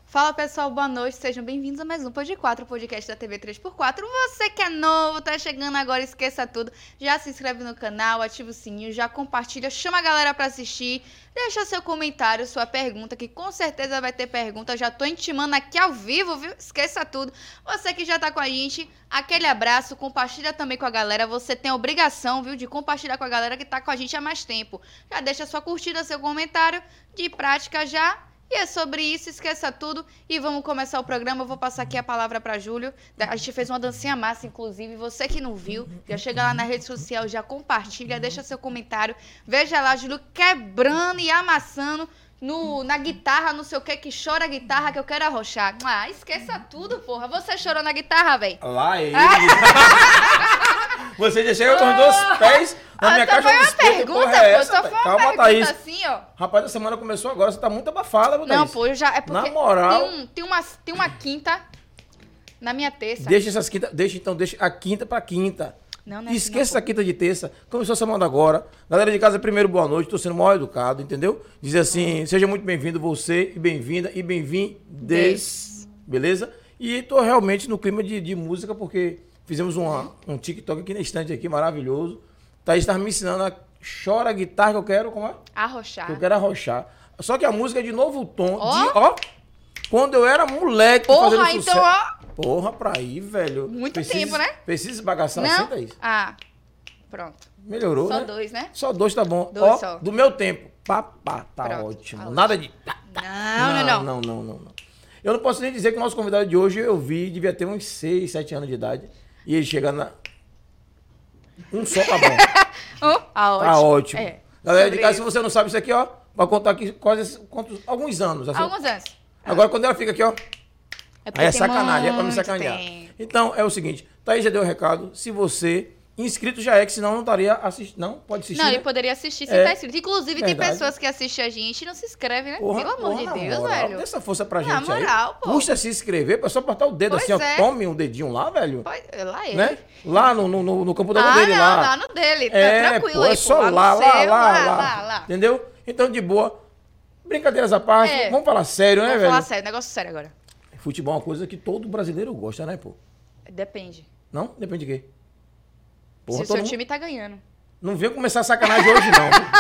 Fala pessoal, boa noite, sejam bem-vindos a mais um Pod 4, podcast da TV 3x4. Você que é novo, tá chegando agora, esqueça tudo, já se inscreve no canal, ativa o sininho, já compartilha, chama a galera pra assistir, deixa seu comentário, sua pergunta, que com certeza vai ter pergunta, já tô intimando aqui ao vivo, viu? Esqueça tudo. Você que já tá com a gente, aquele abraço, compartilha também com a galera, você tem a obrigação, viu, de compartilhar com a galera que tá com a gente há mais tempo. Já deixa sua curtida, seu comentário, de prática já. E é sobre isso, esqueça tudo e vamos começar o programa. Eu vou passar aqui a palavra para Júlio. A gente fez uma dancinha massa, inclusive. Você que não viu, já chega lá na rede social, já compartilha, deixa seu comentário. Veja lá, Júlio quebrando e amassando na guitarra, não sei o que chora a guitarra que eu quero arrochar. Ah, esqueça tudo, porra. Você chorou na guitarra, velho? Lá ele. Você já chega com os dois pés na minha caixa de espeto. Porra, é essa, calma, Thaís. Assim, ó. Rapaz, a semana começou agora, você tá muito abafada, Thaís. Não, pô, eu já... É porque na moral... Tem uma quinta na minha terça. Deixa a quinta pra quinta. Não Esqueça a quinta de terça. Começou a semana agora. Galera de casa, primeiro, boa noite. Tô sendo mal educado, entendeu? Dizer assim, seja muito bem-vindo você, e bem-vinda, e bem-vindes. Beleza? E tô realmente no clima de música, porque fizemos um TikTok aqui na estante, aqui, maravilhoso. Thaís estava me ensinando a chora a guitarra que eu quero, como é? Arrochar. Que eu quero arrochar. Só que a música é de novo tom. Quando eu era moleque, fazendo sucesso. Então, ó. Porra, pra ir, velho. Muito tempo, né? Precisa bagaçar não? assim, Thaís? Ah, pronto. Melhorou, só né? Só 2, né? Só 2 tá bom. Dois só. Do meu tempo. Papá, tá pronto, ótimo. tá Nada de... Não. Eu não posso nem dizer que o nosso convidado de hoje, eu vi, devia ter uns 6, 7 anos de idade. E ele chega na... Um só tá bom. Ótimo. Tá ótimo. É, galera de casa, se você não sabe isso aqui, ó, vai contar aqui alguns anos. Assim. Alguns anos. Agora, quando ela fica aqui, ó, aí é sacanagem, é pra me muito sacanear. tempo. Então, é o seguinte, Thaís já deu o recado, se você... Inscrito já é, que senão não estaria assistindo. Não, pode assistir. Não, né? ele poderia assistir sem estar inscrito. Inclusive, verdade. tem pessoas que assistem a gente e não se inscrevem, né? Porra, Pelo amor de Deus, moral, velho. dê essa força pra gente Na moral, aí. pô. Custa se inscrever, pra só botar o dedo Pois assim, ó. é. Tome um dedinho lá, velho. Lá ele. Né? Lá no computador dele, não, lá. lá no dele. Tá tranquilo pô, aí, é só pô. lá. Entendeu? Então, de boa. Brincadeiras à parte. Vamos falar sério, né, velho? Vamos falar sério, negócio sério agora. Futebol é uma coisa que todo brasileiro gosta, né, pô? Depende. Não? Depende de quê? Porra, Se o seu time tá ganhando. Não vem começar a sacanagem hoje,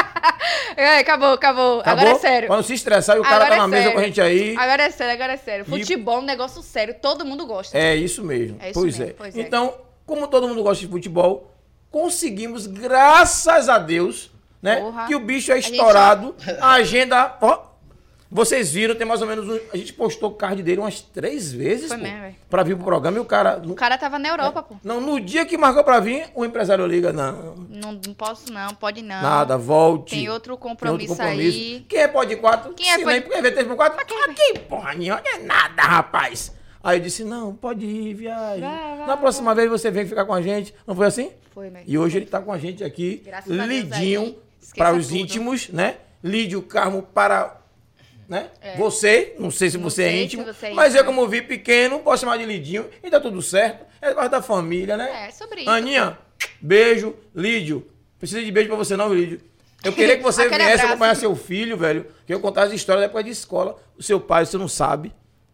não. Acabou. Agora é sério. Pra não se estressar e o cara tá na mesa com a gente aí. Agora é sério. Futebol é um negócio sério, todo mundo gosta. É isso mesmo. Pois é. Então, como todo mundo gosta de futebol, conseguimos, graças a Deus, né? Porra. Que o bicho é estourado. A agenda... Ó, vocês viram, tem mais ou menos... A gente postou o card dele umas 3 vezes, Foi pô, mesmo, velho. pra vir pro programa e o cara... O cara tava na Europa, pô. Não, no dia que marcou pra vir, o empresário liga, não. Não posso não, pode não. Nada, volte. Tem outro compromisso aí. Quem é pode 4? Quem é pode... Quem é 3x4? Aqui, porra nenhuma, não é nada, rapaz. Aí eu disse, não, pode ir, viagem. Na próxima vez você vem ficar com a gente. Não foi assim? Foi mesmo. E hoje ele tá com a gente aqui, graças a Deus Lidinho, aí, para os tudo. íntimos, né? Lídio Carmo para... Né? Você, não sei se você é íntimo, mas eu como vi pequeno, posso chamar de Lidinho e tá tudo certo. É parte da família, né? É, sobre isso. Aninha, beijo. Lídio, precisa de beijo pra você não, Lídio. Eu queria que você Aquele viesse abraço. acompanhar seu filho, velho, que eu contasse a história da época de escola. O seu pai, você não sabe,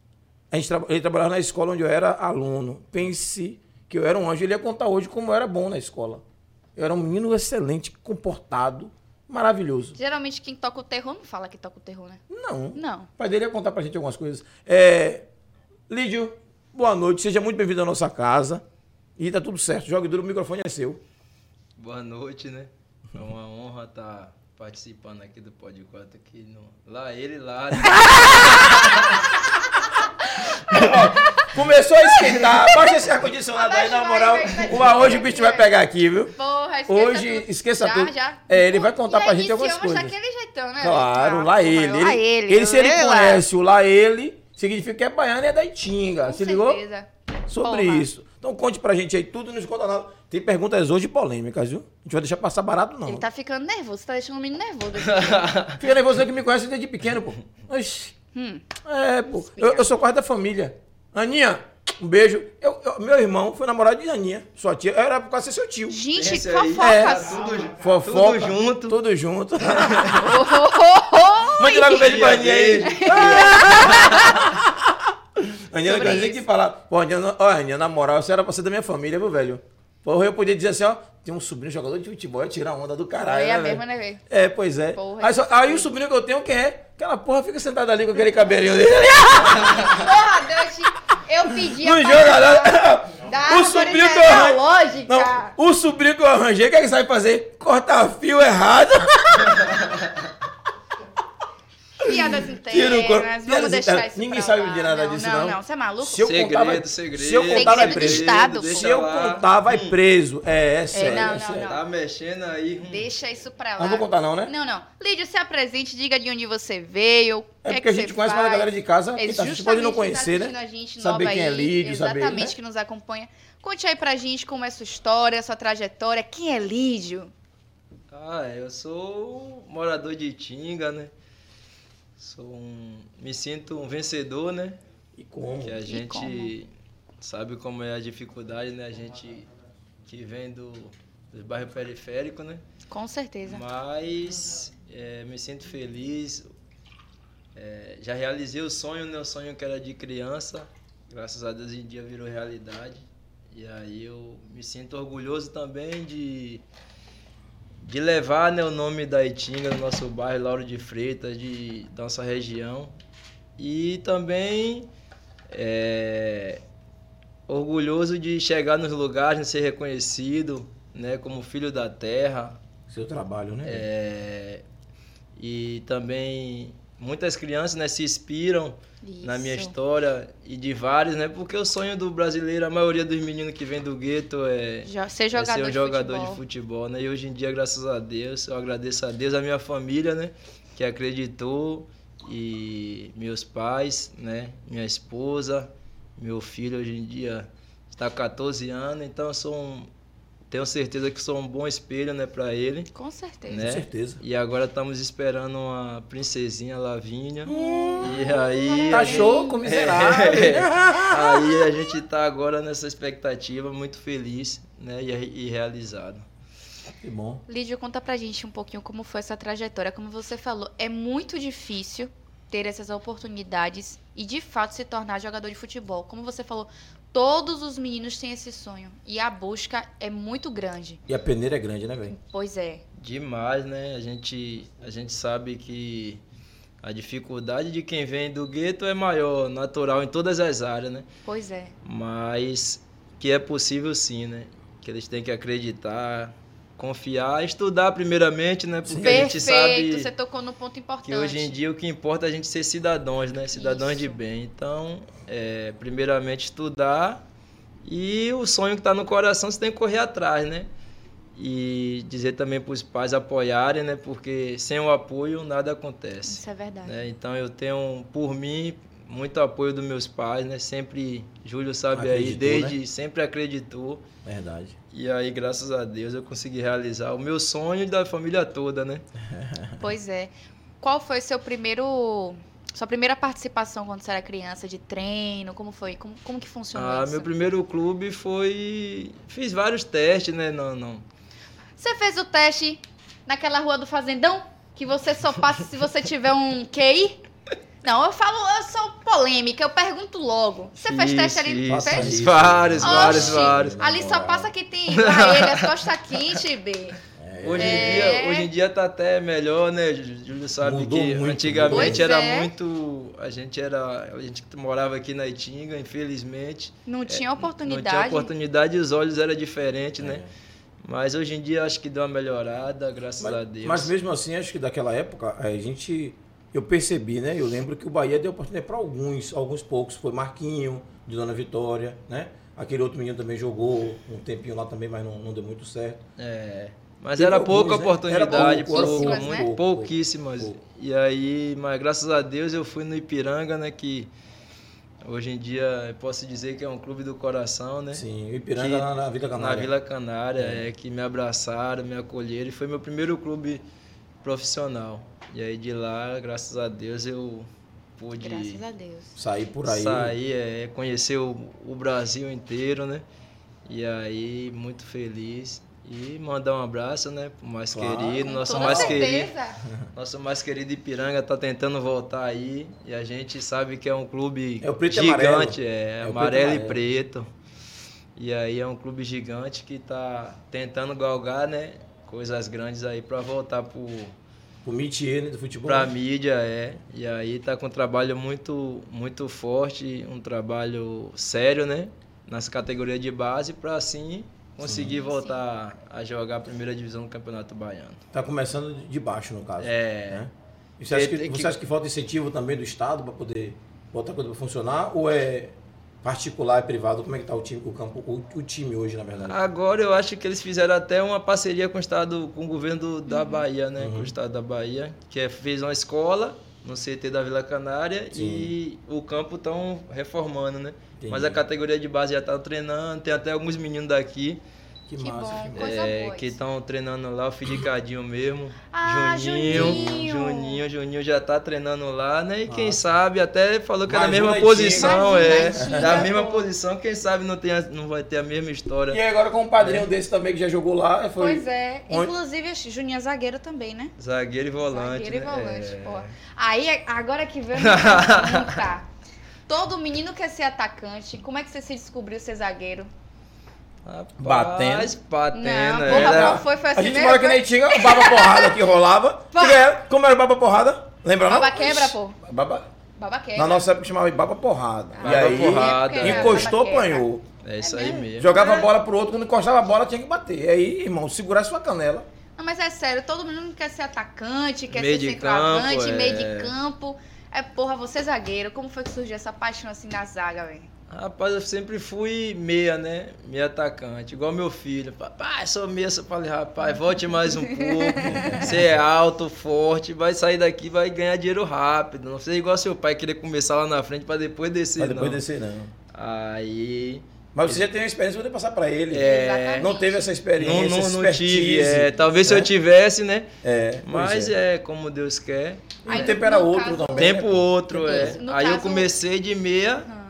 ele trabalhava na escola onde eu era aluno. Pense que eu era um anjo. Ele ia contar hoje como eu era bom na escola. Eu era um menino excelente, comportado, maravilhoso. Geralmente quem toca o terror não fala que toca o terror, né? Não. O pai dele ia contar pra gente algumas coisas. Lídio, boa noite. Seja muito bem-vindo à nossa casa. E tá tudo certo. Jogue duro, o microfone é seu. Boa noite, né? É uma honra estar participando aqui do Pod 4 aqui no... Lá ele, lá... Começou a esquentar. Baixa esse ar-condicionado aí, na moral. Hoje o bicho vai pegar aqui, viu? Porra, esqueça tudo. Já. Ele vai contar pra gente algumas coisas. Daquele jeitão, né? Claro, lá ele. Se ele conhece o lá ele, significa que é baiano e é da Itinga. Com se ligou? certeza. Sobre isso. Então conte pra gente aí tudo, não esconda nada. Tem perguntas hoje polêmicas, viu? A gente vai deixar passar barato, não. Ele tá ficando nervoso, você tá deixando o menino nervoso. Fica nervoso que me conhece desde pequeno, pô. Oxi. Pô. Eu sou quase da família. Aninha, um beijo. Meu irmão foi namorado de Aninha, sua tia. Era por causa de ser seu tio. Gente, Esse aí. fofocas. Fofoca. Tudo junto. Tudo junto. Oh, Mande logo um beijo pra Aninha aí. Aniana Sobre tem isso. que falar. Pô, Aniana, na moral, você era pra ser da minha família, viu, velho? Porra, eu podia dizer assim, ó, tem um sobrinho jogador de futebol, ia tirar onda do caralho. É a né, mesma, velho? né, velho? É, pois é. Porra, Aí o sobrinho que eu tenho, quem é? Aquela porra fica sentada ali com aquele cabelinho dele. Porra, Deus, eu pedi Não a joga nada. da O árvore sobrinho que eu arranjei. genealógica. Não, o sobrinho que eu arranjei, o que é que sabe fazer? Cortar fio errado. Piadas Tira o corpo. internas, Piadas vamos deixar internas. isso Ninguém pra sabe lá. de nada disso, não. Não, você é maluco? Se eu contar, vai- Segredo. Se eu contar, vai Segredo preso. de Estado, pô. Se eu contar, vai preso. É sério. não, é sério. não. Tá mexendo aí. Deixa isso pra lá. Não vou contar não, né? Não. Lídio, se apresente, diga de onde você veio, o É que porque a que gente você conhece mais a faz. galera de casa, que tá, você pode não Justamente conhecer, tá né? assistindo a gente Saber nova quem é aí, Lídio, saber, exatamente, né? que nos acompanha. Conte aí pra gente como é sua história, sua trajetória. Quem é Lídio? Eu sou morador de Itinga, né? Me sinto um vencedor, né? E como? Que a gente como? sabe como é a dificuldade, né? A gente que vem do bairro periférico, né? Com certeza. Mas me sinto feliz. Já realizei o sonho, né? O sonho que era de criança. Graças a Deus, hoje em dia virou realidade. E aí eu me sinto orgulhoso também de levar, né, o nome da Itinga, do nosso bairro, Lauro de Freitas, da nossa região. E também orgulhoso de chegar nos lugares, de ser reconhecido, né, como filho da terra. Seu trabalho, né? E também muitas crianças, né, se inspiram na minha Isso. história e de vários, né? Porque o sonho do brasileiro, a maioria dos meninos que vem do gueto Ser jogador, ser um de jogador futebol. de futebol, né? E hoje em dia, graças a Deus, eu agradeço a Deus, a minha família, né? Que acreditou, e meus pais, né? Minha esposa, meu filho hoje em dia está com 14 anos, então eu tenho certeza que sou um bom espelho, né, para ele. Com certeza. Né? Com certeza. E agora estamos esperando uma princesinha Lavínia. E aí. Tá show com miserável. Aí a gente tá agora nessa expectativa, muito feliz, né? E realizado. Que bom. Lídio, conta pra gente um pouquinho como foi essa trajetória. Como você falou, é muito difícil ter essas oportunidades e de fato se tornar jogador de futebol. Como você falou, todos os meninos têm esse sonho e a busca é muito grande. E a peneira é grande, né, velho? Pois é. Demais, né? A gente sabe que a dificuldade de quem vem do gueto é maior, natural em todas as áreas, né? Pois é. Mas que é possível sim, né? Que eles têm que acreditar, confiar, estudar primeiramente, né? Porque a gente sabe você tocou no ponto importante. que hoje em dia o que importa é a gente ser cidadãos, né? Cidadãos Isso. de bem. Então, primeiramente estudar, e o sonho que está no coração você tem que correr atrás, né? E dizer também para os pais apoiarem, né? Porque sem o apoio nada acontece. Isso é verdade. Né? Então eu tenho, por mim, muito apoio dos meus pais, né? Sempre, Júlio sabe aí, Acreditou, desde né? sempre acreditou. Verdade. E aí, graças a Deus, eu consegui realizar o meu sonho e da família toda, né? Pois é. Qual foi sua primeira participação quando você era criança, de treino? Como foi? Como que funcionou isso? Meu primeiro clube foi... Fiz vários testes, né? Não. Você fez o teste naquela rua do Fazendão? Que você só passa se você tiver um QI? Não, eu sou polêmica, eu pergunto logo. Você fez teste ali? Faça Fez? isso. Vários. Oxi, ali só passa quem tem orelhas, costa quente, B. Hoje em dia tá até melhor, né? Júlio sabe Mudou que muito, antigamente Pois era é. muito... A gente morava aqui na Itinga, infelizmente. Não tinha Não tinha oportunidade. oportunidade e os olhos eram diferentes, né? Mas hoje em dia acho que deu uma melhorada, graças a Deus. Mas mesmo assim, acho que daquela época, eu percebi, né? Eu lembro que o Bahia deu oportunidade para alguns poucos. Foi Marquinho, de Dona Vitória, né? Aquele outro menino também jogou um tempinho lá também, mas não deu muito certo. Mas Teve era alguns, pouca né? oportunidade, Era pouco, né? pouquíssimas. pouco. E aí, mas graças a Deus eu fui no Ipiranga, né? Que hoje em dia eu posso dizer que é um clube do coração, né? Sim, o Ipiranga na Vila Canária. Na Vila Canária, que me abraçaram, me acolheram, e foi meu primeiro clube profissional. E aí de lá, graças a Deus, eu pude Graças a Deus. Sair por aí. conhecer o Brasil inteiro, né? E aí, muito feliz. E mandar um abraço, né, pro mais Claro. querido, Com nosso toda mais certeza. querido. Nosso mais querido Ipiranga tá tentando voltar aí. E a gente sabe que é um clube É o preto e gigante, amarelo. é o amarelo preto e preto. E aí é um clube gigante que tá tentando galgar, né, coisas grandes aí pra voltar O métier, né, do futebol. pra mídia, E aí tá com um trabalho muito forte, um trabalho sério, né, nas categorias de base pra assim conseguir voltar a jogar a primeira divisão do Campeonato Baiano. Tá começando de baixo, no caso. É. Né? E você acha Tem que- você acha que falta incentivo também do Estado para poder botar a coisa para funcionar? Ou é particular e privado? Como é que tá o time, o time hoje, na verdade? Agora eu acho que eles fizeram até uma parceria com o Estado, com o governo da Bahia, né? Com o Estado da Bahia, fez uma escola no CT da Vila Canária e o campo estão reformando, né? Entendi. Mas a categoria de base já está treinando, tem até alguns meninos daqui Que Que massa, bom. que massa. Coisa boa que isso. estão treinando lá, o Fidicadinho mesmo. Ah, Juninho já tá treinando lá, né? E quem sabe até falou que é da Mais um mesma leitinho. posição, Mais um leitinho, da mesma pô. posição, quem sabe não vai ter a mesma história. E agora com um padrinho desse também que já jogou lá, foi... Pois é. Onde- Inclusive, Juninho é zagueiro também, né? Zagueiro e volante. Zagueiro e né? volante, pô. Aí, agora que veio a minha pergunta. Todo menino quer ser atacante. Como é que você se descobriu ser zagueiro? Rapaz, batendo. Não, porra, era- qual foi? Foi A assim gente mesmo? mora que nem tinha o baba porrada que rolava. Como era o baba porrada? Lembra não? Baba quebra, pô. Baba... Baba quebra. Na nossa época chamava de baba porrada. E Baba aí, porrada. encostou, Baba quebra. apanhou. É isso É aí mesmo? mesmo. Jogava a bola pro outro, quando encostava a bola tinha que bater. E aí, irmão, segurar sua canela. Não, mas é sério, todo menino quer ser atacante, quer Meio ser de centroavante, campo, meio de campo. Porra, você é zagueiro. Como foi que surgiu essa paixão assim na zaga, velho? Rapaz, eu sempre fui meia, né? Meia atacante, igual meu filho. Papai, sou meia. Eu falei, rapaz, volte mais um pouco. Você é alto, forte, vai sair daqui, vai ganhar dinheiro rápido. Não seja igual seu pai, querer começar lá na frente pra depois descer, Pra depois não. descer, não. Aí... Mas você já tem uma experiência pra poder passar pra ele. Exatamente. Não teve essa experiência, essa Não tive, expertise, talvez se né? eu tivesse, né? Mas Mas é como Deus quer. E Aí, o tempo era no outro caso- também. Tempo né? outro, No Aí eu caso- comecei de meia, Ah.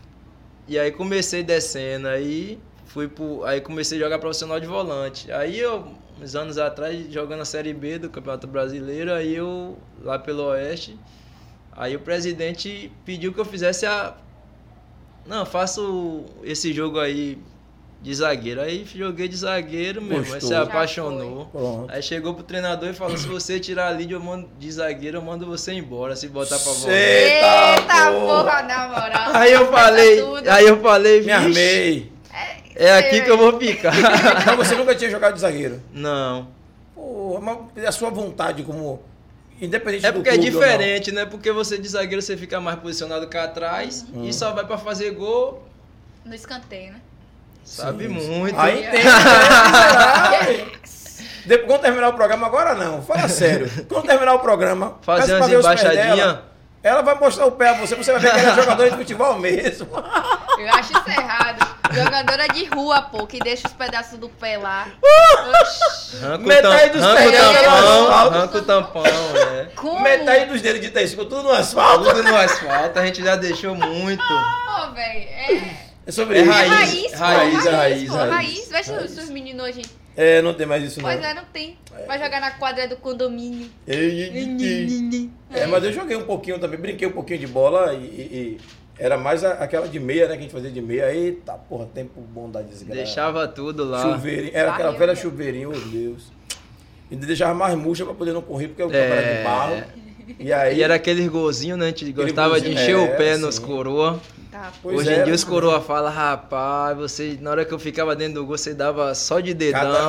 e aí comecei descendo, aí comecei a jogar profissional de volante. Aí eu, uns anos atrás, jogando a Série B do Campeonato Brasileiro, aí eu, lá pelo Oeste, aí o presidente pediu que eu fizesse Não, faço esse jogo aí de zagueiro. Aí joguei de zagueiro mesmo, aí Gostou. se Já apaixonou. Pronto. Aí chegou pro treinador e falou, se você tirar a lead de zagueiro, eu mando você embora, se botar pra volante. Eita porra, na moral. Aí eu falei, Me vixe, armei. é aqui que eu vou ficar. Então você nunca tinha jogado de zagueiro? Não. Pô, mas a sua vontade como... Independente É do porque é clube ou não. diferente, né? Porque você de zagueiro você fica mais posicionado cá atrás e só vai pra fazer gol, No escanteio, né? sabe Sim, sim. muito. Aí tem, miserável. Depois, quando terminar o programa, agora não, fala sério. Quando terminar o programa, Fazer peça pra umas ver os pés embaixadinhas. dela. Ela vai mostrar o pé a você vai ver que ela é jogadora de futebol mesmo. Eu acho isso errado. Jogadora de rua, pô, que deixa os pedaços do pé lá. Oxi. Arranca Metade dos pés dela tá no asfalto. arranca o tampão, né? Como? Metade dos dedos de tênis ficou tudo no asfalto. Tudo no asfalto, a gente já deixou muito. Pô, velho, É sobre É isso. raiz, pô, raiz, pô, raiz. raiz. Veja os meninos hoje. É, não tem mais isso não. Pois é, não tem. Vai jogar na quadra do condomínio. Mas eu joguei um pouquinho também, brinquei um pouquinho de bola e era mais aquela de meia, né, que a gente fazia de meia. Eita, porra, tempo bom da desgraça. Deixava tudo lá. Chuveirinho, era aquela Barril, velha né? chuveirinho, oh Deus. E deixava mais murcha pra poder não correr, porque o campo era de barro. E aí... E era aqueles golzinhos, né? A gente gostava de golzinho, encher o pé sim. nos coroa. Tá, Pois Hoje em era, dia os né? coroa falam, rapaz, você, na hora que eu ficava dentro do gol, você dava só de dedão.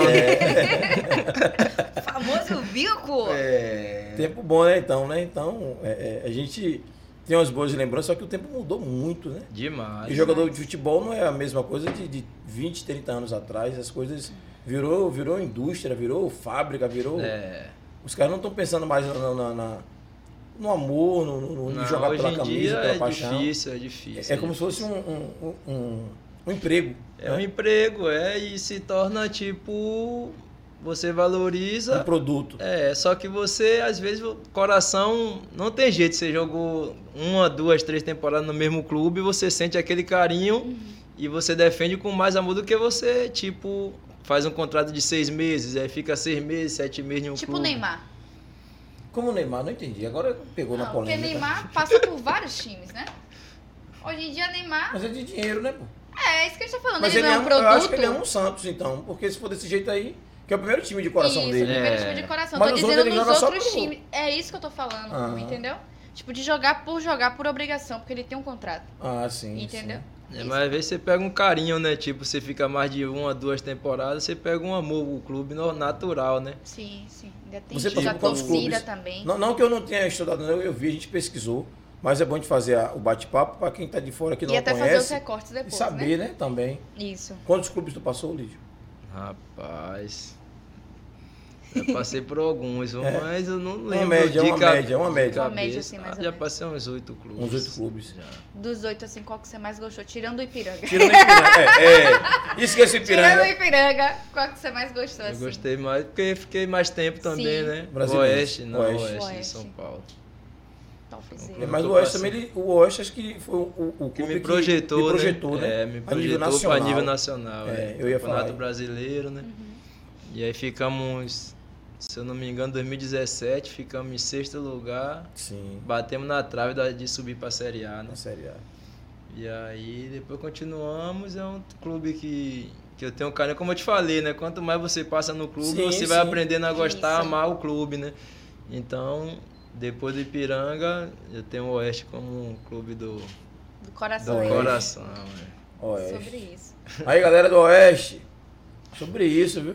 famoso bico. Tempo bom, né? Então, a gente tem umas boas lembranças, só que o tempo mudou muito, né? Demais. E jogador de futebol não é a mesma coisa de 20, 30 anos atrás. As coisas virou indústria, virou fábrica, virou... Os caras não estão pensando mais no amor, no Não, jogar hoje pela em camisa, dia pela é paixão. difícil. É como se fosse um emprego. É um emprego, e se torna tipo, você Um valoriza, produto. só que você, às vezes, o coração, não tem jeito, você jogou 1, 2, 3 temporadas no mesmo clube, você sente aquele carinho e você defende com mais amor do que você, tipo, faz um contrato de 6 meses, aí fica 6 meses, 7 meses em um Tipo o clube. Neymar. Como o Neymar, não entendi. Agora pegou na Não, porque polêmica. Neymar passa por vários times, né? Hoje em dia, Neymar... Mas é de dinheiro, né, pô? É isso que a gente tá falando. Mas ele não é um produto. eu acho que ele é um Santos, então. Porque se for desse jeito aí, que é o primeiro time de coração Isso, dele. o primeiro É. time de coração. Mas Tô os dizendo outros ele nos joga só outros pro- times. É isso que eu tô falando, Aham. entendeu? Tipo, de jogar por obrigação, porque ele tem um contrato. Ah, sim. Entendeu? sim. É, mas às vezes você pega um carinho, né? Tipo, você fica mais de 1 2 temporadas, você pega um amor pro clube natural, né? Sim. Ainda tem Você isso. A passou por quantos torcida clubes? também. Não que eu não tenha estudado, não, eu vi, a gente pesquisou. Mas é bom de fazer o bate-papo para quem tá de fora que E não até fazer os conhece. recortes E depois, saber, né, também. Isso. Quantos clubes tu passou, Lídio? Rapaz. Já passei por alguns, mas eu não lembro. média, de uma ca- média, uma de média. Uma média, cabeça. assim, mais ou Já menos. passei uns 8 clubes. Uns 8 clubes. Já. Dos 8, assim, qual que você mais gostou? Tirando o Ipiranga. Tirando o Ipiranga. Esqueci o Tirando o Ipiranga. Ipiranga, qual que você mais gostou, Eu assim? gostei mais porque fiquei mais tempo também, Sim. né? Brasileiro. Oeste, não, Oeste. Oeste de São Paulo. Topzera. Mas o Eu Oeste passei. também, o Oeste acho que foi o clube Que me projetou, né? É, me A nível projetou nacional. a nível nacional. É, eu ia Campeonato falar. Brasileiro, né? E aí ficamos, se eu não me engano, 2017, ficamos em 6º lugar. Sim, Batemos na trave de subir para a Série A, né? na Série A. E aí depois continuamos, é um clube que eu tenho carinho, como eu te falei, né? Quanto mais você passa no clube, Sim, você vai sim. aprendendo a gostar, Isso. amar o clube, né? Então, depois do Ipiranga, eu tenho o Oeste como um clube do Do coração. Do né? coração. Né? Oeste. Sobre isso. Aí, galera do Oeste, sobre isso, viu?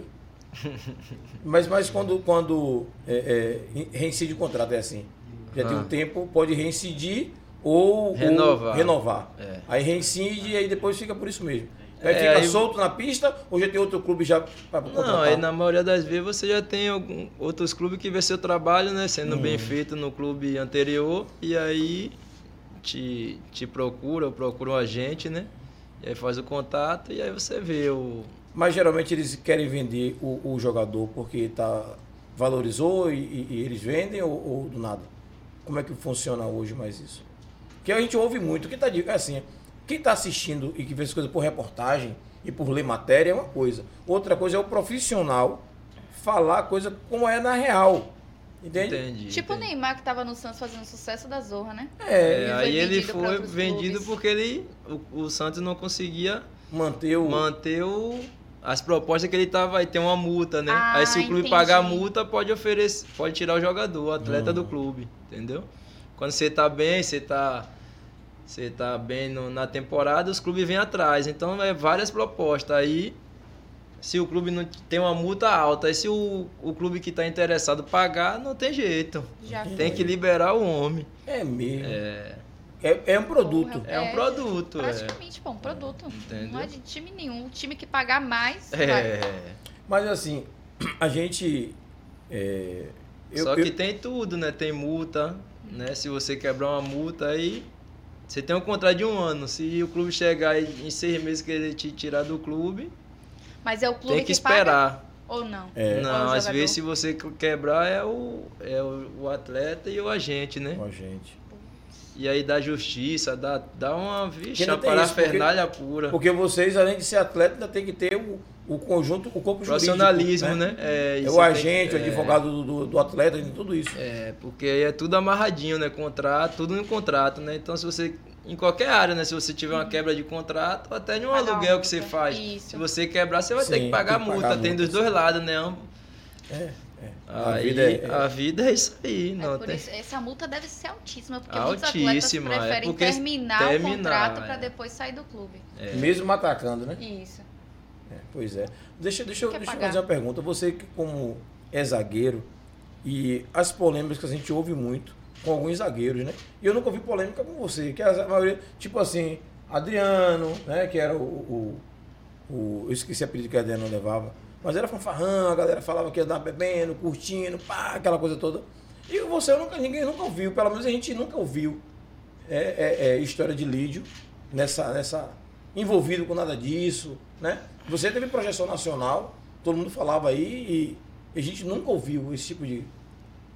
Mas quando reincide o contrato, é assim. Já tem um tempo, pode reincidir ou renovar. É. Aí reincide e aí depois fica por isso mesmo. Aí É, fica aí- solto na pista ou já tem outro clube já para contratar? Não, aí na maioria das vezes você já tem outros clubes que vê seu trabalho, né? Sendo bem feito no clube anterior, e aí te procura, ou procura um agente, né? E aí faz o contato e aí você vê o. Mas geralmente eles querem vender o jogador porque valorizou e eles vendem ou do nada? Como é que funciona hoje mais isso? Porque a gente ouve muito, quem está assistindo e que vê as coisas por reportagem e por ler matéria é uma coisa. Outra coisa é o profissional falar a coisa como é na real. Entende? Entendi. Tipo o entendi. Neymar, que tava no Santos fazendo sucesso da Zorra, né? É, Ele foi aí ele vendido pra foi outros vendido clubes. porque o Santos não conseguia Manter manter as propostas que ele tava aí, tem uma multa, né? Ah, Aí se o clube entendi. pagar a multa, pode tirar o jogador, o atleta do clube, entendeu? Quando você tá bem, você tá bem na temporada, os clubes vêm atrás. Então é várias propostas. Aí se o clube não tem uma multa alta, aí se o clube que tá interessado pagar, não tem jeito. Já Tem que liberar o homem. É mesmo. É um produto. É um produto. Praticamente, pô, um produto. Entendeu? Não é de time nenhum. O time que pagar mais, vai. Mas assim, a gente. Só que tem tudo, né? Tem multa, né? Se você quebrar uma multa, aí você tem um contrato de 1 ano. Se o clube chegar em 6 meses querer te tirar do clube, Mas é o clube tem que paga esperar. ou não? Não, Ou o às jogador? vezes se você quebrar é o atleta e o agente, né? Ó, gente. E aí dá justiça, dá uma Que uma não tem isso, parafernália pura. Porque vocês, além de ser atleta, ainda tem que ter o conjunto, o corpo jurídico. Profissionalismo, né? É isso o tem agente, que- o advogado do atleta, tem tudo isso. Porque aí é tudo amarradinho, né? Contrato, tudo no contrato, né? Então se você, em qualquer área, né? Se você tiver uma quebra de contrato, até de um Pagar aluguel uma que você multa. faz. Isso. Se você quebrar, você vai ter Sim, que pagar tem que multa. pagar Tem multa, dos dois sim. lados, né? A Aí, vida é- a vida é isso aí, É não por tem. isso, essa multa deve ser altíssima, porque Altíssima, muitos é atletas preferem porque terminar o terminar, contrato para é. depois sair do clube. Mesmo atacando, né? Isso. Pois é. Deixa eu Quer pagar. fazer uma pergunta. Você que como é zagueiro e as polêmicas que a gente ouve muito com alguns zagueiros, né? E eu nunca ouvi polêmica com você, que a maioria, tipo assim, Adriano, né? Que era eu esqueci a apelido que Adriano levava, mas era fanfarrão, a galera falava que ia andar bebendo, curtindo, pá, aquela coisa toda. E você, ninguém nunca ouviu, pelo menos a gente nunca ouviu história de Lídio nessa envolvido com nada disso, né? Você teve projeção nacional, todo mundo falava aí e a gente nunca ouviu esse tipo de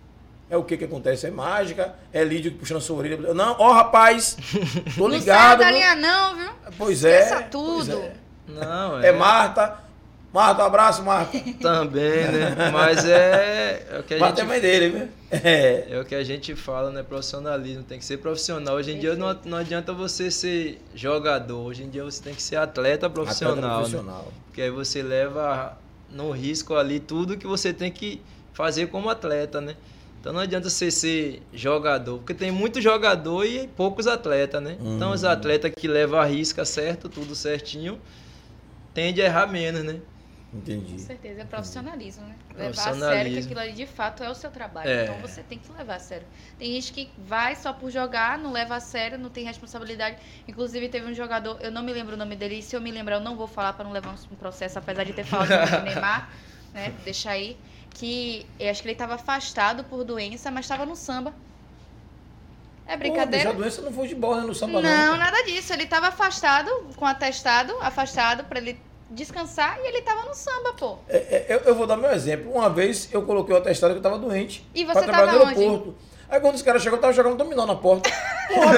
É o que acontece? É mágica? É Lídio puxando a sua orelha? Não, rapaz, tô Não ligado. sai da linha não, viu? Pois Esqueça é. tudo. Pois é. Não, É Marta. Marta, um abraço, Marta. Também, né? Mas é o que a Marta gente... é mãe dele, viu? É o que a gente fala, né? Profissionalismo, tem que ser profissional. Hoje em dia não adianta você ser jogador, hoje em dia você tem que ser atleta profissional. Né? Porque aí você leva no risco ali tudo que você tem que fazer como atleta, né? Então não adianta você ser jogador, porque tem muito jogador e poucos atletas, né? Então os atletas que levam a risca certo, tudo certinho, tende a errar menos, né? Entendi. Com certeza, é profissionalismo, né? Levar a Profissionalismo. sério que aquilo ali de fato é o seu trabalho. É. Então você tem que levar a sério. Tem gente que vai só por jogar, não leva a sério, não tem responsabilidade. Inclusive teve um jogador, eu não me lembro o nome dele, e se eu me lembrar eu não vou falar para não levar um processo, apesar de ter falado o nome do Neymar, né? Deixa aí. Que eu acho que ele estava afastado por doença, mas estava no samba. É brincadeira? Pô, a doença não foi de bola, né? No samba Não, nada disso. Ele estava afastado, com atestado, afastado para ele descansar e ele tava no samba, pô. Eu vou dar meu exemplo. Uma vez eu coloquei o atestado que eu tava doente. E você pra trabalhar tava no aeroporto. Aí quando os caras chegou, eu tava jogando dominó na porta. Porra,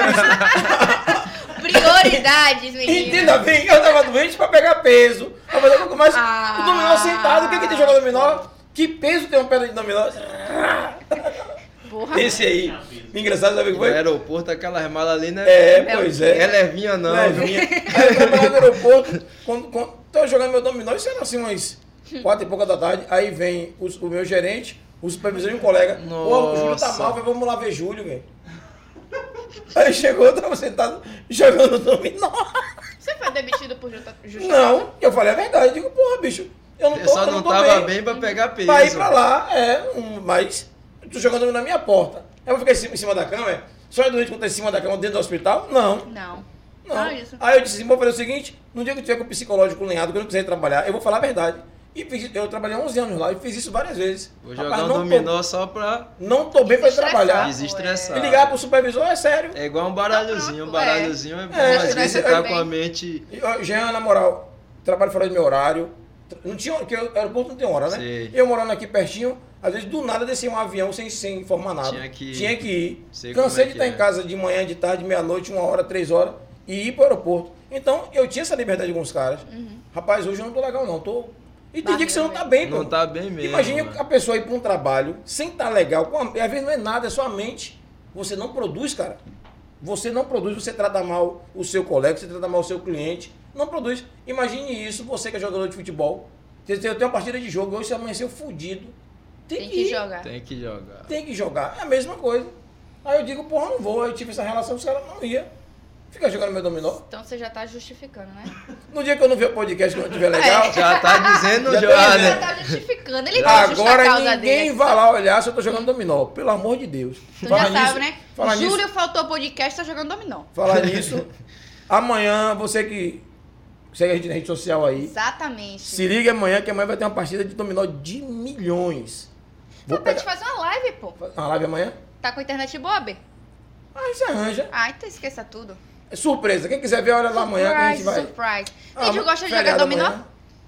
prioridades, menino. Entenda bem, eu tava doente pra pegar peso. Mas o dominó sentado, o que tem jogar dominó? Que peso tem uma pedra de dominó? Porra. Esse aí. Engraçado, sabe o que foi? No aeroporto, aquelas malas ali, né? Pois é. É levinha não. Levinha. Aí eu trabalhava no aeroporto, quando tava jogando meu dominó, isso era assim umas 4 e pouca da tarde, aí vem o meu gerente, o supervisor e um colega. Pô, o Júlio tá mal, velho, vamos lá ver Júlio, velho. Aí chegou, eu tava sentado jogando dominó. Você foi demitido por justa Não, eu falei a verdade, eu digo, porra, bicho, eu não tô, só eu não tô tava bem pra pegar peso. Pra ir pra lá, mas eu tô jogando na minha porta. Eu vou ficar em cima da cama, Só é doente quando tá em cima da cama dentro do hospital? Não. Não. Não. Isso. Aí eu disse assim, vou fazer o seguinte, no dia que eu tiver com o psicológico alinhado, que eu não precisei trabalhar, eu vou falar a verdade. E eu trabalhei 11 anos lá e fiz isso várias vezes. Vou jogar um dominó só pra... Não tô bem pra trabalhar. Desestressar. E ligar pro supervisor, é sério. É igual um baralhozinho. Um baralhozinho é bom. É, Às vezes você tá com a mente... Jean, na moral, trabalho fora do meu horário. Não tinha, porque o aeroporto não tem hora, né? Sim. Eu morando aqui pertinho, às vezes do nada descia um avião sem informar nada. Tinha que ir. Cansei de estar em casa de manhã, de tarde, meia-noite, 1 hora, 3 horas e ir pro aeroporto. Então, eu tinha essa liberdade com os caras. Rapaz, hoje eu não tô legal não, E tem dia que você não tá bem, pô. Não tá bem mesmo. Imagina a pessoa ir pra um trabalho sem estar legal, às vezes não é nada, é só a mente. Você não produz, cara. Você não produz, você trata mal o seu colega, você trata mal o seu cliente. Não produz. Imagine isso, você que é jogador de futebol. Você tem uma partida de jogo, hoje você amanheceu fudido. Tem que jogar. Tem que jogar. Tem que jogar. É a mesma coisa. Aí eu digo, porra, não vou. Aí eu tive essa relação, os caras não iam. Fica jogando meu dominó. Então você já tá justificando, né? No dia que eu não ver o podcast, que eu não tiver legal... Já tá dizendo Já já, tá né? Já tá justificando. Ele tá justa Agora causa ninguém dele. vai lá olhar se eu tô jogando dominó. Pelo amor de Deus. Tu já sabe, né? Júlio faltou podcast, tá jogando dominó. Falar nisso, amanhã, você que segue a gente na rede social aí. Exatamente. Se liga amanhã, que amanhã vai ter uma partida de dominó de milhões. Vou te fazer uma live, pô. Uma live amanhã? Tá com a internet boa, B? Aí você arranja. Ah, então esqueça tudo. É surpresa. Quem quiser ver, olha lá amanhã que a gente vai. Surprise. Vídeo gosta de jogar feriado dominó? amanhã.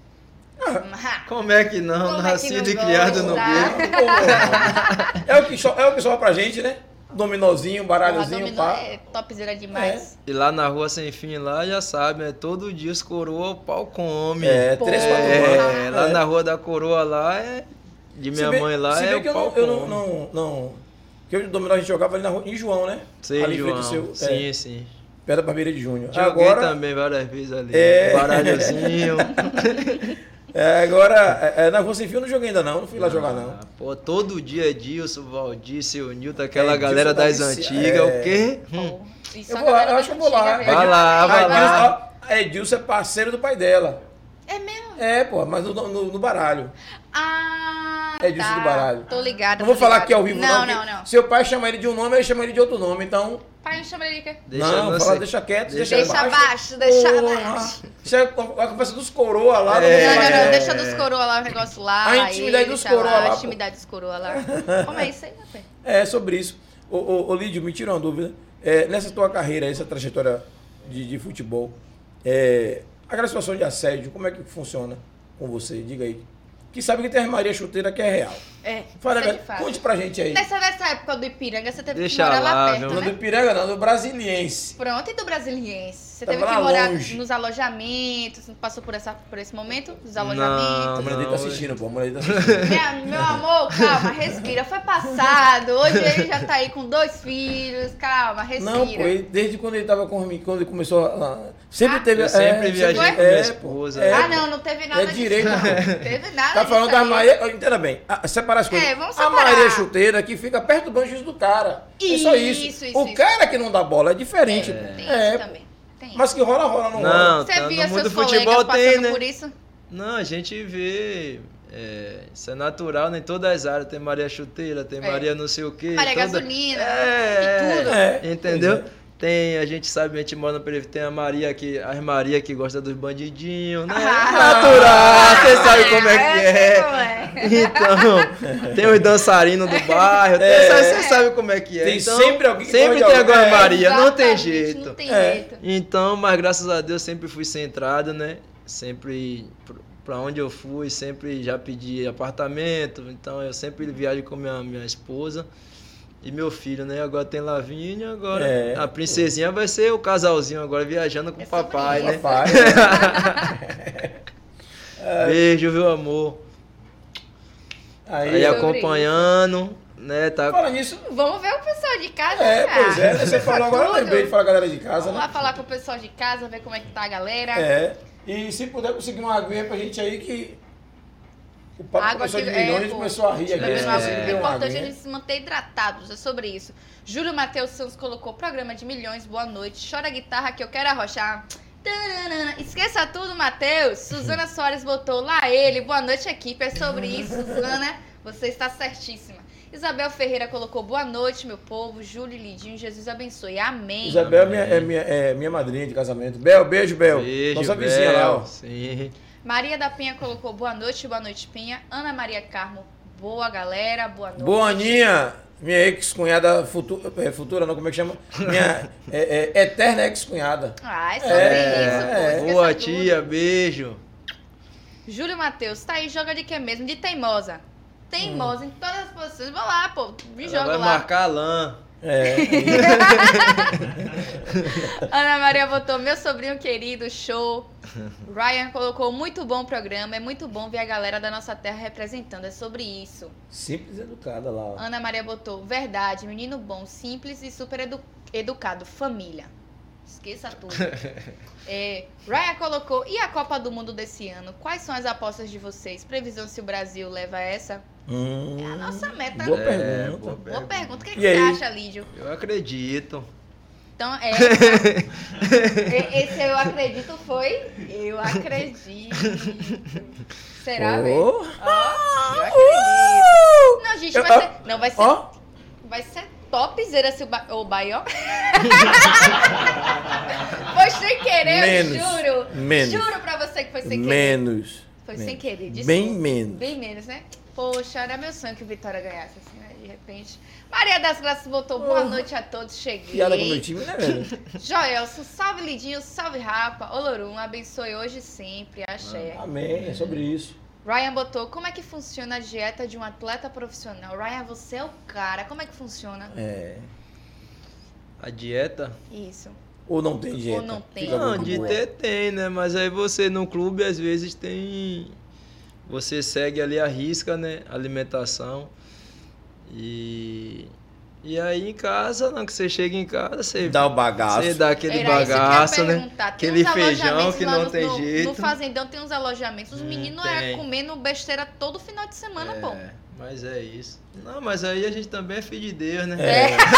Como é que não? Como é que Nascido não e criado no gosta? grupo. É o que sobra pra gente, né? Dominózinho, baralhozinho, dominó pá. é topzera demais. E lá na rua sem fim, lá já sabe, né? Todo dia os coroa, o pau come. É, 3, 4 horas. Lá na rua da coroa lá de minha mãe lá é o pau come. Eu não. Porque o dominó a gente jogava ali na rua, em João, né? Sim, ali João. Seu, Sim. Perto da Barbeira de Júnior. Joguei Agora, também várias vezes ali. Baralhozinho. Agora, na Rua Sem Fio eu não joguei ainda não fui lá jogar não. Pô, todo dia Dilson, Valdir, seu Nilton, aquela Dilson galera das tá antigas, o quê? Eu vou lá, eu acho que eu vou lá. Vai lá. A Edilson é parceiro do pai dela. É mesmo? É, pô, mas no baralho. Ah, É Edilson do baralho. Tô ligada. Não vou falar aqui ao vivo não. Não. Seu pai chama ele de um nome, ele chama ele de outro nome, então... Pai, chama ele de quê? Deixa quieto, deixa abaixo. Deixa abaixo. Isso é a conversa dos coroa lá. Não, deixa dos coroa lá, o negócio lá. A intimidade dos coroa lá. A intimidade dos coroa lá. Como é isso aí, meu filho? É, sobre isso. Ô Lídio, me tira uma dúvida. Nessa tua carreira, essa trajetória de futebol, aquela situação de assédio, como é que funciona com você? Diga aí. Que sabe que tem a Maria Chuteira que é real. Fala, isso é de fato. conte pra gente aí. Nessa época do Ipiranga, você teve Deixa que morar lá lá, perto, meu. Não do né? Ipiranga, não, do Brasiliense. Pronto, e do Brasiliense? Você Tava teve que lá morar longe. nos alojamentos, passou por esse momento? Dos A alojamentos? mulher dele tá Não, assistindo, pô. A mulher dele tá assistindo. Meu amor, calma, respira. Foi passado. Hoje ele já tá aí com 2 filhos. Calma, respira. Não, pô, desde quando ele tava comigo, quando ele começou a... Sempre teve... Eu sempre viajei com minha esposa. Não teve nada É direito, disso. não. Não teve nada Tá falando disso da aí. Maria... Entenda bem, separa as coisas. Vamos a separar. Maria Chuteira aqui fica perto do banjo do cara. É só isso. O cara que não dá bola é diferente. pô. Tem isso também. Tem. Mas que rola, não rola. Não, Você tá, via no mundo seus do futebol colegas tem, passando né? por isso? Não, a gente vê. Isso é natural, né? Em todas as áreas. Tem Maria Chuteira, tem Maria não sei o quê. Maria toda... Gasolina, e tudo. Entendeu? Pois é. Tem, a gente sabe, a gente mora na periferia, tem as Maria que gosta dos bandidinhos, né? Ah, Natural, você sabe como é que é. Como é. Então, tem os dançarinos do bairro, você sabe como é que é. Tem Então, sempre alguém que sempre gosta tem de agora alguém. Maria, não tem Exatamente, jeito. Não tem jeito. Então, mas graças a Deus sempre fui centrado, né? Sempre pra onde eu fui, sempre já pedi apartamento. Então eu sempre viajo com minha esposa e meu filho, né? Agora tem Lavínia, agora a princesinha vai ser o casalzinho agora viajando com o papai, né? Papai. Beijo, viu, amor? Aí acompanhando, né? Tá... Fala nisso. Vamos ver o pessoal de casa. Pois é. Você falou agora, eu lembrei de falar a galera de casa, Vamos lá né? falar com o pessoal de casa, ver como é que tá a galera. E se puder conseguir uma aguinha pra gente aí que... O papo Água começou que- de milhões, a gente pô, começou a rir aqui. bebendo água. esqueci de É beber uma importante a aguinha. gente se manter hidratados, é sobre isso. Júlio Matheus Santos colocou programa de milhões, boa noite. Chora a guitarra que eu quero arrochar. Tanana. Esqueça tudo, Matheus. Suzana Soares botou lá ele. Boa noite, equipe. É sobre isso, Suzana. Você está certíssima. Isabel Ferreira colocou boa noite, meu povo. Júlio e Lidinho, Jesus abençoe. Amém. Isabel é minha madrinha de casamento. beijo, Bel. Beijo, Nossa vizinha lá, ó. Sim. Maria da Penha colocou boa noite, Penha. Ana Maria Carmo, boa galera, boa noite. Boa Aninha, minha ex-cunhada futura, não, como é que chama? Minha eterna ex-cunhada. Ah, é sobre isso, pô. Esqueça Boa tudo. tia, beijo. Júlio Matheus, tá aí, joga de quê mesmo? De teimosa. Teimosa em todas as posições. Vou lá, pô, me Ela joga vai lá. marcar a lã. Ana Maria botou, meu sobrinho querido, show. Ryan colocou, muito bom programa, é muito bom ver a galera da nossa terra representando, é sobre isso. Simples e educada lá, ó. Ana Maria botou, verdade, menino bom, simples e super educado, família. Esqueça tudo. Ryan colocou, e a Copa do Mundo desse ano? Quais são as apostas de vocês? Previsão se o Brasil leva essa? É a nossa meta. Boa né? pergunta. Boa pergunta. O que, E que você aí? acha, Lídio? Eu acredito. Então, esse eu acredito foi. Eu acredito. Será, velho? Oh. Eu acredito. Não, gente, vai ser. Não, vai ser. Ó, Vai ser topzera se o Bahia. Foi sem querer, Menos. eu juro. Menos. Juro pra você que foi sem querer. menos. Foi sem querer, desculpa. Bem menos. Bem menos, né? Poxa, era meu sonho que o Vitória ganhasse, assim, né? De repente. Maria das Graças botou boa noite a todos, cheguei. Piada com o meu time, né, velho? Joelson, salve Lidinho, salve Rapa, Olorum, abençoe hoje e sempre, axé. Amém, é sobre isso. Ryan botou, como é que funciona a dieta de um atleta profissional? Ryan, você é o cara, como é que funciona? A dieta? Isso. Ou não tem dieta? Ou não tem. Fica Não, muito de bom. ter tem, né? Mas aí você no clube às vezes tem. Você segue ali a risca, né? Alimentação. E aí em casa, não, que você chega em casa, você Dá o bagaço. Você dá aquele Era isso que eu ia bagaço, né? perguntar. Tem Aquele uns feijão alojamentos que lá não tem jeito. No Fazendão tem uns alojamentos. Os meninos tem. comendo besteira todo final de semana, pô. Mas é isso. Não, mas aí a gente também é filho de Deus, né?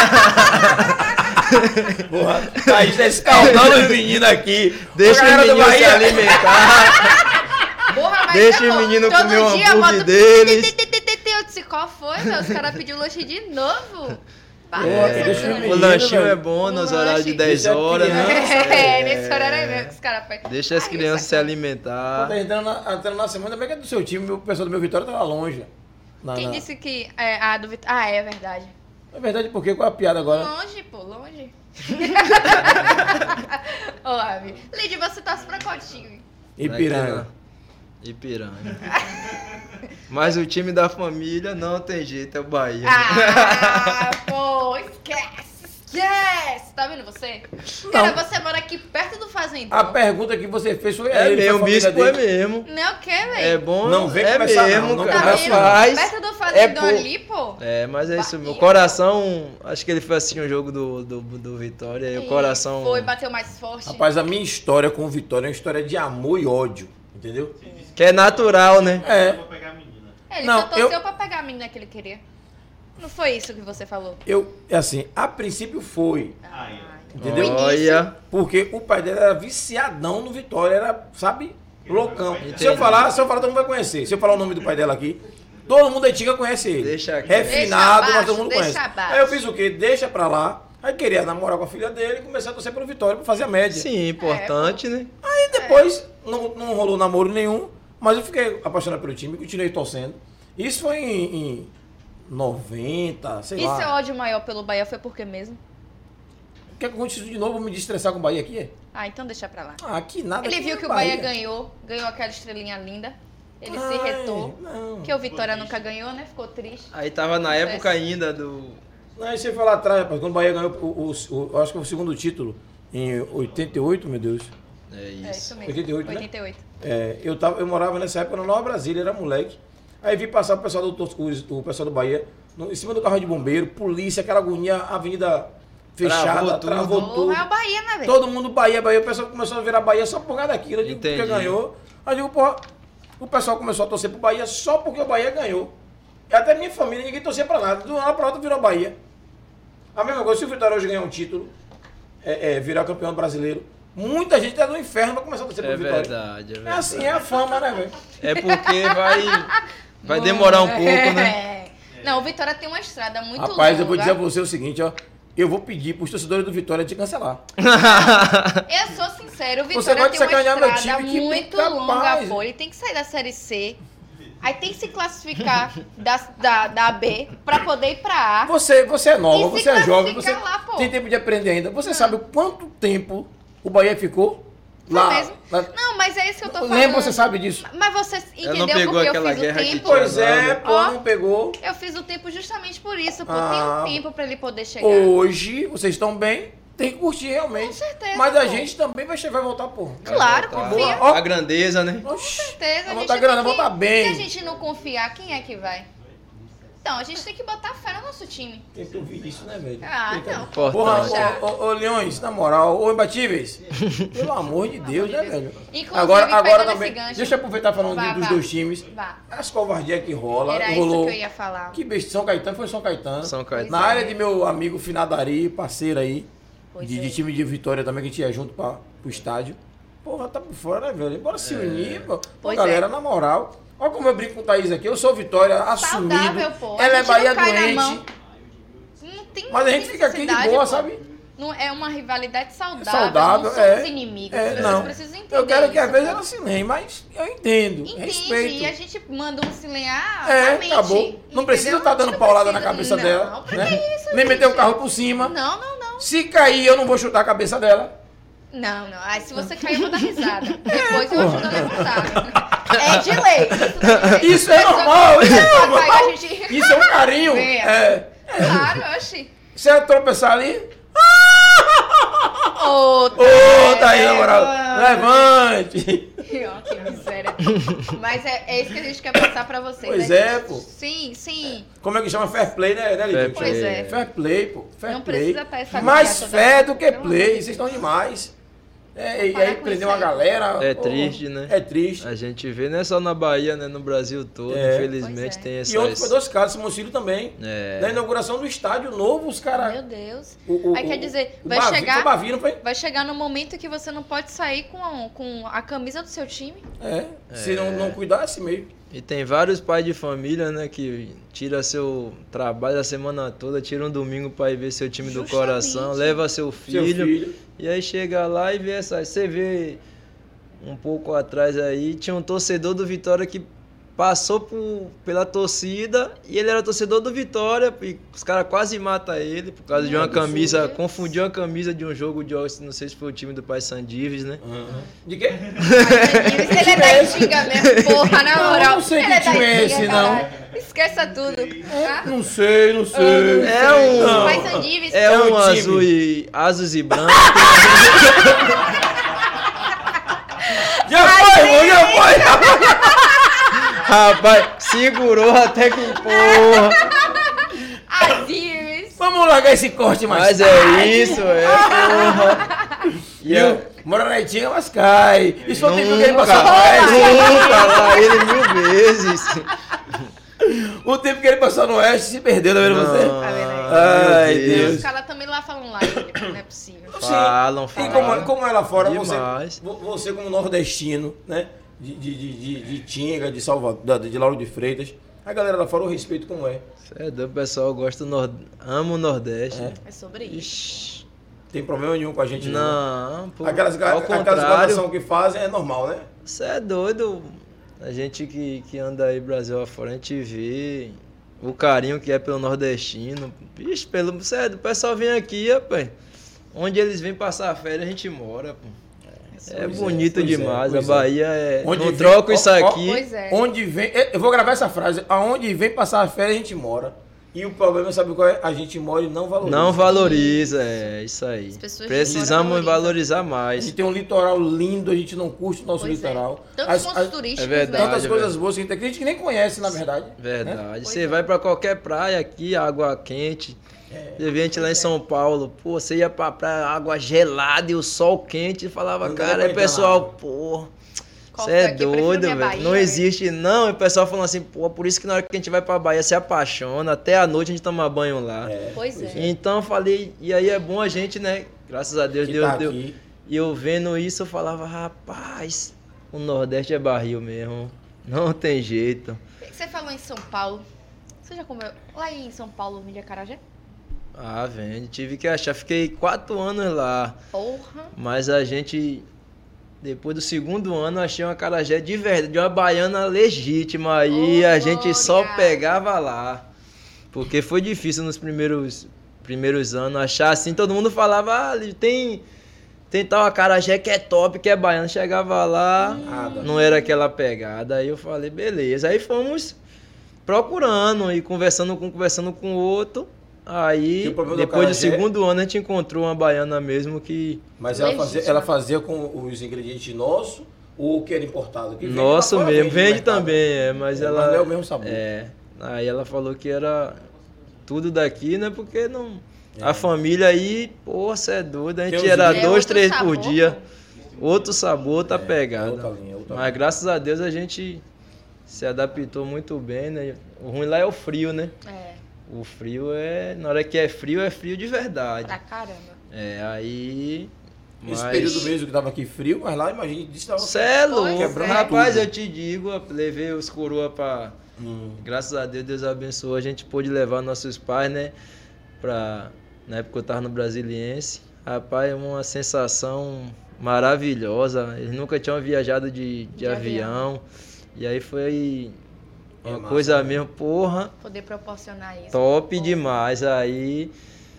Porra, Thaís tá escaldando os meninos aqui. Deixa A o galera do menino se Bahia. alimentar. Porra, mas Deixa é, o pô, menino todo comer o dia hambúrguer bota- deles. Eu disse, qual foi, meu? Os caras pediram lanche de novo. deixa o O menino, lanchinho velho. é bom nos O horários de lanche. 10 Deixa a horas, né? criança. Nesse horário aí mesmo que os caras pedem. Deixa as Ai, crianças se sacanagem. alimentar. Tá entrando na semana, também que é do seu time, o pessoal do meu Vitória tava longe. Quem disse que a do Vitor... Ah, é verdade. É verdade, porque qual é a piada agora? Longe, pô, longe. Ô, Abi. Lídia, você torce pra qual time? Ipiranga. Ipiranga. Mas o time da família não tem jeito, é o Bahia. Pô, esquece. Tá vendo você? Cara, você mora aqui perto do fazendão. A pergunta que você fez foi É ele, mesmo, o foi a família bispo é dele. mesmo. Não, o quê, velho? É bom, Não vem é conversar, mesmo, não cara. Tá vendo? Rapaz, Perto do fazendão ali, pô. mas é isso, Bahia. meu coração, acho que ele foi assistir um jogo do Vitória e o coração... Foi, bateu mais forte. Rapaz, a minha história com o Vitória é uma história de amor e ódio, entendeu? Que é natural, né? É. Vou pegar a menina. Ele Não, só torceu pra pegar a menina que ele queria. Não foi isso que você falou? Assim, a princípio foi, Aí, entendeu? No início. Olha, Porque o pai dele era viciadão no Vitória, era, sabe, loucão. Entendi. Se eu falar, todo mundo vai conhecer. Se eu falar o nome do pai dela aqui, todo mundo da antiga conhece ele. Deixa aqui. Refinado, Deixa mas todo mundo abaixo, conhece. deixa abaixo. Aí eu fiz o quê? Deixa pra lá. Aí queria namorar com a filha dele e comecei a torcer pelo Vitória pra fazer a média. sim, importante, né? Aí depois não rolou namoro nenhum, mas eu fiquei apaixonado pelo time e continuei torcendo. Isso foi em 90, sei E lá. seu ódio maior pelo Bahia foi por quê mesmo? Quer que eu continue de novo me estressar com o Bahia aqui? Ah, então deixa pra lá. Ah, que nada. Ele aqui viu é que o Bahia ganhou aquela estrelinha linda. Ele se Ai, retou. não. Que o Vitória nunca ganhou, né? Ficou triste. Aí tava na época ainda do... Não, isso aí foi lá atrás, rapaz, quando o Bahia ganhou eu acho que foi o segundo título, em 88, meu Deus. É É isso. isso mesmo. 88, né? 88. Eu morava nessa época na Nova Brasília, era moleque. Aí vi passar o pessoal o pessoal do Bahia em cima do carro de bombeiro, polícia, aquela agonia, avenida fechada, travou Porra, tudo. é o Bahia, né, velho? Todo mundo Bahia, o pessoal começou a virar Bahia só por causa daquilo. Eu digo, porque Entendi. ganhou. Aí eu digo, porra, o pessoal começou a torcer pro Bahia só porque o Bahia ganhou. E até minha família, ninguém torcia pra nada. De uma hora pra outra virou Bahia. A mesma coisa, se o Vitória hoje ganhar um título, virar campeão brasileiro, muita gente tá no inferno vai começar a torcer pro É Vitória. verdade, é É verdade. assim, é a fama, né, velho? É porque vai demorar um pouco, né? Não, o Vitória tem uma estrada muito longa. Rapaz, eu vou dizer a você o seguinte, ó. Eu vou pedir pros torcedores do Vitória te cancelar. Eu sou sincero, o Você Vitória gosta de tem uma sacanear meu estrada time, que muito capaz. longa, pô. Ele tem que sair da Série C. Aí tem que se classificar da B pra poder ir pra A. Você é nova, E se você é jovem, você classificar lá, pô. tem tempo de aprender ainda. Você sabe o quanto tempo o Bahia ficou lá? mesmo? Não, mas é isso que eu tô falando. Lembra, você sabe disso? Mas você Ela não entendeu pegou porque eu aquela fiz o guerra que tempo? tinha. Pois é, pô, Ó. não pegou. Eu fiz o tempo justamente por isso, pô. Ah. Tem um tempo pra ele poder chegar. Hoje, vocês estão bem, tem que curtir realmente. Com certeza, Mas a pô. gente também vai voltar, pô. Claro, Vai confia. voltar. A grandeza, né? Oxi, Com certeza. vai A voltar gente grana, tem que- voltar bem. Se a gente não confiar, quem é que vai? Então, a gente tem que botar fé no nosso time. Tem que ouvir isso, né, velho? Ah, Tem que- não. Porra, Importante. ô, Leões, na moral, ô imbatíveis, pelo amor de Deus, né, velho? Inclusive, Agora pegando também, esse gancho- deixa eu aproveitar falando Vá, dos vá. dois times. Vá. As covardias que rola, Era isso rolou. que eu ia falar. Que besta, São Caetano, foi São Caetano. São Caetano. Na área de meu amigo Finadari, parceiro aí, Pois de é. time de Vitória também, que a gente ia junto pro estádio. Porra, tá por fora, né, velho? Bora se unir, pô. Pô, Pois galera, é. na moral. Olha como eu brinco com o Thaís aqui. Eu sou Vitória assumido. Saudável, pô. A Ela é gente Bahia não cai na doente. mão. Não tem Mas a gente tem fica aqui de necessidade, boa, pô. sabe? Não, é uma rivalidade saudável. Saudável, não somos é. inimigos. É, Vocês não. precisam entender Eu quero que às isso, vezes pô. ela se lembre, mas eu entendo. Entende, Respeito. e a gente manda um silenciar É, na mente, acabou. Não precisa entendeu? estar dando Não paulada na precisa. cabeça Não, dela. pra Né? que isso, Nem gente? meter o carro por cima. Não. Se cair, eu não vou chutar a cabeça dela. Não. Aí se você cair, eu vou dar risada. Depois eu ajudo a levantar. É de lei. Isso é Pessoa normal, que isso é só normal. cai, a gente- Isso é um carinho. Venha. É. Claro, oxi. Se ela tropeçar ali, Ô, ô, tá aí, na moral. Levante. Ó, que miséria. Mas é isso que a gente quer passar pra vocês. Pois né? é, pô. Sim. Como é que chama? Fair play, né, Lidia? Fair Pois é. Fair play, pô. Fair Não play. precisa estar essa Mais guerra fé toda. do que Pelo play. amor de Vocês estão demais. E Parar aí com prender isso uma aí. galera. É pô, triste, né? É triste. A gente vê, não é só na Bahia, né? No Brasil todo, É. infelizmente Pois é. tem essas... E ontem foi 2 casos, Simão Filho também. É. Na inauguração do estádio novo, os caras. Meu Deus. O- Aí quer dizer, o vai Bavi- chegar- Foi Bavi, não foi? Vai chegar no momento que você não pode sair com a camisa do seu time. Se não cuidar, é assim meio. E tem vários pais de família, né, que tira seu trabalho a semana toda, tira um domingo para ir ver seu time do Justamente. coração, leva seu Seu filho, filho. e aí chega lá e vê essa... Você vê um pouco atrás aí, tinha um torcedor do Vitória que passou pela torcida e ele era torcedor do Vitória. E os caras quase matam ele por causa de uma camisa. Confundiu a camisa de um jogo de não sei se foi o time do Paysandives, né? De quê? Ele é da Itinga mesmo, porra, na moral. Não sei Ele que time é esse, não. Esqueça tudo. Tá? Não sei. Paysandives. É um time. azul e branco. Já foi! Rapaz, segurou até que porra. Aziz. Vamos largar esse corte mais Mas é isso, porra. Viu? Mora na Itinga, mas cai. Isso foi o tempo que ele passou no Nunca lá ele 1000 vezes. O tempo que ele passou no Oeste se perdeu, tá vendo você? Ai, Deus. Os caras também lá falam lá, não é possível. Falam. E como é lá fora, Demais. você como nordestino, né? De Itinga, de Salvador, de Lauro de Freitas, a galera lá fora, o respeito como é. Cê é doido, o pessoal gosta ama o Nordeste. É sobre isso. Ixi. Tem problema nenhum com a gente, Não, pô, Aquelas gravações que fazem é normal, né? Você é doido. A gente que anda aí Brasil afora, a gente vê o carinho que é pelo nordestino. Bicho, o pessoal vem aqui, rapaz. Onde eles vêm passar a férias, a gente mora, pô. É bonito demais, a Bahia é... Não troco isso aqui. Pois é. Onde vem... Eu vou gravar essa frase. Aonde vem passar a férias, a gente mora. E o problema, sabe qual é? A gente mora e não valoriza. Não valoriza, é isso aí. Precisamos valorizar A mais. gente tem um litoral lindo, a gente não curte o nosso litoral. Tantos pontos turísticos, é verdade, Tantas coisas boas que a gente nem conhece, na verdade. Verdade. Né? Você vai pra qualquer praia aqui, água quente. Você vê a gente lá em São Paulo, pô, você ia pra praia, água gelada e o sol quente, e falava, cara, aí o pessoal, pô, você é doido, velho. Não existe, não. E o pessoal falando assim, pô, por isso que na hora que a gente vai pra Bahia se apaixona, até a noite a gente toma banho lá. Pois é. Então eu falei, e aí é bom a gente, né? Graças a Deus, Deus deu. E eu vendo isso, eu falava, rapaz, o Nordeste é barril mesmo. Não tem jeito. Você falou em São Paulo. Você já comeu lá em São Paulo, vende acarajé? Ah, vende. Tive que achar. Fiquei 4 anos lá. Porra. Mas a gente, depois do 2º ano, achei uma acarajé de verdade, de uma baiana legítima. Aí a gente só pegava lá. Porque foi difícil nos primeiros anos achar assim. Todo mundo falava, tem tal acarajé que é top, que é baiana. Chegava lá, não era aquela pegada. Aí eu falei, beleza. Aí fomos procurando e conversando com o outro. Aí, depois do 2º ano, a gente encontrou uma baiana mesmo que... Mas ela fazia com os ingredientes nossos ou que era importado? Que nosso mesmo, vende também, mas ela... Mas não é o mesmo sabor. Aí ela falou que era tudo daqui, né? Porque não... A família aí, pô, você é doido, a gente era 2, 3 por dia. Outro sabor, outra pegada. Outra linha. Mas graças a Deus a gente se adaptou muito bem, né? O ruim lá é o frio, né? O frio na hora que é frio de verdade. Pra caramba. Aí... Esse período mesmo que tava aqui frio, mas lá, imagina, estava... Cê é louco, quebrando rapaz, tudo. eu te digo, eu levei os coroa pra... Graças a Deus, Deus abençoou, a gente pôde levar nossos pais, né? Na época eu tava no Brasiliense. Rapaz, uma sensação maravilhosa. Eles nunca tinham viajado de avião. E aí foi... Uma coisa mesmo, porra. Poder proporcionar isso. Top demais. Aí,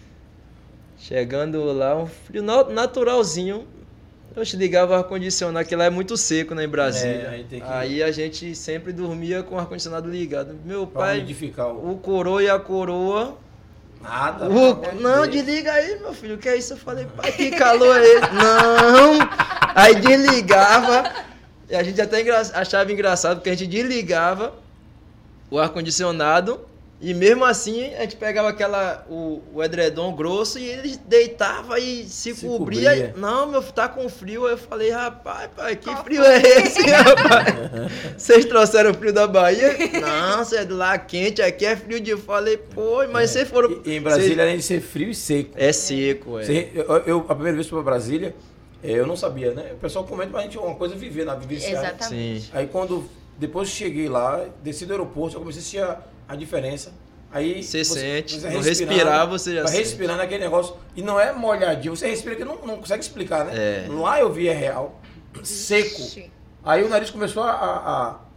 chegando lá, um frio naturalzinho. Eu te ligava o ar-condicionado, que lá é muito seco, né, em Brasília. Aí a gente sempre dormia com o ar-condicionado ligado. Meu pai, o coroa e a coroa... Nada. Não, desliga aí, meu filho. O que é isso? Eu falei, pai, que calor é esse? Não! Aí desligava. E a gente até achava engraçado, porque a gente desligava o ar-condicionado e mesmo assim a gente pegava o edredom grosso e ele deitava e se cobria. Não, meu filho, tá com frio. Eu falei, rapaz, pai, que frio é esse, rapaz? Vocês trouxeram o frio da Bahia? Não, você é do lá quente, aqui é frio de... Eu falei, pô, mas vocês foram... E em Brasília, além de ser frio e seco. É seco, a primeira vez que fui pra Brasília, eu não sabia, né? O pessoal comenta pra gente uma coisa viver, vivenciar. Exatamente. Sim. Aí depois que cheguei lá, desci do aeroporto, eu comecei a sentir a diferença. Aí você sente, não respirar, você já sente. Vai respirando aquele negócio. E não é molhadinho, você respira que não consegue explicar, né? Lá eu vi, é real, seco. Aí o nariz começou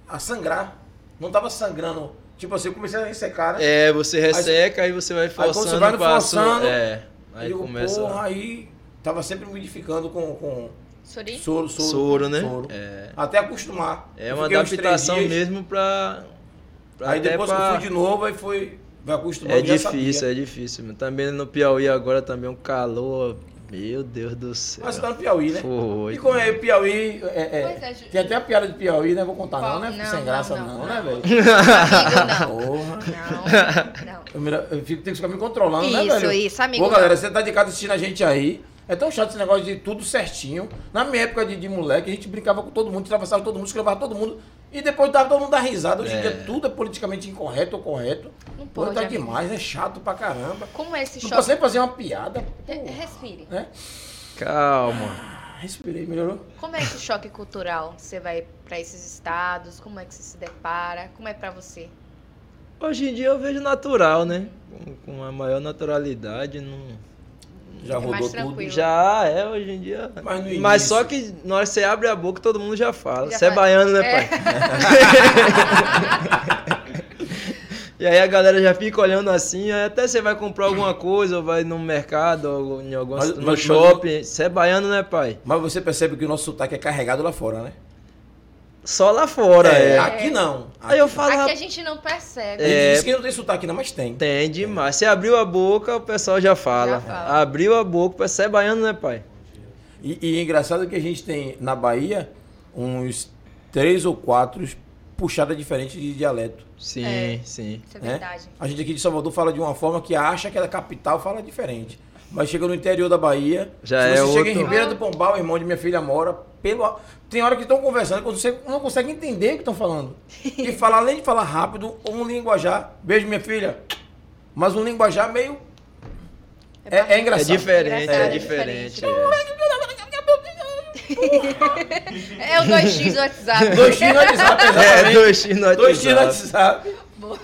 a sangrar. Não tava sangrando. Tipo assim, eu comecei a ressecar, né? Você resseca, aí você vai forçando. Aí quando você vai no forçando, aí eu digo, começa... porra, aí tava sempre umidificando com Sori? soro, né? Soro. Até acostumar. É Eu uma fiquei uns 3 adaptação dias. mesmo pra Aí até depois que eu fui de novo, aí vai acostumando. É difícil. Também no Piauí agora também um calor, meu Deus do céu. Mas você tá no Piauí, né? Foi. E como é Piauí, Pois tem até a piada de Piauí, né? Vou contar Qual? não, né? Não, Sem graça não, né, velho? Amigo, Porra. não. Eu tenho que ficar me controlando, né, Isso, velho? isso, amigo, Pô, galera, não. você tá de casa assistindo a gente aí. É tão chato esse negócio de tudo certinho. Na minha época de moleque, a gente brincava com todo mundo, atravessava todo mundo, escrevava todo mundo. E depois dava todo mundo dar risada. Hoje em dia tudo é politicamente incorreto ou correto. Não Pô, pode, tá amigo. demais, é chato pra caramba. Como é esse Não choque? posso nem fazer uma piada. Respire. Né? Calma. Respirei, melhorou? Como é esse choque cultural? Você vai pra esses estados? Como é que você se depara? Como é pra você? Hoje em dia eu vejo natural, né? Com a maior naturalidade, não... Já É rodou mais tudo. tranquilo. Já hoje em dia. Mas no Mas início- só que na hora que você abre a boca, todo mundo já fala. Já Você é fala. baiano, né, É. pai? E aí a galera já fica olhando assim, aí até você vai comprar alguma coisa, ou vai no mercado, ou em algum no shopping. Você é baiano, né, pai? Mas você percebe que o nosso sotaque é carregado lá fora, né? Só lá fora, Aqui não. Aí eu falo, Aqui a gente não percebe. Ele disse que não tem sotaque não, mas tem. tem demais. Você abriu a boca, o pessoal já fala. Já fala. Abriu a boca, você é baiano, né, pai? E é engraçado que a gente tem na Bahia uns 3 ou 4 puxadas diferentes de dialeto. Sim, É. sim. Isso é Né? verdade. A gente aqui de Salvador fala de uma forma que acha que a capital fala diferente. Mas chega no interior da Bahia, Já se é você chega em outro. Ribeira do Pombal, o irmão de minha filha mora, tem hora que estão conversando, que você não consegue entender o que estão falando. E fala, além de falar rápido, um linguajar, beijo minha filha, mas um linguajar meio... É É engraçado. diferente, Engraçado, é é diferente. É o 2x do WhatsApp. 2x no WhatsApp, exatamente. 2x no 2x no WhatsApp. WhatsApp. Boa.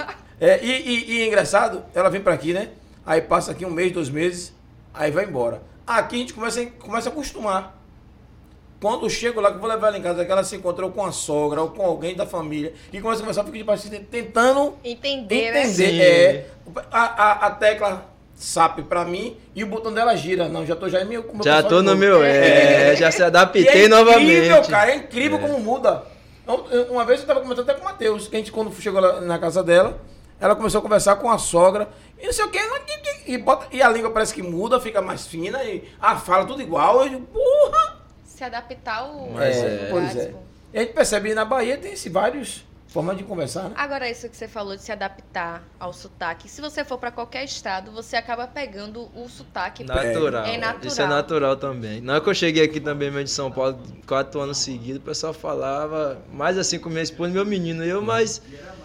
E é engraçado, ela vem pra aqui, né? Aí passa aqui 1 mês, 2 meses, aí vai embora. Aqui a gente começa a acostumar. Quando eu chego lá, que eu vou levar ela em casa, que ela se encontrou com a sogra ou com alguém da família, e começa a conversar, eu fico de baixo, tentando Entender, né? entender. A tecla SAP pra mim e o botão dela gira. Não, já tô já em meu. com o meu Já pessoal tô de no novo. meu, já se E adaptei é incrível, novamente. cara, é incrível como muda. Uma vez eu tava comentando até com o Matheus, que a gente, quando chegou lá na casa dela, ela começou a conversar com a sogra, e não sei o que, e a língua parece que muda, fica mais fina, e a fala tudo igual. Eu digo, porra! Se adaptar ao... Mas Pois é. E a gente percebe que na Bahia tem várias formas de conversar, né? Agora, isso que você falou de se adaptar ao sotaque. Se você for pra qualquer estado, você acaba pegando o sotaque. Natural. É natural. Isso é natural também. Na hora que eu cheguei aqui também, mesmo de São Paulo, 4 anos seguidos, o pessoal falava, mais assim com minha esposa e meu menino, mas...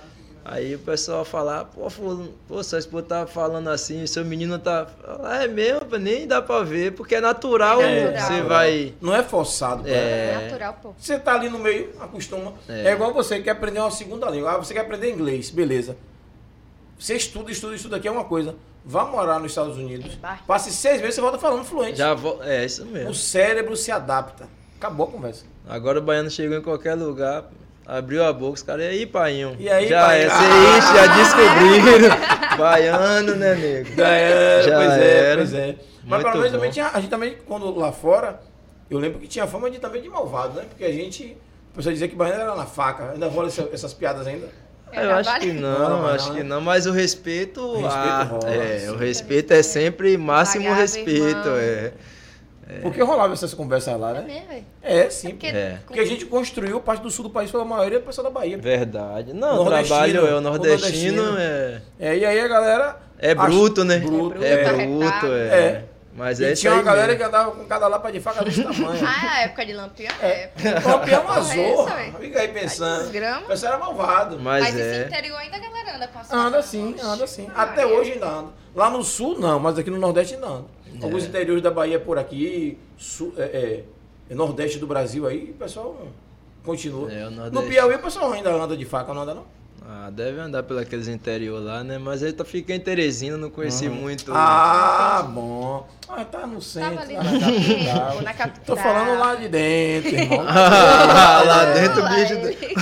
Aí o pessoal falava, pô, sua esposa tá falando assim, seu menino tá... É mesmo, nem dá pra ver, porque é natural, É natural. você vai... Não é forçado. Cara. É natural, pô. Você tá ali no meio, acostuma. É igual você que quer aprender uma segunda língua. Você quer aprender inglês, beleza. Você estuda aqui é uma coisa. Vá morar nos Estados Unidos. Passe 6 meses, você volta falando fluente. É isso mesmo. O cérebro se adapta. Acabou a conversa. Agora o baiano chegou em qualquer lugar, abriu a boca, os caras, e aí, painho? E aí, já painho? já descobriram. Baiano, né, nego? Pois é. Mas Muito pelo menos bom. também a gente também, quando lá fora, eu lembro que tinha fama também de malvado, né? Porque a pessoa dizia que baiano era na faca. Ainda rola essas piadas ainda. Eu acho que não, Não, que não, mas o respeito, rola, o respeito é sempre máximo Pagar, respeito, irmão. Porque rolava essas conversas lá, É né? mesmo, velho. É, sim. É. Porque a gente construiu parte do sul do país pela maioria do pessoal da Bahia. Verdade. Não, o Nordestino, trabalho o o nordestino nordestino. E aí a galera... é bruto, né? Bruto, É é. bruto, É. Mas E é isso tinha aí uma galera mesmo. que andava com cada lapa de faca desse tamanho. Ah, a época de Lampião é. O Lampião Porra, azul. é essa, velho? Fica aí pensando. Desgrama. O pessoal era malvado. Mas Mas esse é. interior ainda a galera anda com as Anda facas sim, na mão. anda sim. Ah, Até é. hoje ainda anda. Lá no sul não, mas aqui no Nordeste ainda anda. Alguns interiores da Bahia por aqui, Nordeste do Brasil aí, o pessoal continua. É, o No Nordeste. Piauí o pessoal ainda anda de faca, não anda não? Ah, deve andar pelos interior lá, né? Mas ele fica em Teresina, não conheci muito. Ah, bom. Ah, tá no centro, Tava ali tá no na capital. centro, na capital. Tô falando lá de dentro, irmão. Lá dentro o bicho...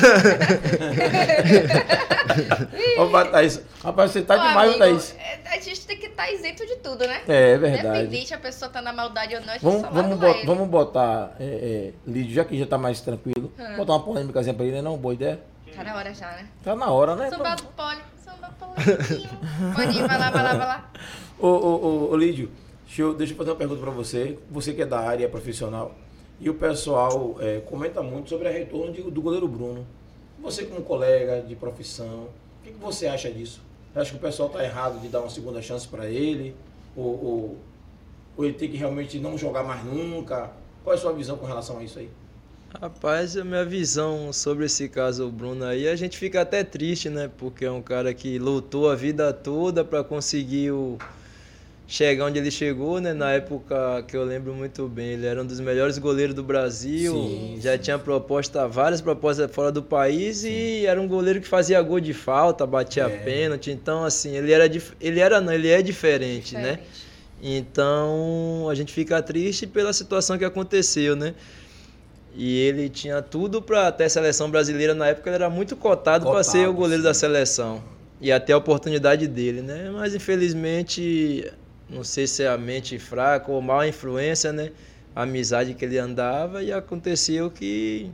Opa, Thaís. Rapaz, você tá Ô, demais, amigo, Thaís. a gente tem que estar isento de tudo, né? É verdade. Independente a pessoa tá na maldade ou não, a gente só Vamos, mata ele. vamos botar, Lídio, já que já tá mais tranquilo, botar uma polêmicazinha pra ele, né? Não, boa ideia. Tá na hora já, né? Tá na hora, né? Samba pole, samba polêmiquinho. Pode ir, vai lá, vai lá, vai lá. Ô, Lídio, deixa eu fazer uma pergunta pra você. Você que é da área profissional, e o pessoal comenta muito sobre a retorno do goleiro Bruno. Você como colega de profissão, o que você acha disso? Você acha que o pessoal tá errado de dar uma segunda chance pra ele? Ou ele tem que realmente não jogar mais nunca? Qual é a sua visão com relação a isso aí? Rapaz, a minha visão sobre esse caso, o Bruno aí, a gente fica até triste, né? Porque é um cara que lutou a vida toda para conseguir chegar onde ele chegou, né? Na época que eu lembro muito bem, ele era um dos melhores goleiros do Brasil, já tinha várias propostas fora do país e era um goleiro que fazia gol de falta, batia pênalti, então assim, ele é diferente, né? Então a gente fica triste pela situação que aconteceu, né? E ele tinha tudo para ter seleção brasileira na época, ele era muito cotado para ser o goleiro da seleção e até a oportunidade dele, né? Mas infelizmente, não sei se é a mente fraca ou má influência, né? A amizade que ele andava e aconteceu que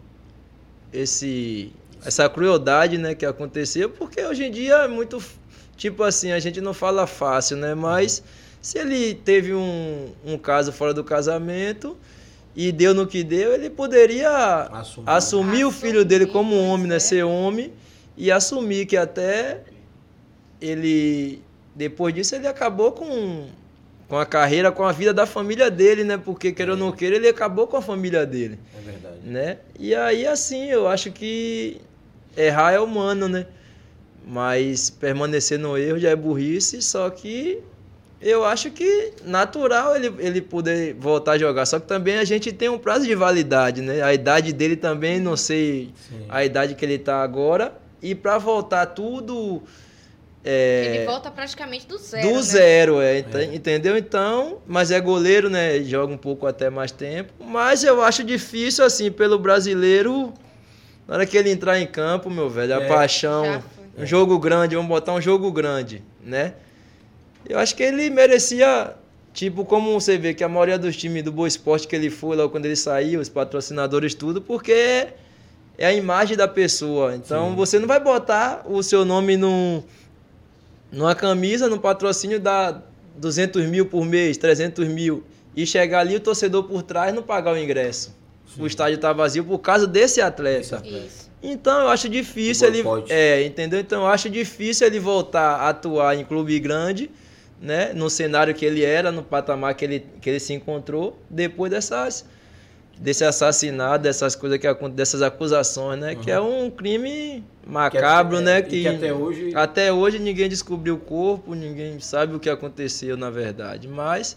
essa crueldade, né, que aconteceu, porque hoje em dia é muito, tipo assim, a gente não fala fácil, né? Mas se ele teve um caso fora do casamento e deu no que deu, ele poderia assumir o filho dele como homem, né? Ser homem e assumir que até ele, depois disso, ele acabou com a carreira, com a vida da família dele, né? Porque, queira ou não queira, ele acabou com a família dele. É verdade. Né? E aí, assim, eu acho que errar é humano, né? Mas permanecer no erro já é burrice, só que eu acho que natural ele poder voltar a jogar. Só que também a gente tem um prazo de validade, né? A idade dele também, não sei a idade que ele tá agora. E para voltar tudo... Ele volta praticamente do zero, do zero, entendeu? Então, mas é goleiro, né? Joga um pouco até mais tempo. Mas eu acho difícil, assim, pelo brasileiro, na hora que ele entrar em campo, meu velho, a paixão, um jogo grande, vamos botar um jogo grande, né? Eu acho que ele merecia, tipo, como você vê que a maioria dos times do Boa Esporte que ele foi, logo quando ele saiu, os patrocinadores, tudo, porque é a imagem da pessoa. Então, você não vai botar o seu nome numa camisa, no patrocínio, dá 200 mil por mês, 300 mil, e chegar ali o torcedor por trás não pagar o ingresso. Sim. O estádio tá vazio por causa desse atleta. Isso. Então eu acho difícil ele... entendeu? Então eu acho difícil ele voltar a atuar em clube grande, né? No cenário que ele era, no patamar que ele se encontrou, depois desse assassinato, dessas coisas dessas acusações, né? Que é um crime macabro, né? Que até hoje ninguém descobriu o corpo, ninguém sabe o que aconteceu, na verdade. Mas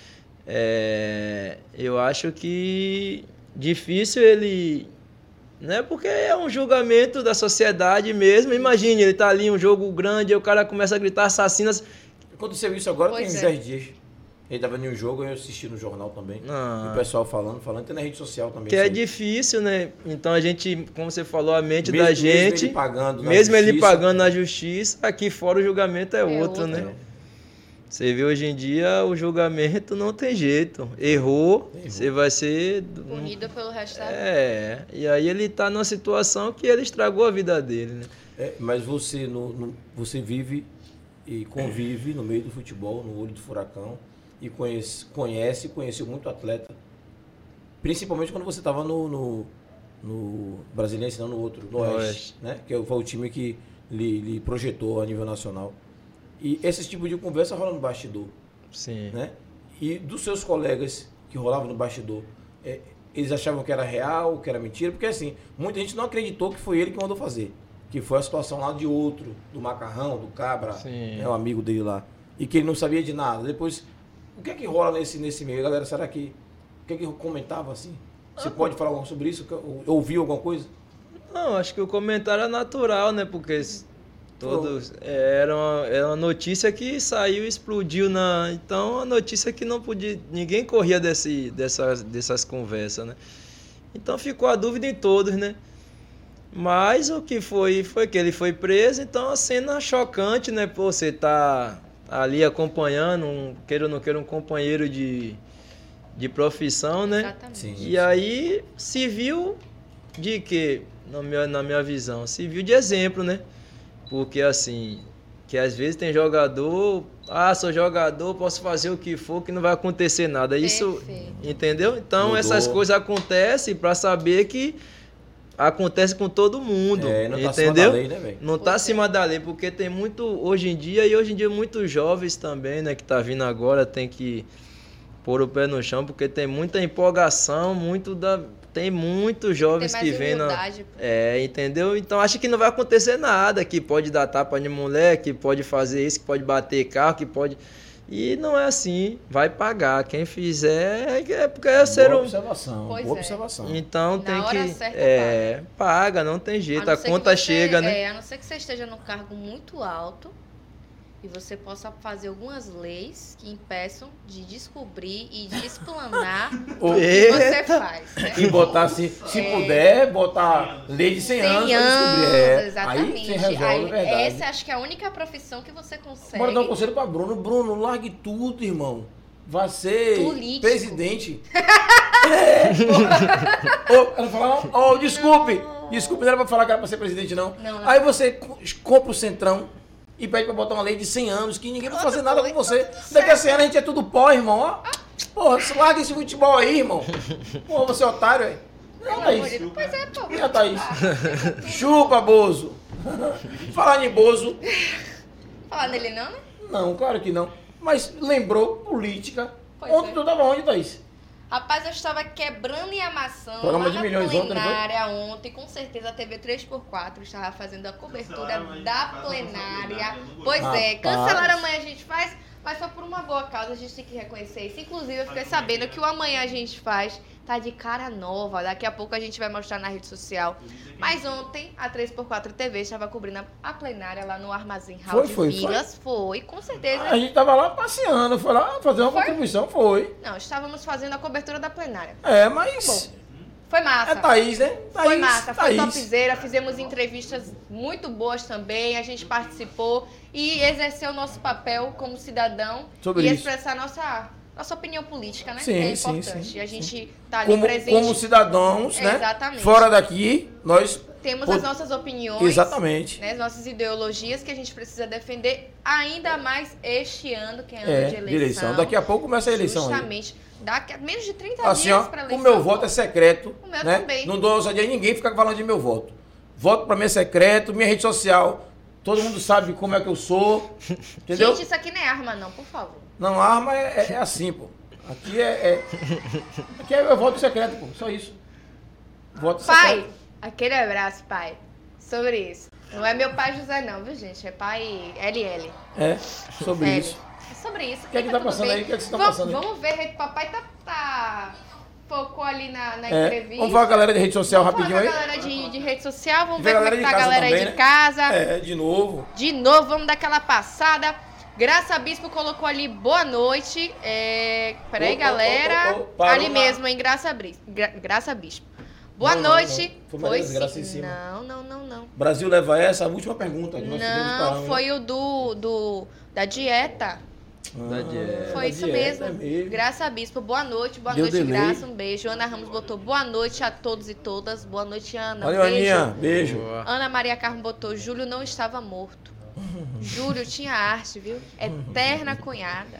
eu acho que difícil ele... né? Porque é um julgamento da sociedade mesmo. Imagine, ele tá ali em um jogo grande, aí o cara começa a gritar assassinas. Aconteceu isso agora, tem 10 dias. Ele estava em um jogo, eu assisti no jornal também. E o pessoal falando, tem na rede social também. Que é difícil, né? Então a gente, como você falou, a mente da gente... Mesmo ele pagando na justiça, aqui fora o julgamento é outro, né? Você vê hoje em dia, o julgamento não tem jeito. Errou. Você vai ser... punido pelo resto da vida. E aí ele tá numa situação que ele estragou a vida dele, né? Mas você, vive e convive no meio do futebol, no olho do furacão, e conheceu muito atleta, principalmente quando você estava no Brasiliense, não no outro, no Oeste, né? Que foi o time que lhe projetou a nível nacional. E esse tipo de conversa rola no bastidor. Sim. Né? E dos seus colegas que rolavam no bastidor, eles achavam que era real, que era mentira, porque assim, muita gente não acreditou que foi ele que mandou fazer. Que foi a situação lá de outro, do Macarrão, do Cabra, um amigo dele lá. E que ele não sabia de nada. Depois, o que é que rola nesse meio, galera? Será que... O que é que comentava assim? Você pode falar algo sobre isso? Ouviu alguma coisa? Não, acho que o comentário é natural, né? Porque todos... Era uma notícia que saiu e explodiu na... Então, a notícia que não podia... Ninguém corria dessas conversas, né? Então, ficou a dúvida em todos, né? Mas o que foi que ele foi preso, então a cena chocante, né? Pô, você tá ali acompanhando, queira ou não queira, um companheiro de profissão, né? Exatamente. Sim. E aí se viu de quê? Na minha visão, se viu de exemplo, né? Porque assim, que às vezes tem jogador, sou jogador, posso fazer o que for, que não vai acontecer nada. Isso, Perfeito. entendeu? Então Mudou. essas coisas acontecem para saber que acontece com todo mundo, Não tá acima entendeu? da lei, né, velho? Não tá acima da lei, porque tem muito, hoje em dia muitos jovens também, né, que tá vindo agora, tem que pôr o pé no chão, porque tem muita empolgação, tem muitos jovens Tem que mais vêm humildade. entendeu? Então acha que não vai acontecer nada, que pode dar tapa de mulher, que pode fazer isso, que pode bater carro, que pode... E não é assim, vai pagar. Quem fizer é porque é ser Boa um... observação, Pois boa é. observação. Então Na tem hora que... certa, paga, não tem jeito, não a ser que conta você- chega, né? A não ser que você esteja num cargo muito alto e você possa fazer algumas leis que impeçam de descobrir e de explanar o que Eita! você faz. Né? E botar assim, se puder, botar lei de 100 anos 100 pra descobrir. Aí exatamente. você resolve, Aí, verdade. essa acho que é a única profissão que você consegue. Bora dar um conselho pra Bruno. Bruno, largue tudo, irmão. Vai ser Político. presidente. Ela fala, desculpe. Desculpe, não era pra falar que era pra ser presidente, não. Não. Aí você compra o Centrão e pede pra botar uma lei de 100 anos, que ninguém vai fazer nada com você. Daqui a 100 anos a gente é tudo pó, irmão. Ó. Porra, larga esse futebol aí, irmão. Porra, você é otário, velho. Não, Pelo amor de Thaís. Deus. Pois é, pô. E a Thaís? Chupa, Bozo. Falar em Bozo. Falar nele não, né? Não, claro que não. Mas lembrou política. Pois Ontem é. tu tava onde, Thaís? Rapaz, eu estava quebrando e amassando Programa lá de na milhões ontem, não foi? plenária ontem. Com certeza a TV 3x4 estava fazendo a cobertura da plenária. Pois é, Rapaz. cancelaram amanhã a gente faz, mas só por uma boa causa, a gente tem que reconhecer isso. Inclusive, eu fiquei sabendo que o amanhã a gente faz tá de cara nova. Daqui a pouco a gente vai mostrar na rede social. Mas ontem a 3x4 TV estava cobrindo a plenária lá no Armazém Hall de Foi? Vilas. Foi, com certeza. A gente tava lá passeando, foi lá fazer uma contribuição, foi. Não, estávamos fazendo a cobertura da plenária. É, mas Foi massa. é Thaís, né? Thaís, Foi massa, foi Thaís. topzera, fizemos entrevistas muito boas também, a gente participou e exerceu o nosso papel como cidadão Sobre e isso. expressar nossa opinião política, né? Sim, que é sim, importante. sim, E a sim. gente tá ali presente, Como cidadãos, né? Exatamente. Fora daqui, nós... temos Pô, as nossas opiniões, Exatamente. né, as nossas ideologias que a gente precisa defender ainda mais este ano, que é ano É, de de eleição. Daqui a pouco começa a eleição aí. Justamente. Daqui a menos de 30 Assim, dias ó, para o eleição. meu voto é secreto. O meu né? também. Não dou ousadia a ninguém ficar falando de meu voto. Voto pra mim é secreto, minha rede social, todo mundo sabe como é que eu sou. Entendeu? Gente, isso aqui não é arma não, por favor. Não, a arma é assim, pô. Aqui Aqui é voto secreto, pô. Só isso. Voto Pai, secreto. aquele abraço, pai. Sobre isso. Não é meu pai José, não, viu, gente? É pai LL. É, sobre L. isso. É sobre isso. O que é que tá tudo passando bem. aí? O que é que você tá vamos, passando aí? Vamos ver, papai tá focou ali na É. entrevista. Vamos falar com a galera de rede social Vamos rapidinho falar aí? com a galera de rede social, vamos Vê ver a como é galera que de tá a casa galera aí também, de né? casa. É, de novo. De novo, vamos dar aquela passada. Graça Bispo colocou ali boa noite. Peraí, Ô, galera. parou ali na- mesmo, em Graça Bispo. Boa Não, noite. não. Foi Maria sim. Graça em cima. Não. Brasil leva essa, a última pergunta que nós fizemos para Não, foi o da dieta. Da dieta. Foi isso mesmo. Graça Bispo, boa noite Deu noite, delay. Graça, um beijo. Ana Ramos botou boa noite a todos e todas. Boa noite, Ana. Valeu, um beijo. Aninha. Beijo. Boa. Ana Maria Carmo botou, Júlio não estava morto. Júlio tinha arte, viu? Eterna cunhada.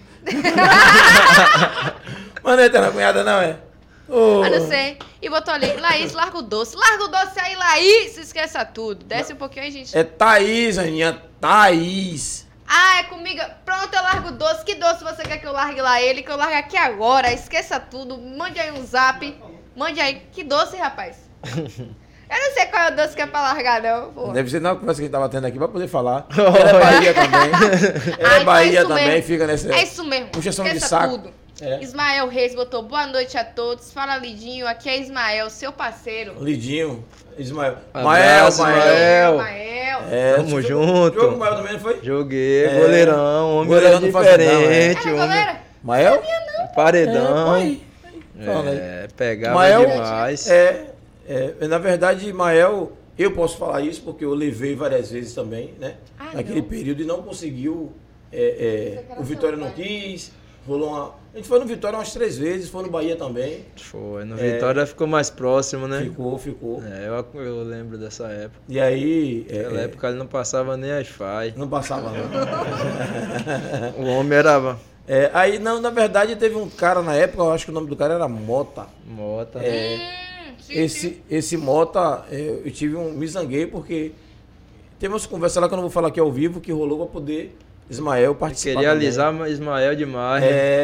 Mas não é eterna cunhada, não é? Ô. Ah, não sei. E botou ali, Laís, larga o doce. Larga o doce aí, Laís! Esqueça tudo. Desce um pouquinho aí, gente. É Thaís, Aninha. Thaís. Ah, é comigo. Pronto, eu largo o doce. Que doce você quer que eu largue lá ele? Que eu largue aqui agora. Esqueça tudo. Mande aí um zap. Mande aí. Que doce, rapaz? Eu não sei qual é o doce que é pra largar, não. Pô. Deve ser na conversa que a gente tava tendo aqui pra poder falar. Ela é Bahia também. Ela é então é Bahia isso também, mesmo. fica nessa É isso mesmo. puxação de Esqueça saco. tudo. Ismael Reis botou boa noite a todos. Fala, Lidinho. Aqui é Ismael, seu parceiro. Lidinho, Ismael. Abraço, Ismael. Tamo Tamo junto. Jogou com o Mael também, não foi? Joguei, goleirão, homem Goleirão não faz diferente. Ah, galera. Mael? Paredão. Fala aí. Pegava Mael, demais. Na verdade, Mael, eu posso falar isso porque eu levei várias vezes também, né? Naquele período e não conseguiu. O Vitória não quis. Rolou uma. A gente foi no Vitória umas 3 vezes, foi no Bahia também. Foi, no Vitória ficou mais próximo, né? Ficou. Eu lembro dessa época. E aí. Naquela época ele não passava nem Wi-Fi. Não passava, não. O homem era. Aí, não, na verdade, teve um cara na época, eu acho que o nome do cara era Mota. Mota. Esse Mota, eu me zanguei porque teve umas conversas lá que eu não vou falar aqui ao vivo, que rolou pra poder Ismael participar. Queria alisar Ismael demais.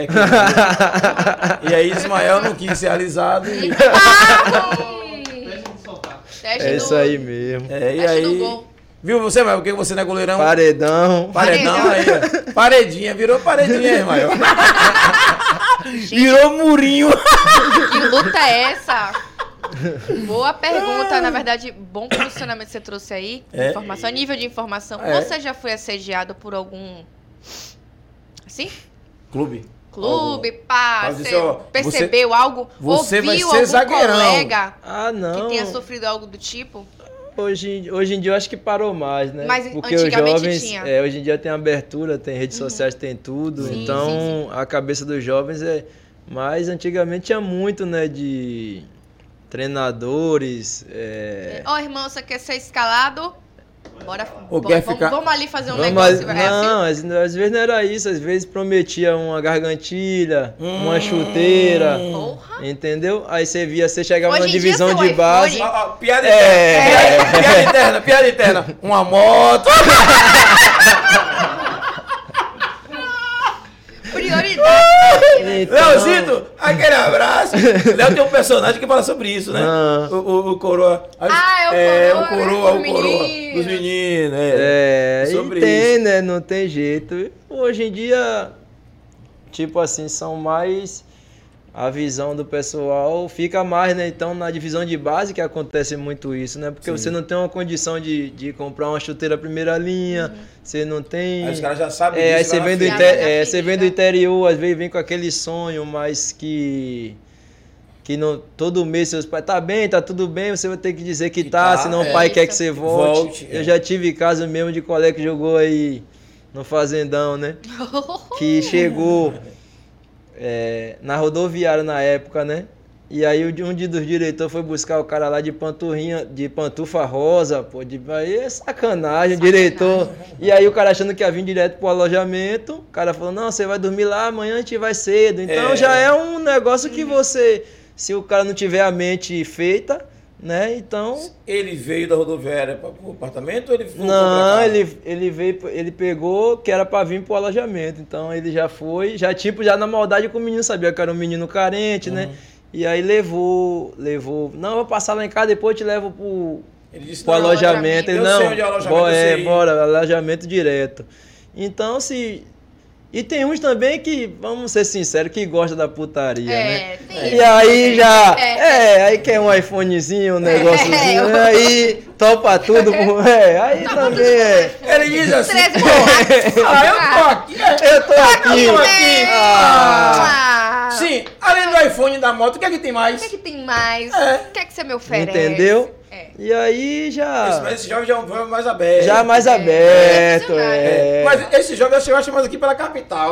E aí Ismael não quis ser alisado. É isso aí mesmo. E aí. Viu você, Ismael? Porque você não é goleirão? Paredão aí, ó. Paredinha, virou paredinha, Ismael. Virou murinho. Que luta é essa? Boa pergunta, na verdade, bom posicionamento que você trouxe aí. Informação, nível de informação. Você já foi assediado por algum. Assim? Clube, pá. Você percebeu algo? Você vai ouviu ser algum zagueirão. colega não. que tenha sofrido algo do tipo? Hoje em dia eu acho que parou mais, né? Mas porque os antigamente jovens, tinha. Hoje em dia tem abertura, tem redes sociais, tem tudo. Sim, então sim. a cabeça dos jovens mas antigamente tinha muito, né, de treinadores. Irmão, você quer ser escalado? Bora, vamos ali fazer um negócio. Não, às vezes não era isso. Às vezes prometia uma gargantilha, uma chuteira. Porra. Entendeu? Aí você chegava Hoje na divisão de iPhone. base. Piada interna. Piada interna. Uma moto. Prioridade. Leozito, aquele abraço. Léo tem um personagem que fala sobre isso, né? O Coroa. O Coroa. O Coroa dos meninos. Sobre isso. Né? Não tem jeito. Hoje em dia, tipo assim, são mais. A visão do pessoal fica mais, né? Então, na divisão de base que acontece muito isso, né? Porque você não tem uma condição de comprar uma chuteira primeira linha, você não tem... Aí os caras já sabem disso. Aí você vem do interior, às vezes vem com aquele sonho, mas que não, todo mês seus pais, tá tudo bem, você vai ter que dizer que tá, senão o pai quer que você volte. Eu já tive caso mesmo de colega que jogou aí no Fazendão, né? Que chegou... na rodoviária na época, né? E aí um dos diretores foi buscar o cara lá de pantufa rosa, pô, aí é sacanagem, o diretor. E aí o cara achando que ia vir direto pro alojamento, o cara falou, não, você vai dormir lá, amanhã a gente vai cedo. Então já é um negócio que se o cara não tiver a mente feita, né? Então... Ele veio da rodoviária para o apartamento ou ele foi? Não, ele veio, ele pegou que era para vir pro alojamento. Então ele já foi, já na maldade com o menino, sabia que era um menino carente, né? E aí levou, não, eu vou passar lá em casa, depois eu te levo pro alojamento. Ele, não, bora, alojamento direto. Então, e tem uns também que, vamos ser sinceros, que gosta da putaria, né? E aí aí quer um iPhonezinho, um negóciozinho, aí topa tudo, aí também Ele diz assim, eu tô aqui. Sim, além do iPhone e da moto, o que é que tem mais? O que é que você me oferece? Entendeu? E aí Mas esse jogo já é mais aberto. Já mais aberto, Mas esse jogo eu acho mais aqui pela capital.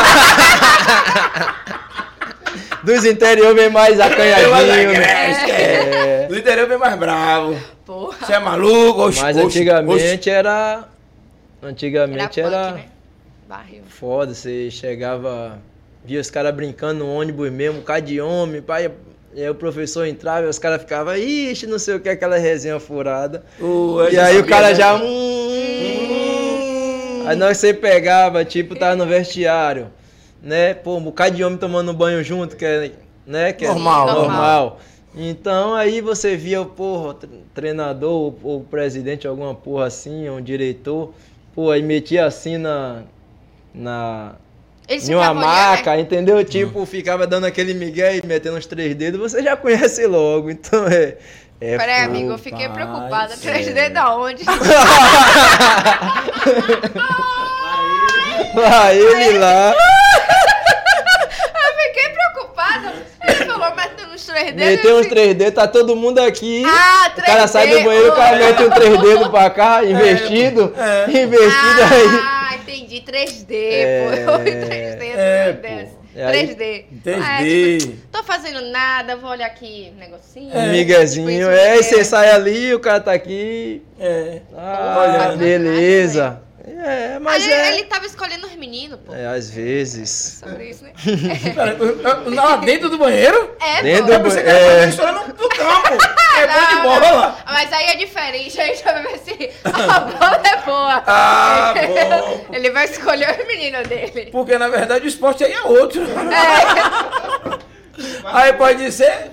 Dos interior vem mais acanhadinho, né? Do interior vem mais bravo. Porra. Você é maluco? Mas antigamente era... Antigamente era punk, né? Barril. Foda, você chegava... Via os caras brincando no ônibus mesmo, um cara de homem, pai... E aí o professor entrava e os caras ficavam, ixi, não sei o que, aquela resenha furada. E aí o cara já... Aí nós você pegava, tipo, tava no vestiário, né? Pô, um bocado de homem tomando banho junto, que é, né? Que normal. Então aí você via, porra, treinador ou presidente, alguma porra assim, um diretor, pô, aí metia assim Eles em uma ficavam ali, maca, entendeu? Tipo, ficava dando aquele migué e metendo uns 3 dedos, você já conhece logo. Então Peraí, amigo, eu fiquei Rapaz, preocupada. 3D da onde? Lá ele lá, Eu fiquei preocupada. Ele falou metendo uns 3D. meteu uns 3 dedos, tá todo mundo aqui. Ah, O cara 3D, sai do banheiro, o cara mete um 3 dedos pra cá, investido. Investido aí. Ah, entendi. 3D, pô. Eu ouvi 3D, meu Deus. pô. 3D. 3D. Tipo, tô fazendo nada, vou olhar aqui um negocinho. Um miguezinho. Tipo, É, isso você sai ali, o cara tá aqui. Ah, Olha. beleza. É, mas Ele tava escolhendo os meninos, pô. às vezes. Sobre isso, né? Pera, não, dentro do banheiro? Dentro Pô. do Eu pensei que era história no campo. É bom de bola lá. Mas aí é diferente, a gente vai ver se a bola é boa. Ah, bom. Ele vai escolher os meninos dele. Porque na verdade o esporte aí é outro. Aí pode ser.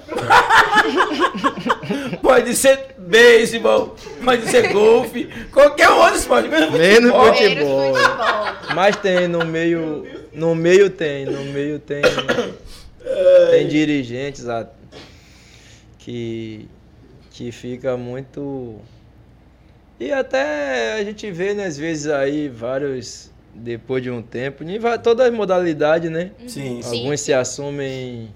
Pode ser beisebol, pode ser golfe, qualquer outro esporte. Menos Menos futebol. futebol. Futebol. Mas tem no meio tem dirigentes que fica muito. E até a gente vê, né, às vezes aí vários, depois de um tempo, em todas as modalidades, né? Sim, sim. Alguns se assumem.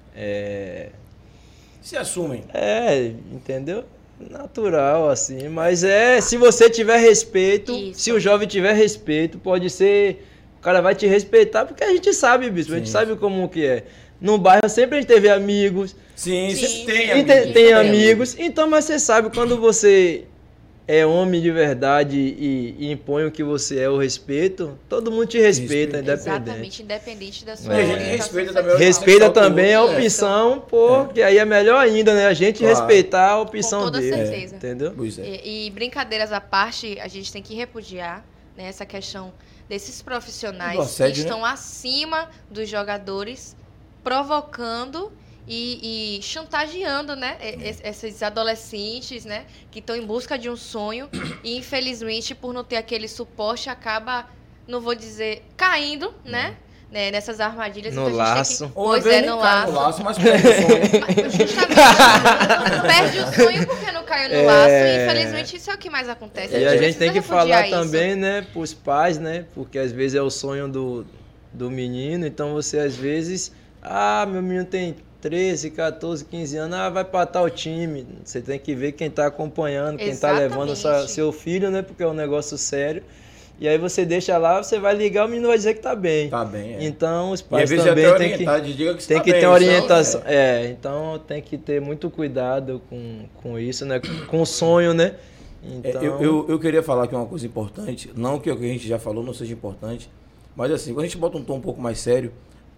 Se assumem. Entendeu? Natural, assim. Mas se você tiver respeito, Isso. se o jovem tiver respeito, pode ser. O cara vai te respeitar, porque a gente sabe, bispo, a gente Sim. sabe como que é. No bairro sempre a gente teve amigos, Sim, Sim, sempre tem sim. amigos. tem amigos. Então, mas você sabe, quando você é homem de verdade e impõe o que você é, o respeito, todo mundo te respeita, independente. Exatamente, independente da sua E a gente orientação respeita sexual. também Respeita sexual também a do outro, opção, que aí é melhor ainda, né? A gente Claro. respeitar a opção Com toda dele. certeza. Entendeu? Pois é. E brincadeiras à parte, a gente tem que repudiar, né, essa questão desses profissionais Do assédio, que estão acima dos jogadores, provocando e chantageando, né, esses adolescentes, né, que estão em busca de um sonho e infelizmente por não ter aquele suporte acaba, não vou dizer caindo, né, nessas armadilhas. No Então a gente laço. tem que, Ou pois às vezes é, nem no cai laço. mas perde o sonho. Mas, justamente, não perde o sonho porque não caiu no laço. E infelizmente isso é o que mais acontece. E a gente tem precisa que falar repudiar isso. também, né, pros pais, né? Porque às vezes é o sonho do menino, então você às vezes, meu menino tem 13, 14, 15 anos, vai pra tal time. Você tem que ver quem tá acompanhando, quem tá levando Exatamente. seu filho, né? Porque é um negócio sério. E aí você deixa lá, você vai ligar, o menino vai dizer que tá bem. Tá bem, é. Então os E às pais vezes também até tem que... orientar, diga que você Tem tá que bem, ter então, orientação. Então tem que ter muito cuidado com isso, né? Com o sonho, né? Então, Eu queria falar aqui uma coisa importante, não que o que a gente já falou não seja importante, mas assim, quando a gente bota um tom um pouco mais sério,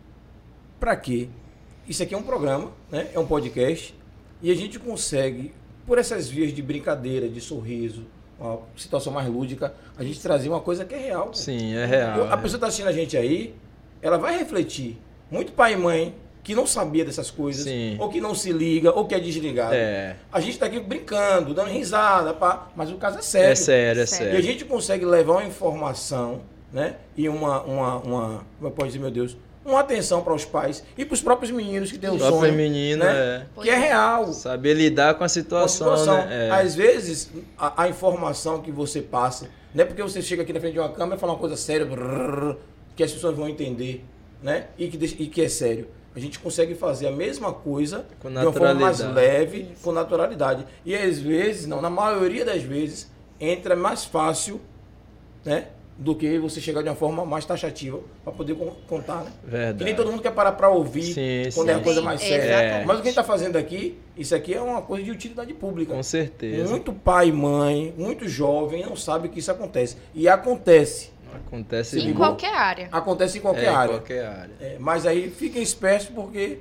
pra quê? Isso aqui é um programa, né? É um podcast, e a gente consegue, por essas vias de brincadeira, de sorriso, uma situação mais lúdica, a gente trazer uma coisa que é real. Pô. sim, é real. A pessoa está assistindo a gente aí, ela vai refletir. Muito pai e mãe que não sabia dessas coisas, Sim. ou que não se liga, ou que é desligado. A gente está aqui brincando, dando risada, mas o caso é sério. É sério, é E a sério. gente consegue levar uma informação, né? E como eu posso dizer, meu Deus, uma atenção para os pais e para os próprios meninos que têm o O próprio sonho, menino, né? Que é real. Saber lidar com a Com a situação, situação. né? Às vezes, a informação que você passa, não é porque você chega aqui na frente de uma câmera e fala uma coisa séria, que as pessoas vão entender, né? E que é sério. A gente consegue fazer a mesma coisa Com de uma forma mais naturalidade. leve, com naturalidade. E às vezes, não, na maioria das vezes, entra mais fácil, né? Do que você chegar de uma forma mais taxativa para poder contar, né? Verdade. Que nem todo mundo quer parar para ouvir Sim, quando sim. é uma coisa mais séria. Exatamente. Mas o que a gente está fazendo aqui, isso aqui é uma coisa de utilidade pública. Com certeza. Muito pai e mãe, muito jovem não sabe que isso acontece. E acontece. Acontece Em muito. qualquer área. Acontece em qualquer Em área. qualquer área. Mas aí fiquem espertos porque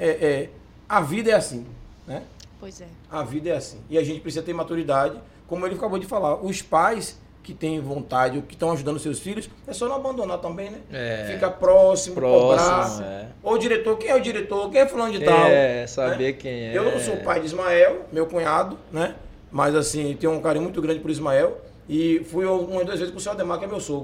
a vida é assim, né? Pois é. A vida é assim. E a gente precisa ter maturidade, como ele acabou de falar. Os pais que têm vontade, ou que estão ajudando seus filhos, é só não abandonar também, né? Ficar próximo, cobrar. Ou o diretor, quem é o diretor? Quem é fulano de tal? Saber quem é. Eu não sou pai de Ismael, meu cunhado, né? Mas assim, tenho um carinho muito grande por Ismael. E fui umas 2 vezes com o seu Ademar, que é meu sogro.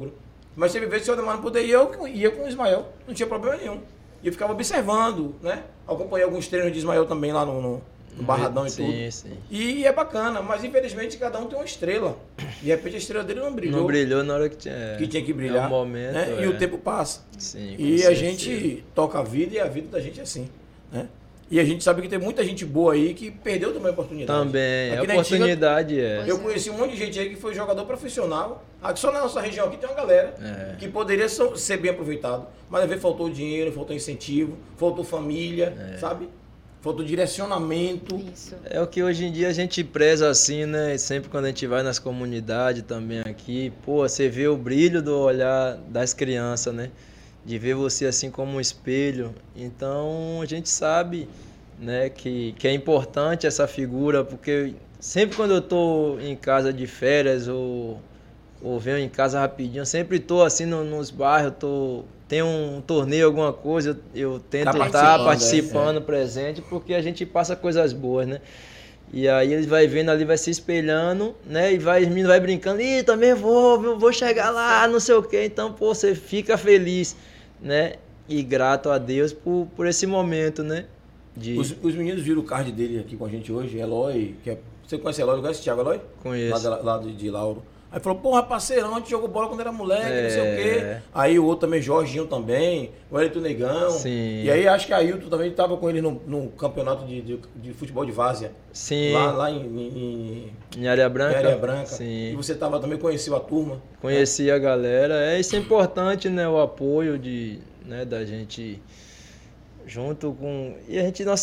Mas teve vezes que o Ademar não poderia, eu ia com o Ismael, não tinha problema nenhum. E eu ficava observando, né? Acompanhei alguns treinos de Ismael também lá no Barradão e tudo. Sim. E é bacana, mas infelizmente cada um tem uma estrela. De repente a estrela dele não brilhou. Não brilhou na hora que tinha Que brilhar. É um momento, né? E o tempo passa. Sim, E com a certeza. gente toca a vida e a vida da gente é assim, né? E a gente sabe que tem muita gente boa aí que perdeu também a oportunidade. Também, a Aqui na oportunidade Antiga, eu conheci um monte de gente aí que foi jogador profissional. Aqui só na nossa região aqui tem uma galera que poderia ser bem aproveitado. Mas às vezes faltou dinheiro, faltou incentivo, faltou família, sabe? Faltou direcionamento. Isso. É o que hoje em dia a gente preza assim, né? Sempre quando a gente vai nas comunidades também aqui, pô, você vê o brilho do olhar das crianças, né? De ver você assim como um espelho. Então a gente sabe, né, que é importante essa figura, porque sempre quando eu tô em casa de férias ou venho em casa rapidinho, sempre tô assim nos bairros, tem um torneio, alguma coisa, eu tento estar participando, presente, porque a gente passa coisas boas, né? E aí eles vai vendo ali, vai se espelhando, né? E os meninos vai brincando, ih, também vou chegar lá, não sei o quê. Então, pô, você fica feliz, né? E grato a Deus por esse momento, né? Os meninos viram o card dele aqui com a gente hoje, Eloy, você conhece Eloy, conhece o Thiago Eloy? Conheço. Lá de Lauro. Aí falou, porra, parceirão, a gente jogou bola quando era moleque, não sei o quê. Aí o outro também, Jorginho também, o Elito Negão. Sim. E aí acho que a Ailton também estava com ele no campeonato de futebol de várzea. Sim. Lá em Área Branca. Área Branca. Sim. E você também conheceu a turma. Conheci a galera. Isso é importante, né? O apoio da gente junto com... E a gente,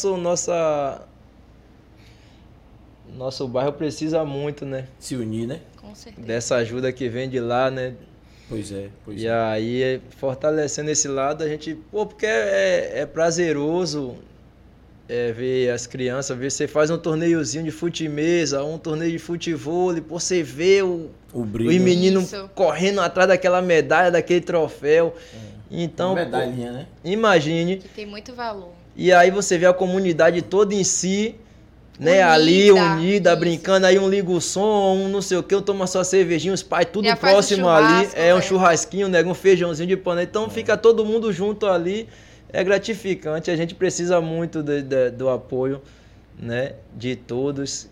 nosso bairro precisa muito, né? Se unir, né? Com certeza. Dessa ajuda que vem de lá, né? Pois é. E aí, fortalecendo esse lado, a gente... Pô, porque é prazeroso ver as crianças, ver você faz um torneiozinho de fute-mesa, um torneio de futevôlei, pô, você vê o menino correndo atrás daquela medalha, daquele troféu. Então, uma medalhinha, né? Imagine. Que tem muito valor. E aí você vê a comunidade toda em si, né, ali unida, brincando, aí um liga o som, um não sei o que, um toma sua cervejinha, os pais tudo próximo ali, um churrasquinho, né, um feijãozinho de panela, então fica todo mundo junto ali, é gratificante, a gente precisa muito do apoio, né, de todos.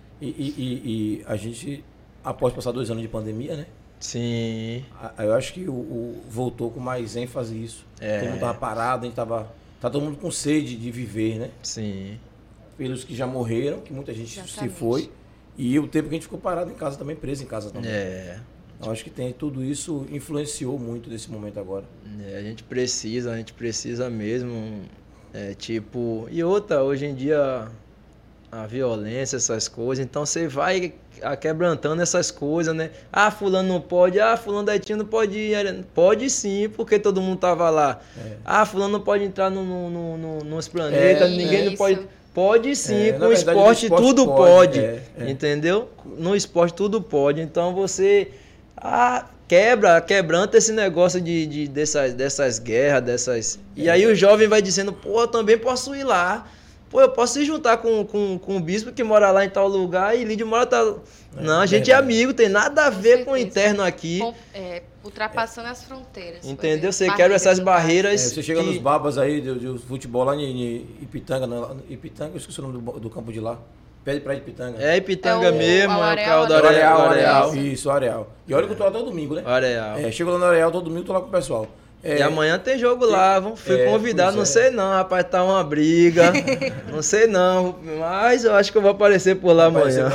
E a gente, após passar 2 anos de pandemia, né? Sim. Eu acho que voltou com mais ênfase isso. Todo mundo tava parado, tá todo mundo com sede de viver, né? Sim. Pelos que já morreram, que muita gente se foi, e o tempo que a gente ficou parado em casa também, preso em casa também. Eu acho que tudo isso influenciou muito nesse momento agora. A gente precisa mesmo, e outra, hoje em dia, a violência, essas coisas, então você vai quebrantando essas coisas, né? Ah, fulano não pode, fulano da Haiti não pode ir. Pode sim, porque todo mundo tava lá. Fulano não pode entrar nos planetas, ninguém não pode... Pode sim, com o esporte tudo pode, entendeu? No esporte tudo pode, então você quebranta esse negócio dessas guerras, E aí o jovem vai dizendo, pô, eu também posso ir lá, pô, eu posso se juntar com o bispo que mora lá em tal lugar e Lídio mora tal... Não, a gente é amigo, tem nada a ver com o interno aqui. Ultrapassando as fronteiras. Entendeu? Você quebra essas barreiras. Você chega nos babas aí de futebol lá em Ipitanga, eu esqueci o nome do campo de lá. Pede pra Ipitanga. É Ipitanga mesmo, o Areal. Isso, o Areal. E olha que eu tô lá todo domingo, né? Areal. Chego lá no Areal todo domingo, tô lá com o pessoal. E amanhã tem jogo lá, fui convidado, não sei não, rapaz, tá uma briga, não sei não, mas eu acho que eu vou aparecer por lá amanhã.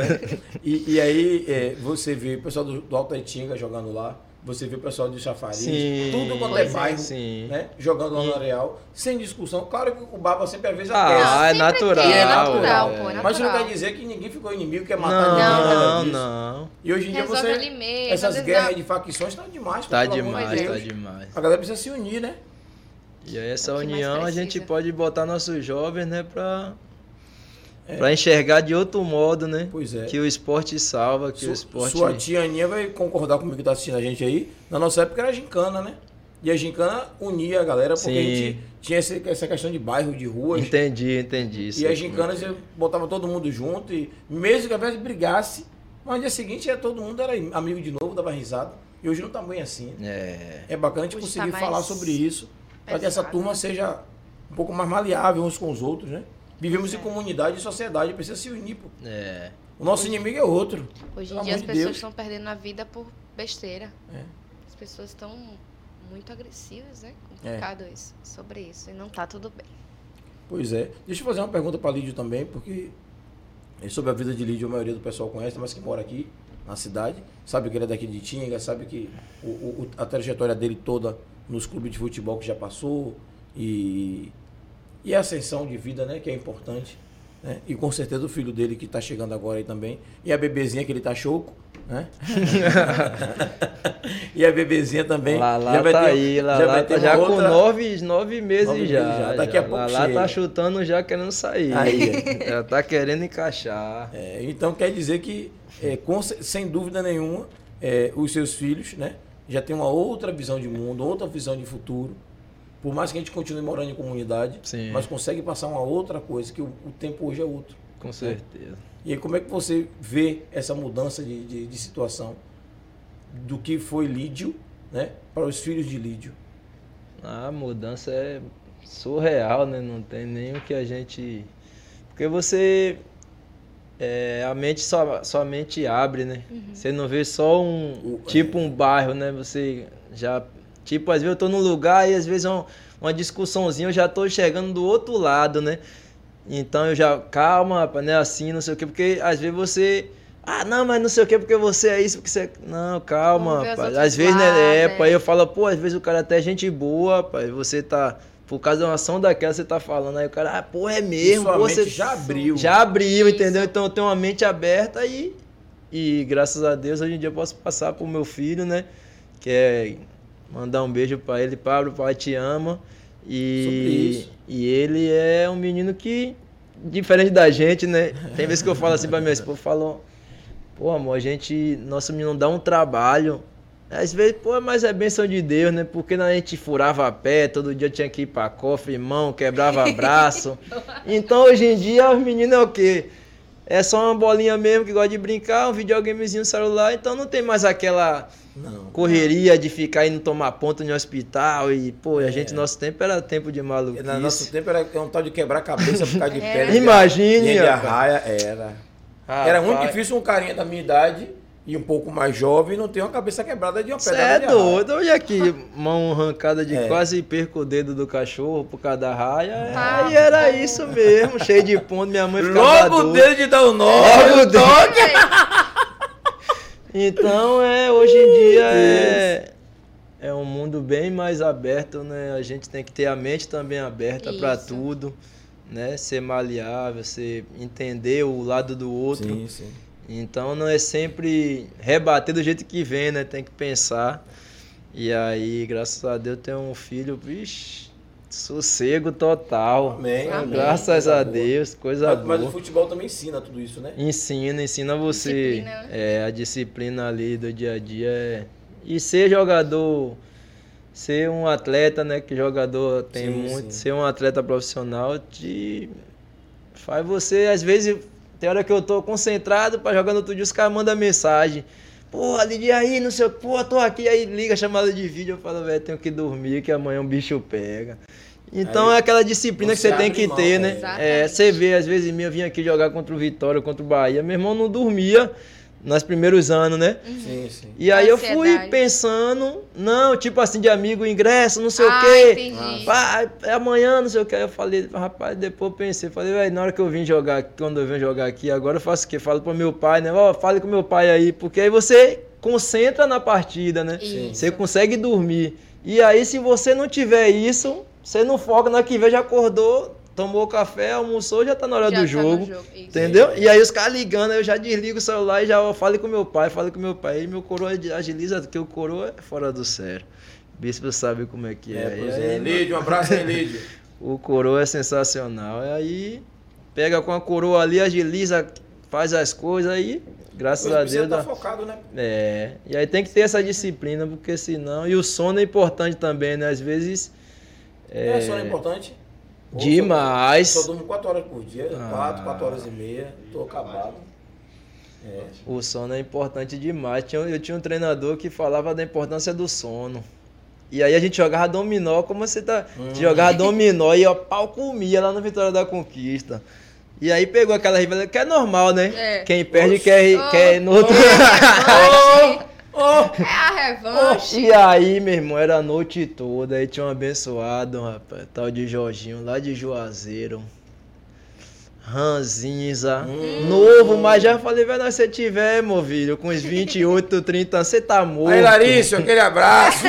E aí você vê o pessoal do Alto Itinga jogando lá, você vê o pessoal de Chafariz, tudo quanto é bairro, né, jogando lá no Areal, sem discussão. Claro que o Baba sempre às vezes aquece. É natural. É natural, pô, é natural. Mas isso não quer dizer que ninguém ficou inimigo, quer matar ninguém. Não. E hoje em dia essas guerras de facções estão demais. Tá demais. A galera precisa se unir, né? E aí essa união a gente pode botar nossos jovens, né, pra enxergar de outro modo, né? Pois é. Que o esporte salva, que o esporte... Sua tia Aninha vai concordar comigo que tá assistindo a gente aí. Na nossa época era gincana, né? E a gincana unia a galera, porque a gente tinha essa questão de bairro, de ruas. Entendi. E a gincana você botava todo mundo junto, e mesmo que às vezes brigasse, mas no dia seguinte todo mundo era amigo de novo, dava risada. E hoje não tá bem assim. É. É bacana a gente Hoje conseguir tá falar mais sobre isso, para que essa pesado, turma né? seja um pouco mais maleável uns com os outros, né? Vivemos em comunidade e sociedade, precisa se unir, pô. É. O nosso inimigo é outro. Hoje em Pelo dia amor as de pessoas Deus. estão perdendo a vida por besteira. É. As pessoas estão muito agressivas, né? Complicado isso, sobre isso. E não tá tudo bem. Pois é. Deixa eu fazer uma pergunta para Lídio também, porque sobre a vida de Lídio a maioria do pessoal conhece, mas que mora aqui na cidade, sabe que ele é daqui de Tinga, sabe que a trajetória dele toda nos clubes de futebol que já passou e a ascensão de vida, né, que é importante, né? E com certeza o filho dele que está chegando agora aí também, e a bebezinha que ele tá choco, né? E a bebezinha também. Lala já vai tá ter, aí, já Lala vai ter tá já uma com outra... 9 meses 9 já. meses já. Daqui a pouco Lala chega. tá chutando já, querendo sair. Aí. Já tá querendo encaixar. Então quer dizer que, sem dúvida nenhuma, os seus filhos, né, já têm uma outra visão de mundo, outra visão de futuro. Por mais que a gente continue morando em comunidade, Sim. mas consegue passar uma outra coisa, que o tempo hoje é outro. Com certeza. E aí como é que você vê essa mudança de situação do que foi Lídio, né, para os filhos de Lídio? A mudança é surreal, né? Não tem nem o que a gente... Porque você... a mente, sua mente abre, né? Você não vê só um bairro, né? Você já... Tipo, às vezes eu tô num lugar e às vezes uma discussãozinha eu já tô chegando do outro lado, né? Então eu já... Calma, rapaz, não é assim, não sei o quê. Porque às vezes você... Ah, não, mas não sei o quê, porque você é isso, porque você... Não, calma, Vamos ver os rapaz. outros Às vezes, lados, né? né? Pai, eu falo, pô, às vezes o cara até é gente boa, rapaz. Você tá... Por causa de uma ação daquela, você tá falando. Aí o cara, pô, é mesmo. Sua Pô, mente você já abriu. Já abriu, Isso. entendeu? Então eu tenho uma mente aberta e graças a Deus hoje em dia eu posso passar pro meu filho, né? Que é mandar um beijo pra ele. Pablo, pai te ama. Sobre E isso. ele é um menino que, diferente da gente, né? Tem vezes que eu falo assim pra minha esposa, falo, pô, amor, nosso menino dá um trabalho. Às vezes, pô, mas é bênção de Deus, né? Porque a gente furava a pé, todo dia tinha que ir pra cofre, mão, quebrava braço. Então, hoje em dia, os meninos é o quê? É só uma bolinha mesmo que gosta de brincar, um videogamezinho no celular. Então, não tem mais aquela Não. correria de ficar indo tomar ponto no hospital. E, pô, nosso tempo era tempo de maluquice. No nosso tempo era um tal de quebrar a cabeça, ficar de pé. Era. Imagine, de rapaz. arraia, era. Rapaz. Era muito difícil um carinha da minha idade e um pouco mais jovem não ter uma cabeça quebrada de uma Você pedrada é de arraia. doido, olha aqui, mão arrancada de É. quase perco o dedo do cachorro por causa da raia. Tá Aí era bom. isso mesmo, cheio de ponto, minha mãe ficava Logo o doida. dedo de dar o nó. Logo o dedo. Ei, Então, hoje em dia é um mundo bem mais aberto, né? A gente tem que ter a mente também aberta para Isso. tudo, né? Ser maleável, entender o lado do outro. Sim, sim. Então não é sempre rebater do jeito que vem, né? Tem que pensar. E aí, graças a Deus, tenho um filho, vixe, sossego total. Amém, amém. Graças Coisa a boa. Deus, coisa Mas o boa. futebol também ensina tudo isso, né? Ensina você. Disciplina, né? A disciplina ali do dia a dia. E ser jogador, ser um atleta, né? Que jogador tem Sim, muito. sim. Ser um atleta profissional faz você, às vezes, tem hora que eu tô concentrado pra jogar no outro dia, os caras mandam mensagem. Pô, Lidia aí, não sei o que, pô, tô aqui, aí liga a chamada de vídeo, eu falo, velho, tenho que dormir, que amanhã o bicho pega. Então Aí, é aquela disciplina que você você tem abre que mão, ter, né? Exatamente. Você vê, às vezes, eu vinha aqui jogar contra o Vitória, contra o Bahia, meu irmão não dormia nos primeiros anos, né? Sim, sim. E aí eu fui Ansiedade. pensando, não, tipo assim, de amigo, ingresso, não sei o Ah, quê. entendi. Vai, é amanhã, não sei o que. Aí eu falei, rapaz, depois eu pensei, falei, velho, na hora que eu vim jogar aqui, quando eu vim jogar aqui, agora eu faço o quê? Falo pro meu pai, né? Ó, fale com meu pai aí, porque aí você concentra na partida, né? Isso. Você consegue dormir. E aí, se você não tiver isso, você não foca na que vem, já acordou, tomou café, almoçou, já tá na hora Já do tá jogo. no jogo, isso. Entendeu? E aí os caras ligando, aí eu já desligo o celular e já falo com meu pai. Aí meu coroa agiliza, porque o coroa é fora do sério. Bispo sabe como é que é. Pois E é. aí, Lídio, um abraço aí, Lídio. o coroa é sensacional. E aí pega com a coroa ali, agiliza, faz as coisas aí, graças a Você Deus. tá focado, né? E aí tem que ter essa disciplina, porque senão... E o sono é importante também, né? Às vezes... Sono é importante? Demais. Só durmo 4 horas por dia, Ah. 4 horas e meia, tô acabado. O sono é importante demais. Eu tinha um treinador que falava da importância do sono. E aí a gente jogava dominó, como você tá... Jogava dominó e o pau comia lá na Vitória da Conquista. E aí pegou aquela rivalidade, que é normal, né? Quem perde quer ir no outro... É a revanche. E aí, meu irmão, era a noite toda. Aí tinha um abençoado, rapaz, tal de Jorginho, lá de Juazeiro. Ranzinza, novo, mas já falei, velho, se você tiver, meu filho, com uns 28, 30 anos, você tá morto. Aí, Larício, aquele abraço.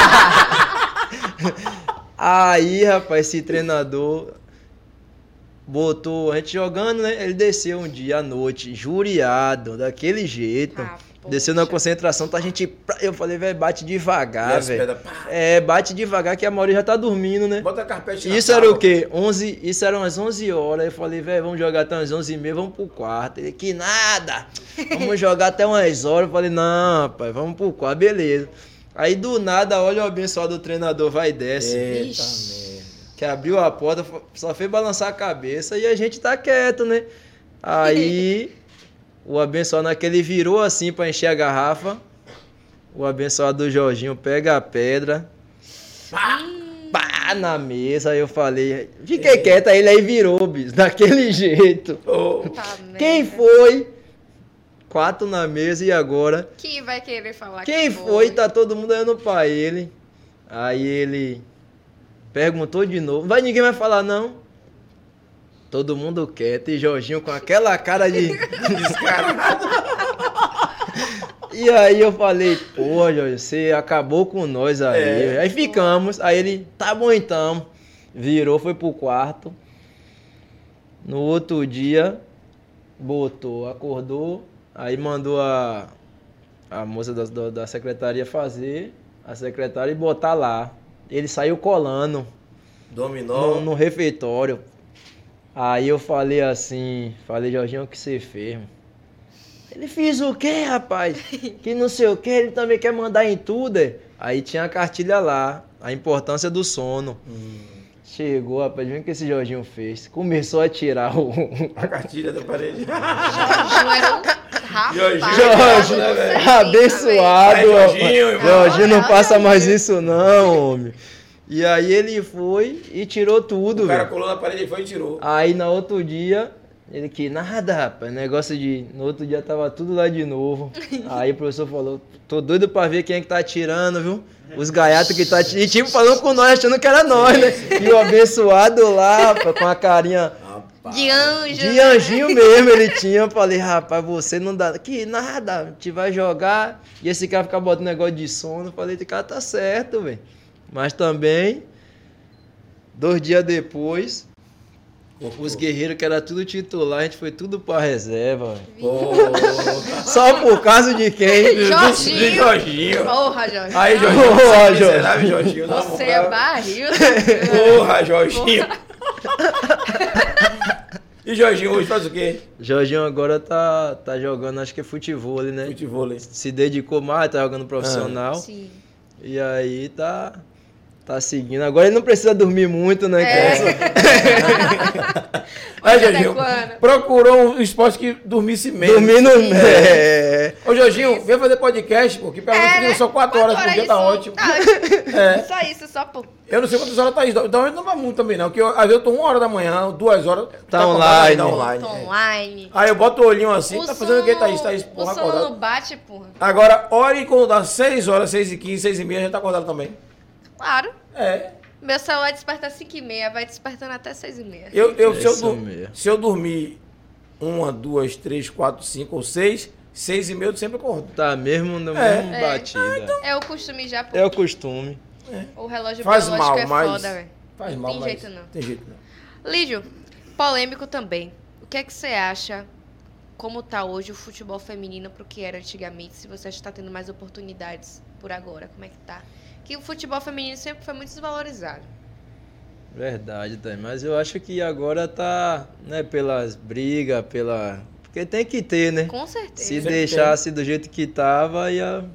Aí, rapaz, esse treinador botou a gente jogando, né? Ele desceu um dia à noite, juriado, daquele jeito. Desceu na concentração, tá a gente... Eu falei, velho, bate devagar, velho. Bate devagar que a maioria já tá dormindo, né? Bota a carpete na Isso era o quê? Isso eram umas 11 horas. Eu falei, velho, vamos jogar até umas 11h30, vamos pro quarto. Ele, que nada! Vamos jogar até umas horas. Eu falei, não, rapaz, vamos pro quarto, beleza. Aí, do nada, olha o abençoado do treinador, vai e desce. Eita, merda. Que abriu a porta, só fez balançar a cabeça e a gente tá quieto, né? Aí... O abençoado naquele virou assim pra encher a garrafa. O abençoado do Jorginho pega a pedra. Pá, na mesa. Aí eu falei, fiquei quieto. Aí ele aí virou, bicho, daquele jeito. Quem foi? 4 na mesa e agora? Quem vai querer falar Quem foi? Tá todo mundo olhando pra ele. Aí ele perguntou de novo. Ninguém vai falar não. Todo mundo quieto e Jorginho com aquela cara de descarado. E aí eu falei, porra, Jorge, você acabou com nós aí. Aí ficamos, aí ele, tá bom então. Virou, foi pro quarto. No outro dia, acordou, aí mandou a moça da secretaria fazer, a secretária e botar lá. Ele saiu colando. Dominó. No refeitório. Aí eu falei assim, Jorginho, o que você fez? Mano? Ele fez o quê, rapaz? Que não sei o quê, ele também quer mandar em tudo. Aí tinha a cartilha lá, a importância do sono. Chegou, rapaz, vem o que esse Jorginho fez. Começou a tirar a cartilha da parede. Jorginho era um rapaz. Jorginho, abençoado. Jorginho não passa mais isso não, homem. E aí ele foi e tirou tudo, velho. O cara colou na parede e foi e tirou. Aí no outro dia, ele que nada, rapaz, no outro dia tava tudo lá de novo. Aí o professor falou, tô doido pra ver quem é que tá tirando, viu? Os gaiatos que tá tirando. E tipo, falando com nós, achando que era nós, né? E o abençoado lá, rapaz, com a carinha... De anjo. De anjinho mesmo ele tinha. Eu falei, rapaz, você não dá... Que nada, a gente vai jogar. E esse cara ficar botando negócio de sono. Eu falei, esse cara tá certo, velho. Mas também, 2 dias depois, os guerreiros que era tudo titular, a gente foi tudo pra reserva. Só por causa de quem? Jorginho. De Jorginho. Porra, Jorginho. Aí, Jorginho. Jorginho. Você é barril. Porra, Jorginho. E Jorginho hoje faz o quê? Jorginho agora tá jogando, acho que é futebol, né? Futebol. Se dedicou mais, tá jogando profissional. Sim. E aí tá seguindo. Agora ele não precisa dormir muito, né? Aí, Jorginho, procurou um esporte que dormisse menos. Dormindo Ô, Jorginho, vem fazer podcast, pô. Que pelo menos só 4 horas por dia, tá ótimo. Só isso, só pô. Eu não sei quantas horas tá isso. Então não vai muito também, não. Porque às vezes eu tô 1 hora da manhã, 2 horas. Tá online. Online. Aí eu boto o olhinho assim, tá fazendo o que? Tá isso, porra, acordado. O sono não bate, porra. Agora, hora e quando dá 6 horas, 6h15, 6h30, a gente tá acordado também. Claro. É. Meu celular desperta às 5h30, vai despertando até 6h30. Se eu dormir 1, 2, 3, 4, 5 ou 6, 6h30 eu sempre acordo. Tá mesmo no mesmo batida. É o costume já, pô. É o costume. O relógio faz biológico mal, é mas foda, velho. Faz mal, Tem jeito não. Tem jeito não. Lídio, polêmico também. O que é que você acha, como tá hoje o futebol feminino pro que era antigamente? Se você está tendo mais oportunidades por agora, como é que tá? Que o futebol feminino sempre foi muito desvalorizado. Verdade, tá. Mas eu acho que agora tá, né, pelas brigas, porque tem que ter, né? Com certeza. Se deixasse do jeito que tava,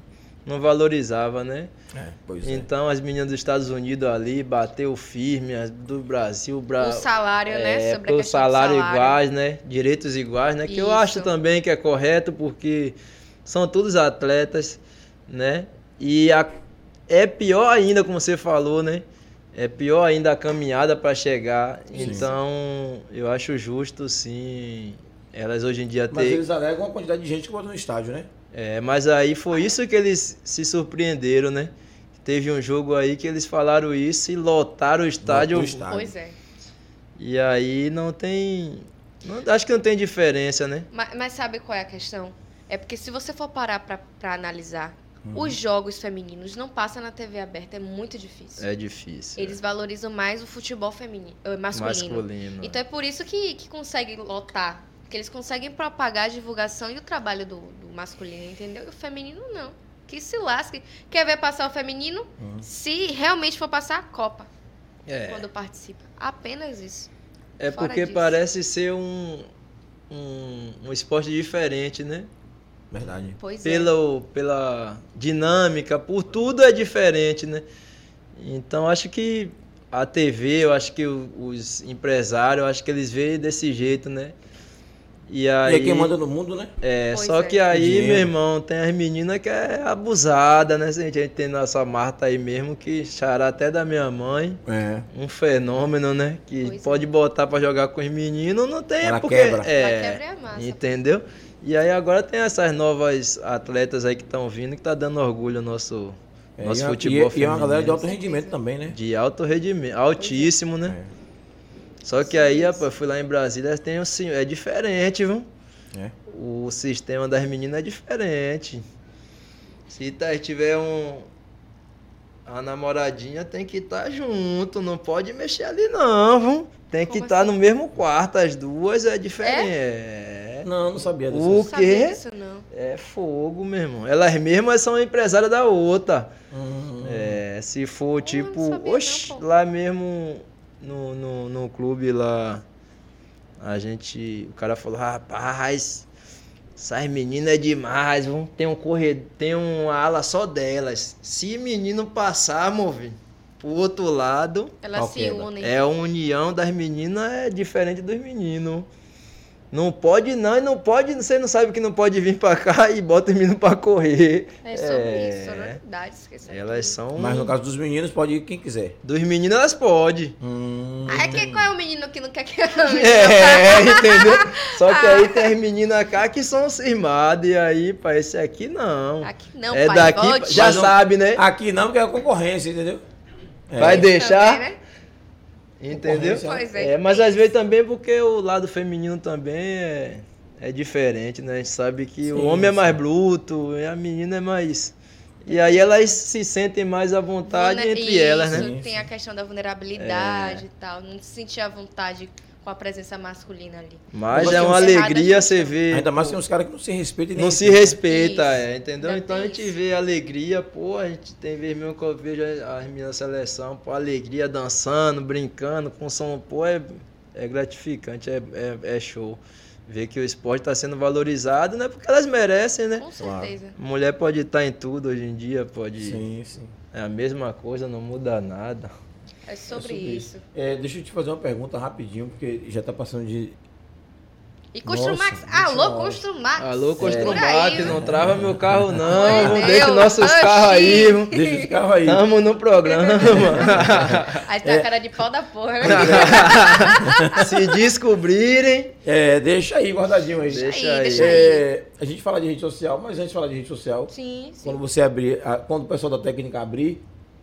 não valorizava, né? Pois é. Então as meninas dos Estados Unidos ali bateu firme, as do Brasil, O salário, né? Sobre a o questão salário do salário. iguais, né? Direitos iguais, né? Que eu Isso. acho também que é correto, porque são todos atletas, né? E é pior ainda, como você falou, né? É pior ainda a caminhada para chegar. Sim. Então, eu acho justo, sim, elas hoje em dia Mas ter... eles alegam a quantidade de gente que bota no estádio, né? Mas aí foi isso que eles se surpreenderam, né? Teve um jogo aí que eles falaram isso e lotaram o estádio. Pois é. E aí não tem... acho que não tem diferença, né? Mas sabe qual é a questão? É porque se você for parar pra analisar, os jogos femininos não passam na TV aberta, é muito difícil. É difícil. Eles valorizam mais o futebol masculino. Então é por isso que conseguem lotar. Que eles conseguem propagar a divulgação e o trabalho do masculino, entendeu? E o feminino não. Que se lasque. Quer ver passar o feminino? Se realmente for passar a Copa. Quando participa. Apenas isso. É Fora porque disso. parece ser um esporte diferente, né? Verdade. Pois é. Pela dinâmica, por tudo é diferente, né? Então acho que a TV, eu acho que os empresários, eu acho que eles veem desse jeito, né? E aí, é quem manda no mundo, né? Pois só é. que aí, Dinheiro. meu irmão, tem as meninas que é abusada, né? A gente tem nossa Marta aí mesmo, que xará até da minha mãe. É. Um fenômeno, né? Que Pois pode botar pra jogar com os meninos, não tem, Ela porque... quebra. Ela quebra a massa. Entendeu? E aí agora tem essas novas atletas aí que estão vindo, que tá dando orgulho ao nosso futebol E é uma galera de feminino. alto rendimento também, né? De alto rendimento, altíssimo, né? Só que aí, rapaz, fui lá em Brasília, tem é diferente, viu? É. O sistema das meninas é diferente. Se tiver a namoradinha, tem que estar junto, não pode mexer ali não, viu? Tem que Como estar assim? no mesmo quarto, as duas é diferente. Não sabia disso. O Não sabia quê? disso, não. É fogo, meu irmão. Elas mesmas são empresárias da outra. Se for tipo, não sabia oxe, não, pô. lá mesmo no clube lá, o cara falou, rapaz, essas meninas é demais, viu? Tem uma ala só delas. Se menino passar, movi, pro outro lado, Elas Qual se quebra? unem. a união das meninas é diferente dos meninos. Não pode não, e não pode, você não sabe que não pode vir pra cá e bota os meninos pra correr. É sobre isso, sororidade, esqueci. Elas são... Mas no caso dos meninos, pode ir quem quiser. Dos meninos elas podem. Qual é o menino que não quer que eu ame? Entendeu? Só que aí tem as meninas cá que são cismadas, e aí, pá, esse aqui não. Aqui não, É pai, daqui, volte. já Mas não- sabe, né? Aqui não, porque é a concorrência, entendeu? Vai deixar, Também, né? entendeu? Pois é. Mas às vezes também porque o lado feminino também é diferente, né? A gente sabe que o Sim, homem é sim. mais bruto e a menina é mais... E aí elas se sentem mais à vontade entre elas, né? Sim, Tem sim. a questão da vulnerabilidade e tal. Não se sentir à vontade com a presença masculina ali. Mas Mas é tem uma uns errados, alegria gente. você ver... Ainda mais tem uns caras que não se respeitam e nem Não se respeitam. respeita, Isso. entendeu? Ainda Então a tem gente isso. vê alegria, pô, a gente tem vez mesmo que eu vejo as minhas da seleção, pô, alegria, dançando, brincando, com som, pô, é gratificante, é show. Ver que o esporte está sendo valorizado, né? Porque elas merecem, né? Com certeza. Mulher pode estar em tudo hoje em dia, pode... Sim, sim. É a mesma coisa, não muda nada. É sobre É isso. deixa eu te fazer uma pergunta rapidinho, porque já tá passando de... E Construmax. Nossa, Alô, 29. Construmax. Alô, Por aí, Construmac, viu? não trava meu carro Meu não, Deus, deixa nossos oxi. carros aí, viu? Deixa esse carro aí. Tamo no programa. Aí tá a cara de pau da porra, né? Se descobrirem, Deixa aí, guardadinho aí. deixa aí, aí. deixa aí. A gente fala de rede social, mas antes de falar de rede social, Sim, sim. quando você abrir, quando o pessoal da técnica abrir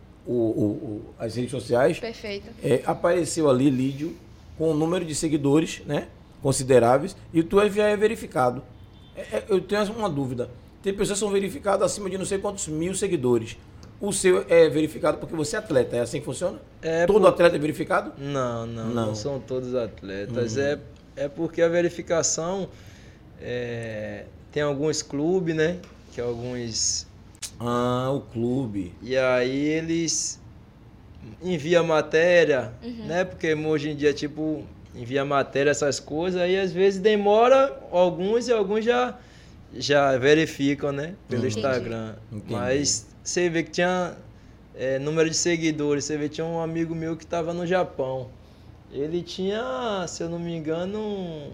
as redes sociais, Perfeito. apareceu ali, Lídio, com um número de seguidores, né, consideráveis, e o teu já é verificado. Eu tenho uma dúvida. Tem pessoas que são verificadas acima de não sei quantos mil seguidores. O seu é verificado porque você é atleta, é assim que funciona? Todo atleta é verificado? Não são todos atletas. É porque a verificação tem alguns clubes, né? Que alguns... O clube. E aí eles enviam matéria, né? Porque hoje em dia, tipo, envia matéria, essas coisas, aí às vezes demora alguns e alguns já já verificam, né? Pelo Instagram. Entendi. Mas você vê que tinha número de seguidores. Você vê que tinha um amigo meu que estava no Japão. Ele tinha, se eu não me engano,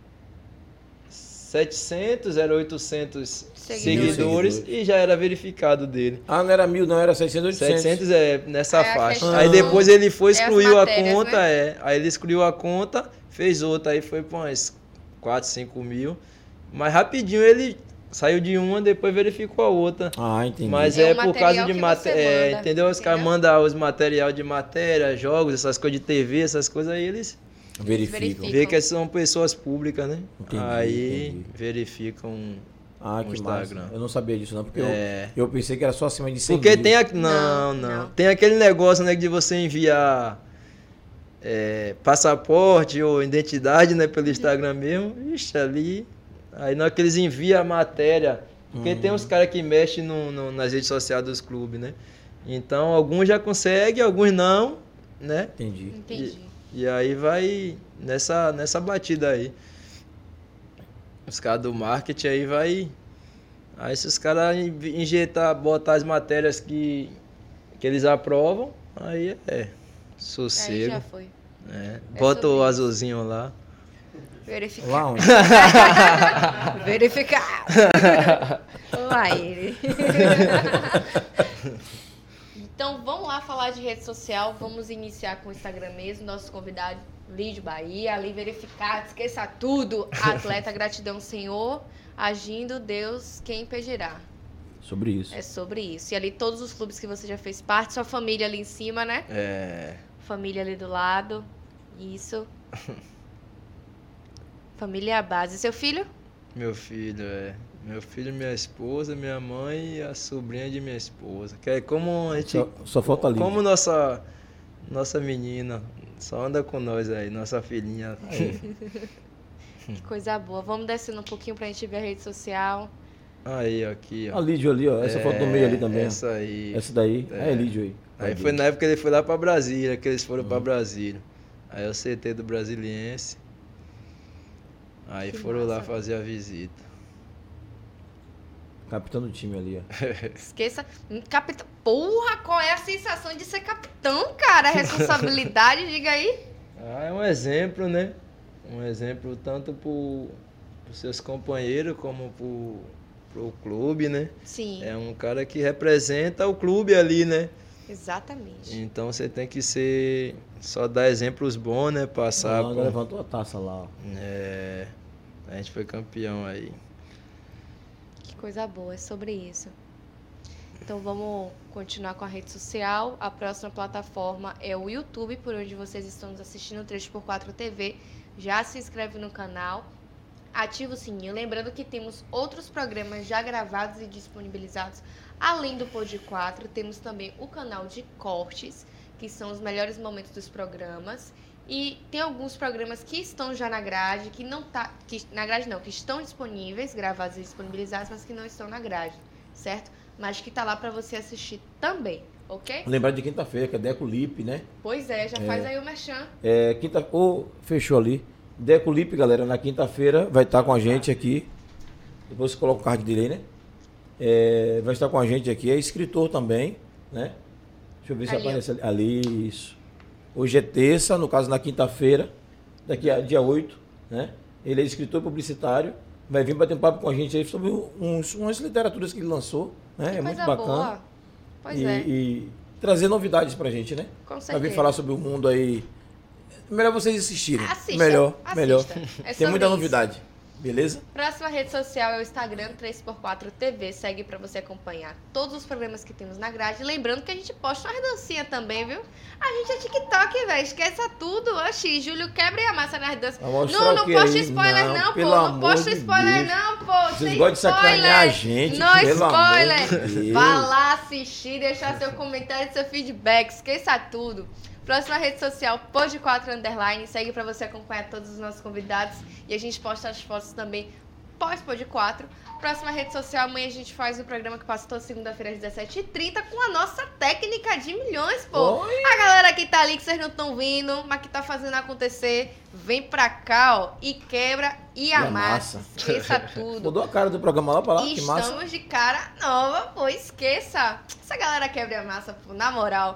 700, era 800 seguidores e já era verificado dele. Ah, não era 1000, não, era 600, 800. 700 nessa faixa. A Aí depois ele foi, excluiu a matérias, conta, né? Aí ele excluiu a conta, fez outra, aí foi para umas 4, 5 mil. Mas rapidinho ele saiu de uma, depois verificou a outra. Ah, entendi. Mas É é o por causa material de que matéria. você manda, Entendeu? Os caras entendeu? mandam os material de matéria, jogos, essas coisas de TV, essas coisas aí eles Verificam. vê que são pessoas públicas, né? Entendi, Aí entendi. verificam. Ah, no que Instagram. massa. Eu não sabia disso, não, porque É. eu pensei que era só acima de 100 Porque mil. tem Não. não. Tem aquele negócio, né, de você enviar passaporte ou identidade, né, pelo Instagram mesmo. Ixi, ali. Aí na hora que eles enviam a matéria. Porque tem uns caras que mexem nas redes sociais dos clubes, né? Então alguns já conseguem, alguns não, né? Entendi. Entendi. E aí vai nessa batida aí. Os caras do marketing aí vai. Aí se os caras injetar, botar as matérias que eles aprovam, aí Aí sossego. já foi. Bota sobre o isso. azulzinho lá. Verificar. Lá onde? Verificar. Lá ele. Então vamos lá falar de rede social. Vamos iniciar com o Instagram mesmo. Nossos convidados, Lídio Bahia, ali verificar, esqueça tudo. Atleta, gratidão, Senhor. Agindo, Deus, quem impedirá? Sobre isso. É sobre isso. E ali todos os clubes que você já fez parte, sua família ali em cima, né? Família ali do lado. Isso. Família é a base. Seu filho? Meu filho, Meu filho, minha esposa, minha mãe e a sobrinha de minha esposa. Que é como a gente. Só falta ali. Como nossa menina. Só anda com nós aí, nossa filhinha. Que coisa boa. Vamos descendo um pouquinho pra gente ver a rede social. Aí, aqui, ó. A Lídio ali, ó. Essa foto do meio ali também. ó. Essa aí. Essa daí. É Lídio aí. Aí foi na época que ele foi lá pra Brasília, que eles foram pra Brasília. Aí o CT do Brasiliense. Aí Que foram lá massa, fazer a visita. Capitão do time ali, ó. Esqueça. Capitão. Porra, qual é a sensação de ser capitão, cara? A responsabilidade, diga aí. É um exemplo, né? Um exemplo tanto pros seus companheiros como pro clube, né? Sim, É um cara que representa o clube ali, né? exatamente. Então você tem que só dar exemplos bons, né? Passar Agora por... levantou a taça lá, ó. A gente foi campeão aí. Que coisa boa, é sobre isso. Então vamos continuar com a rede social. A próxima plataforma é o YouTube, por onde vocês estão nos assistindo, 3x4 TV. Já se inscreve no canal, ativa o sininho. Lembrando que temos outros programas já gravados e disponibilizados. Além do Pod 4, temos também o canal de cortes, que são os melhores momentos dos programas. E tem alguns programas que estão já na grade, que estão disponíveis, gravados e disponibilizados, mas que não estão na grade, certo? Mas que tá lá para você assistir também, ok? Lembrar de quinta-feira, que é Deco Lip, né? Pois é, já faz aí o merchan. Fechou ali. Deco Lip, galera, na quinta-feira vai estar com a gente aqui. Depois você coloca o card dele aí, né? Vai estar com a gente aqui. É escritor também, né? Deixa eu ver se Ali, aparece ali. Ali, isso. Hoje é terça, no caso na quinta-feira, daqui a dia 8, né? Ele é escritor e publicitário. Vai vir bater um papo com a gente aí sobre umas literaturas que ele lançou, né? Que É muito coisa bacana. boa. Pois é, E trazer novidades pra gente, né? com Vai certeza. vir falar sobre o mundo aí. Melhor vocês assistirem. Assista, Melhor. assista. É Tem sobre muita isso. novidade. Beleza? Próxima rede social é o Instagram 3x4 TV. Segue pra você acompanhar todos os programas que temos na grade. Lembrando que a gente posta umas dancinhas também, viu? A gente é TikTok, velho. Esqueça tudo. Oxi, Júlio quebra e amassa nas danças. Vai mostrar Não o quê posta aí? spoiler Não, não, pô. pelo Não amor posta de spoiler Deus. não, pô. Vocês Sem gostam de sacanear spoiler. a gente, Não pelo spoiler. amor de Deus. Vá lá assistir, deixar seu comentário e seu feedback. Esqueça tudo. Próxima rede social, Pod4 Underline. Segue pra você acompanhar todos os nossos convidados. E a gente posta as fotos também pós-Pod 4. Próxima rede social, amanhã a gente faz o programa que passa toda segunda-feira às 17h30 com a nossa técnica de milhões, pô. Oi. A galera que tá ali, que vocês não estão vendo, mas que tá fazendo acontecer, vem pra cá, ó, e quebra e amassa. Esqueça tudo. Mudou a cara do programa lá pra lá, que massa. Estamos de cara nova, pô, esqueça. Essa galera quebra e amassa, pô, na moral.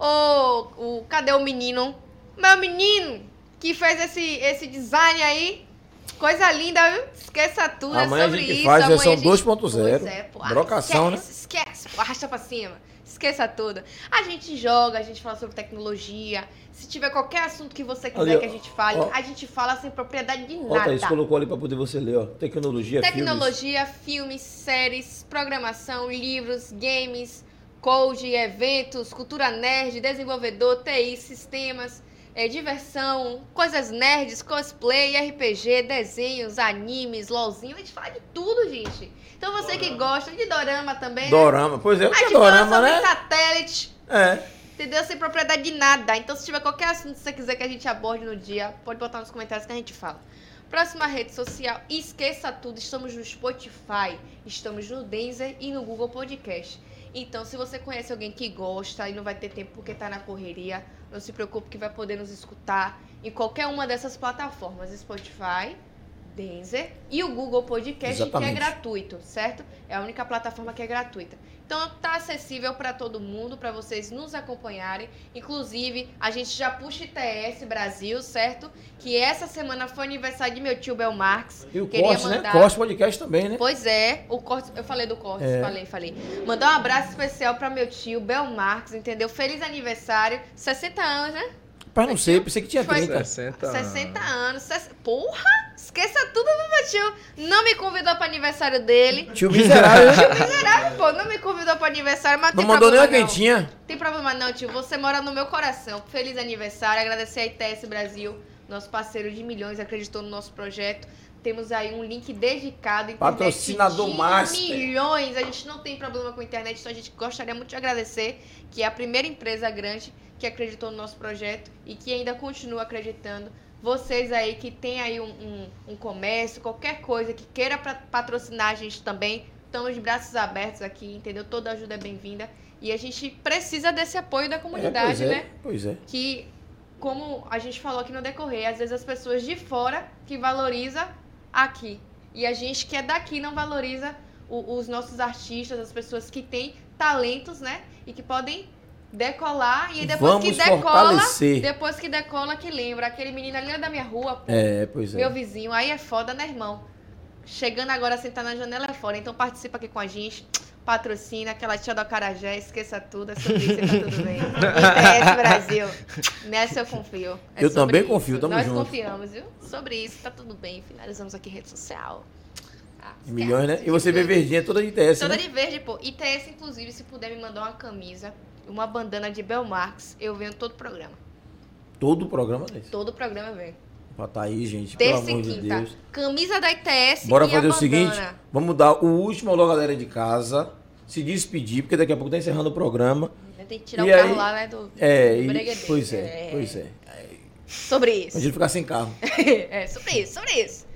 Cadê o menino? Meu menino que fez esse design aí. Coisa linda, viu? Esqueça tudo, amanhã é sobre a gente isso. faz Amanhã versão a gente... 2.0. Pois é, pô. Brocação, Esquece, pô, arrasta pra cima. Esqueça tudo. A gente joga, a gente fala sobre tecnologia. Se tiver qualquer assunto que você quiser ali, que a gente fale, ó, a gente fala sem propriedade de Ó, Thaís, nada. colocou ali pra poder você ler, ó. Tecnologia, Filmes, séries, programação, livros, games, code, eventos, cultura nerd, desenvolvedor, TI, sistemas, diversão, coisas nerds, cosplay, RPG, desenhos, animes, LOLzinho. A gente fala de tudo, gente. Então você que gosta de dorama também, Dorama, pois é, o a que é gente fala dorama, sobre né? satélite, É. entendeu? Sem propriedade de nada. Então se tiver qualquer assunto que você quiser que a gente aborde no dia, pode botar nos comentários que a gente fala. Próxima rede social, esqueça tudo, estamos no Spotify, estamos no Deezer e no Google Podcast. Então, se você conhece alguém que gosta e não vai ter tempo porque tá na correria, não se preocupe que vai poder nos escutar em qualquer uma dessas plataformas, Spotify, Deezer e o Google Podcast, Exatamente. que é gratuito, certo? É a única plataforma que é gratuita. Então, tá acessível para todo mundo, para vocês nos acompanharem. Inclusive, a gente já puxa ITS Brasil, certo? Que essa semana foi aniversário de meu tio Belmarx. E o Queria Corte, né? mandar- Corte Podcast também, né? Pois é, o Corte, eu falei do Corte, É. falei. Mandar um abraço especial para meu tio Belmarx, entendeu? Feliz aniversário, 60 anos, né? Mas não sei, pensei que tinha Foi- 30. 60 anos. Porra! Esqueça tudo do meu tio. Não me convidou para aniversário dele. Tio miserável, né? Miserável, pô, não me convidou para aniversário, mas Não tem mandou nem problema a não. quentinha. Tem problema não, tio. Você mora no meu coração. Feliz aniversário. Agradecer a ITS Brasil, nosso parceiro de milhões, acreditou no nosso projeto. Temos aí um link dedicado. Internet Patrocinador de master. milhões. A gente não tem problema com a internet, então a gente gostaria muito de agradecer que é a primeira empresa grande que acreditou no nosso projeto e que ainda continua acreditando. Vocês aí que tem aí um comércio, qualquer coisa que queira patrocinar a gente também, estamos de braços abertos aqui, entendeu? Toda ajuda é bem-vinda. E a gente precisa desse apoio da comunidade, né? Pois é. Que, como a gente falou aqui no decorrer, às vezes as pessoas de fora que valoriza aqui. E a gente que é daqui não valoriza os nossos artistas, as pessoas que têm talentos, né? E que podem decolar. E depois Vamos que decola, fortalecer. depois que decola, que lembra. Aquele menino ali da minha rua, pô, É, pois é. meu vizinho. Aí é foda, né, irmão? Chegando agora, sentar na janela é fora. Então participa aqui com a gente. Patrocina, aquela tia do acarajé, esqueça tudo, é sobre isso e tá tudo bem. ITS Brasil, nessa eu confio. É Eu sobre também isso. confio, tamo Nós junto. confiamos, viu? Sobre isso, tá tudo bem. Finalizamos aqui rede social. Milhões, né? E você vê verdinha toda de ITS, Toda né? de verde, pô. ITS, inclusive, se puder me mandar uma camisa, uma bandana de Belmarx, eu venho todo o programa. Todo o programa desse. Todo o programa eu venho. Pra tá aí, gente, pelo Terça e amor de quinta. Deus. Camisa da ITS Bora e fazer a o seguinte, bandana. vamos dar o último alô, galera de casa, se despedir, porque daqui a pouco tá encerrando o programa. Tem que tirar E o carro aí- lá, né? Do Breguedê. Pois é, pois é. Sobre isso. A gente ficar sem carro. É, sobre isso.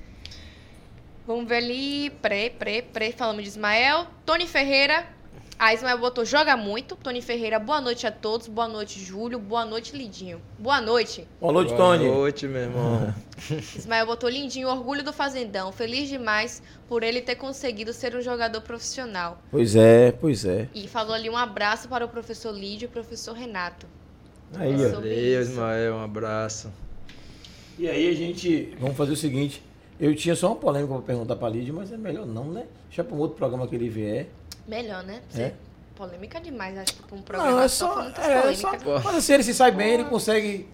Vamos ver ali. Falamos de Ismael. Tony Ferreira. A Ismael botou joga muito. Tony Ferreira, boa noite a todos. Boa noite, Júlio. Boa noite, Lidinho. Boa noite. Boa noite, Boa Tony. noite, meu irmão. Ismael botou lindinho, orgulho do Fazendão. Feliz demais por ele ter conseguido ser um jogador profissional. Pois é, pois é. E falou ali um abraço para o professor Lídio e o professor Renato. Aí, É ó. sobre Valeu, isso. Ismael, um abraço. E aí a gente, vamos fazer o seguinte, eu tinha só uma polêmica pra perguntar pra Lídia, mas é melhor não, né? Deixa pra um outro programa que ele vier. Melhor, né? É. Polêmica demais, acho que pra um programa Não, é só só, foi muitas é polêmicas. só, mas assim, ele se sai bem, ele consegue...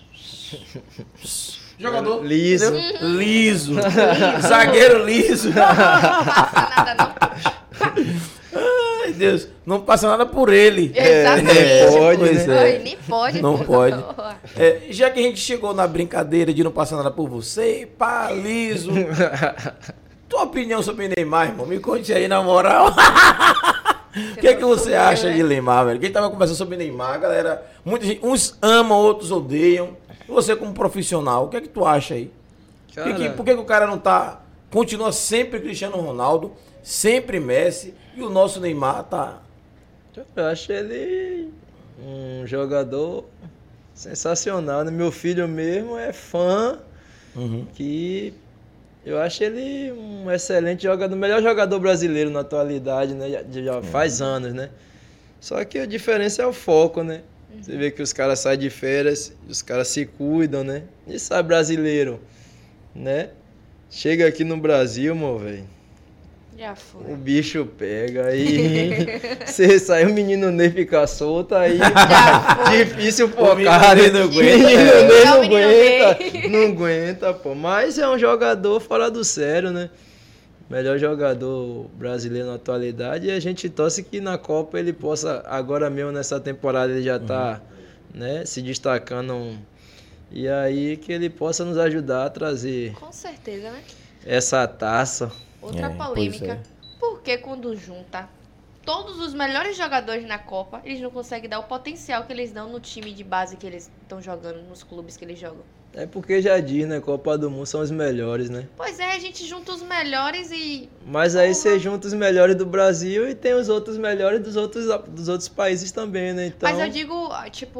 Jogador Liso. entendeu? Liso. Zagueiro liso. Não passa nada, não. Ai, Deus, não passa nada por ele. Exatamente. pode, Pois né? Ai, é. nem pode. Não pô. pode. É, já que a gente chegou na brincadeira de não passar nada por você, pá, liso. Tua opinião sobre Neymar, irmão? Me conte aí na moral. O que é que você acha de Neymar, velho? Quem tava conversando sobre Neymar, galera, muita gente, uns amam, outros odeiam. Você como profissional, o que é que tu acha aí? Cara, Por que o cara não tá continua sempre Cristiano Ronaldo, sempre Messi, e o nosso Neymar tá... Eu acho ele um jogador sensacional, né? Meu filho mesmo é fã, que eu acho ele um excelente jogador, o melhor jogador brasileiro na atualidade, né? Já faz anos, né? Só que a diferença é o foco, né? Você vê que os caras saem de férias, os caras se cuidam, né? E sabe brasileiro, né? Chega aqui no Brasil, meu velho. Já foi. O bicho pega, aí você sai, o menino Ney fica solto, aí difícil focar. O menino Ney não aguenta. O menino Ney não aguenta, pô. Mas é um jogador fora do sério, né? Melhor jogador brasileiro na atualidade, e a gente torce que na Copa ele possa, agora mesmo nessa temporada ele já tá, né, se destacando, e aí que ele possa nos ajudar a trazer Com certeza, né? essa taça. Outra polêmica. Porque quando junta todos os melhores jogadores na Copa, eles não conseguem dar o potencial que eles dão no time de base que eles estão jogando, nos clubes que eles jogam. É porque já diz, né? Copa do Mundo são os melhores, né? Pois é, a gente junta os melhores e... Mas aí você junta os melhores do Brasil e tem os outros melhores dos outros países também, né? Então... Mas eu digo, tipo,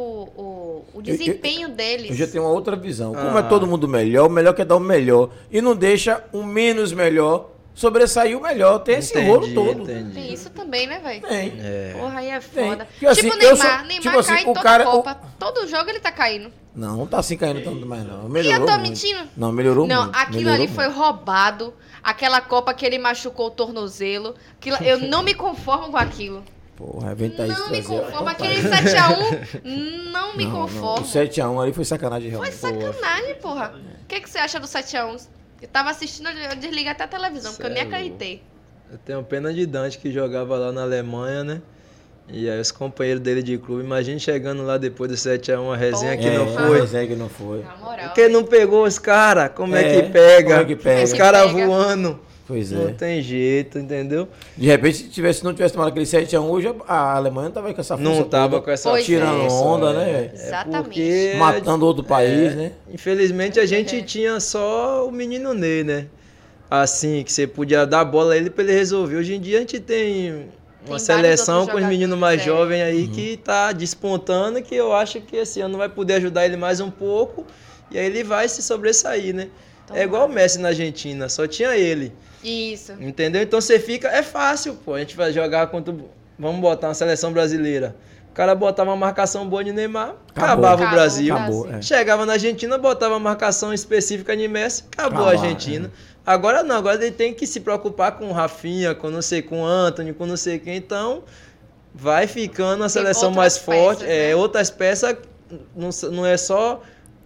o desempenho deles... Eu já tenho uma outra visão. Como é todo mundo melhor, o melhor quer dar o melhor. E não deixa o menos melhor sobressair o melhor. Tem esse rolo todo. Tem isso também, né, velho? Tem. Porra, aí é foda. Porque, assim, tipo o Neymar. Neymar tipo assim, cai em toda Copa. Todo jogo ele tá caindo. Não tá assim caindo tanto mais, não. E eu Melhorou tô muito. mentindo? Não, melhorou muito. Não, aquilo melhorou ali muito. foi roubado. Aquela Copa que ele machucou o tornozelo. Eu não me conformo com aquilo. Porra, vem Thaís Não me trazer. conformo. Aquele 7x1, não me conformo. O 7x1 ali foi sacanagem realmente. Foi sacanagem, porra. O que você acha do 7x1? Eu tava assistindo, eu desliguei até a televisão, porque eu nem acreditei. Eu tenho pena de Dante, que jogava lá na Alemanha, né? E aí os companheiros dele de clube, imagina chegando lá depois do 7x1, a resenha que não foi. A resenha que não foi. Na moral. Porque não pegou os caras, como é que pega? Como é que pega? Os caras Pega. voando. Pois é. Não tem jeito, entendeu? De repente, se não tivesse tomado aquele 7x1 hoje, a Alemanha não tava com essa força Não tava toda, com essa Pois tirando força, onda, né? Exatamente. Porque Matando outro país, né? infelizmente a gente tinha só o menino Ney, né? Assim, que você podia dar bola a ele pra ele resolver. Hoje em dia a gente tem uma seleção com os meninos mais jovens aí que tá despontando, que eu acho que esse ano vai poder ajudar ele mais um pouco, e aí ele vai se sobressair, né? É igual o Messi na Argentina, só tinha ele. Isso. Entendeu? Então você fica... É fácil, pô. A gente vai jogar contra... Vamos botar uma seleção brasileira. O cara botava uma marcação boa de Neymar, acabava o Brasil. Acabou, Chegava na Argentina, botava uma marcação específica de Messi, acabou a Argentina. Agora não, agora ele tem que se preocupar com o Rafinha, com não sei, com o Antony, com não sei quem. Então, vai ficando a seleção mais forte. Né? Outras peças, não é só...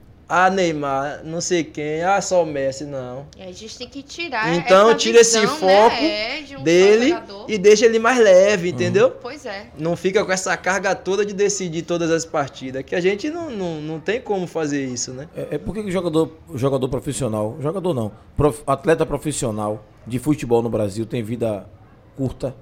Neymar, não sei quem, só o Messi, não. E a gente tem que tirar então, essa tira visão, esse foco de um dele e deixa ele mais leve, entendeu? Pois é. Não fica com essa carga toda de decidir todas as partidas, que a gente não tem como fazer isso, né? Por que o jogador profissional, jogador não, atleta profissional de futebol no Brasil tem vida curta?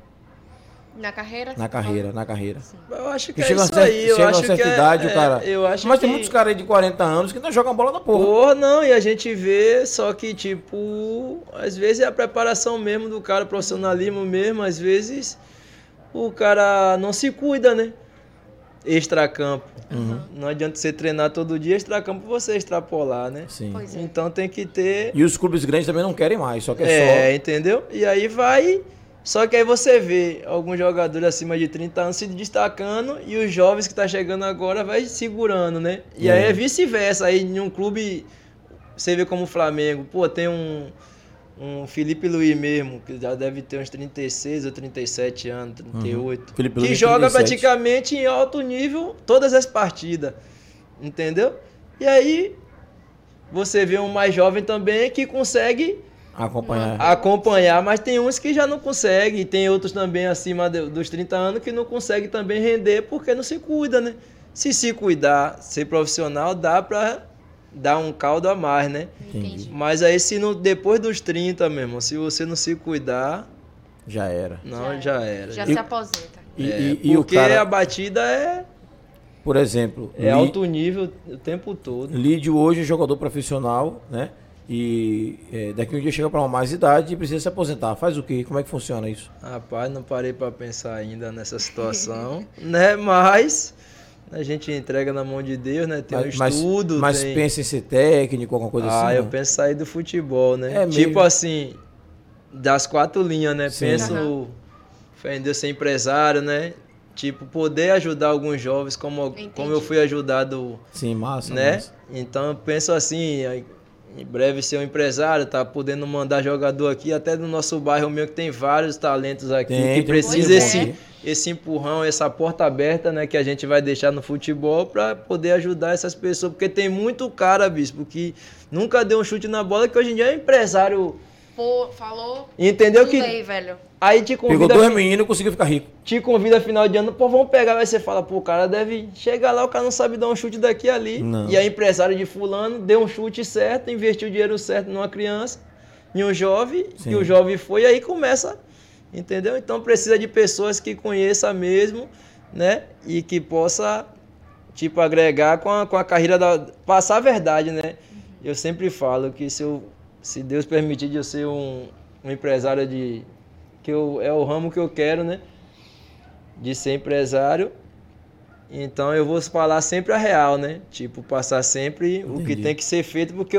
Na carreira? Na carreira. Sim. Eu acho que chega é isso aí. Chega a certa idade, o cara... Eu acho Mas tem muitos caras aí de 40 anos que não jogam bola da porra. Porra, não, e a gente vê, só que, tipo, às vezes é a preparação mesmo do cara, o profissionalismo mesmo, às vezes o cara não se cuida, né? Extracampo. Não adianta você treinar todo dia, extracampo você extrapolar, né? Sim. Pois é. Então tem que ter... E os clubes grandes também não querem mais, só que é só... entendeu? E aí vai... Só que aí você vê alguns jogadores acima de 30 anos se destacando e os jovens que tá chegando agora vai segurando, né? E aí é vice-versa. Aí em um clube, você vê como o Flamengo, pô, tem um Felipe Luiz mesmo, que já deve ter uns 36 ou 37 anos, 38. Felipe Que Luiz, joga 37. praticamente em alto nível todas as partidas, entendeu? E aí você vê um mais jovem também que consegue... acompanhar, mas tem uns que já não conseguem, e tem outros também acima dos 30 anos que não conseguem também render porque não se cuida, né? Se cuidar, ser profissional, dá pra dar um caldo a mais, né? Entendi. Mas aí depois dos 30, meu irmão, se você não se cuidar... Já era. Não, já era. Já se aposenta. Porque o cara, a batida por exemplo... alto nível o tempo todo. Lídio hoje é jogador profissional, né? e daqui um dia chega para uma mais idade e precisa se aposentar. Faz o quê? Como é que funciona isso? Rapaz, não parei para pensar ainda nessa situação, né? Mas a gente entrega na mão de Deus, né? Tem um estudo. Mas pensa em ser técnico, alguma coisa assim? Eu penso em sair do futebol, né? Tipo mesmo? Assim, das 4 linhas, né? Sim. Penso fé em Deus ser empresário, né? Tipo, poder ajudar alguns jovens como eu fui ajudado. Sim, massa, né? Massa. Então, eu penso assim, em breve ser um empresário, tá podendo mandar jogador aqui, até no nosso bairro meu que tem vários talentos aqui, que precisa esse empurrão, essa porta aberta, né, que a gente vai deixar no futebol para poder ajudar essas pessoas, porque tem muito cara, bispo, que nunca deu um chute na bola, que hoje em dia é empresário. Pô, falou. Entendeu que aí, velho. Aí te convida. Pegou 2 meninos e conseguiu ficar rico. Te convida final de ano, pô, vamos pegar. Aí você fala, pô, o cara deve chegar lá, o cara não sabe dar um chute daqui e ali. Não. E a empresário de fulano deu um chute certo, investiu o dinheiro certo numa criança, em um jovem, Sim. E o jovem foi, e aí começa, entendeu? Então precisa de pessoas que conheçam mesmo, né? E que possa, tipo, agregar com a carreira passar a verdade, né? Eu sempre falo que se Deus permitir de eu ser um empresário é o ramo que eu quero, né? De ser empresário. Então eu vou falar sempre a real, né? Tipo, passar sempre o que tem que ser feito, porque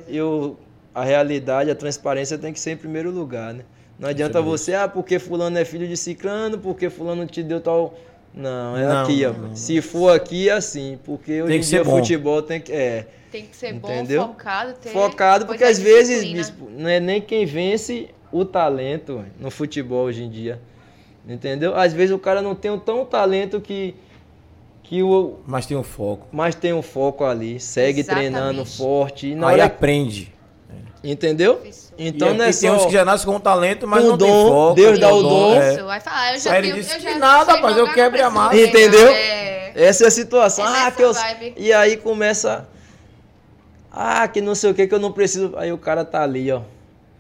a realidade, a transparência tem que ser em primeiro lugar, né? Não adianta você, porque fulano é filho de ciclano, porque fulano te deu tal... Não, aqui, ó. Não. Se for aqui, é assim, porque hoje em dia o futebol tem que... Tem que ser entendeu? Bom, focado. Focado, porque às vezes, bispo, não é nem quem vence o talento no futebol hoje em dia. Entendeu? Às vezes o cara não tem tão talento mas tem um foco. Mas tem um foco ali. Segue treinando forte. E aí aprende. Entendeu? Então não é só... Tem uns que já nascem com um talento, mas não tem foco. Deus dá o dom. Isso, vai falar. Eu já disse que nada, rapaz, eu quebro a massa. Entendeu? Essa é a situação. E aí começa... que não sei o que eu não preciso. Aí o cara tá ali, ó.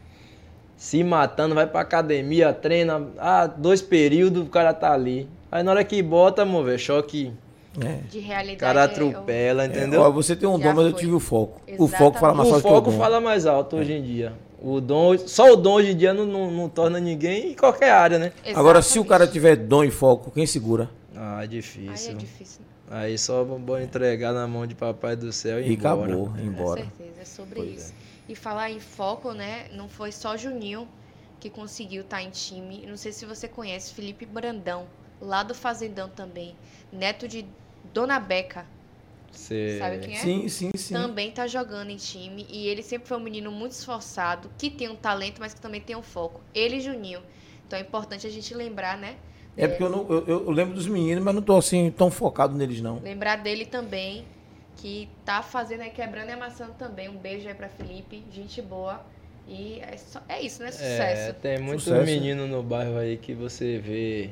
Se matando, vai pra academia, treina. 2 períodos, o cara tá ali. Aí na hora que bota, amor, velho, choque. De realidade. O cara atropela, entendeu? Você tem um dom, mas eu tive o foco. Exatamente. O foco fala mais alto. O foco fala mais alto hoje em dia. Só o dom hoje em dia não torna ninguém em qualquer área, né? Exatamente. Agora, se o cara tiver dom e foco, quem segura? É difícil. Aí é difícil. Aí só vamos entregar na mão de Papai do Céu e embora. Acabou, embora. Com certeza, é sobre isso. E falar em foco, né? Não foi só Juninho que conseguiu estar em time. Não sei se você conhece Felipe Brandão, lá do Fazendão também. Neto de Dona Beca. Sabe quem é? Sim. Também tá jogando em time. E ele sempre foi um menino muito esforçado, que tem um talento, mas que também tem um foco. Ele e Juninho. Então é importante a gente lembrar, né? Porque eu lembro dos meninos, mas não tô assim tão focado neles, não. Lembrar dele também, que tá fazendo aí, quebrando e amassando também. Um beijo aí pra Felipe, gente boa. E é isso, né? Sucesso. Tem muitos meninos no bairro aí que você vê,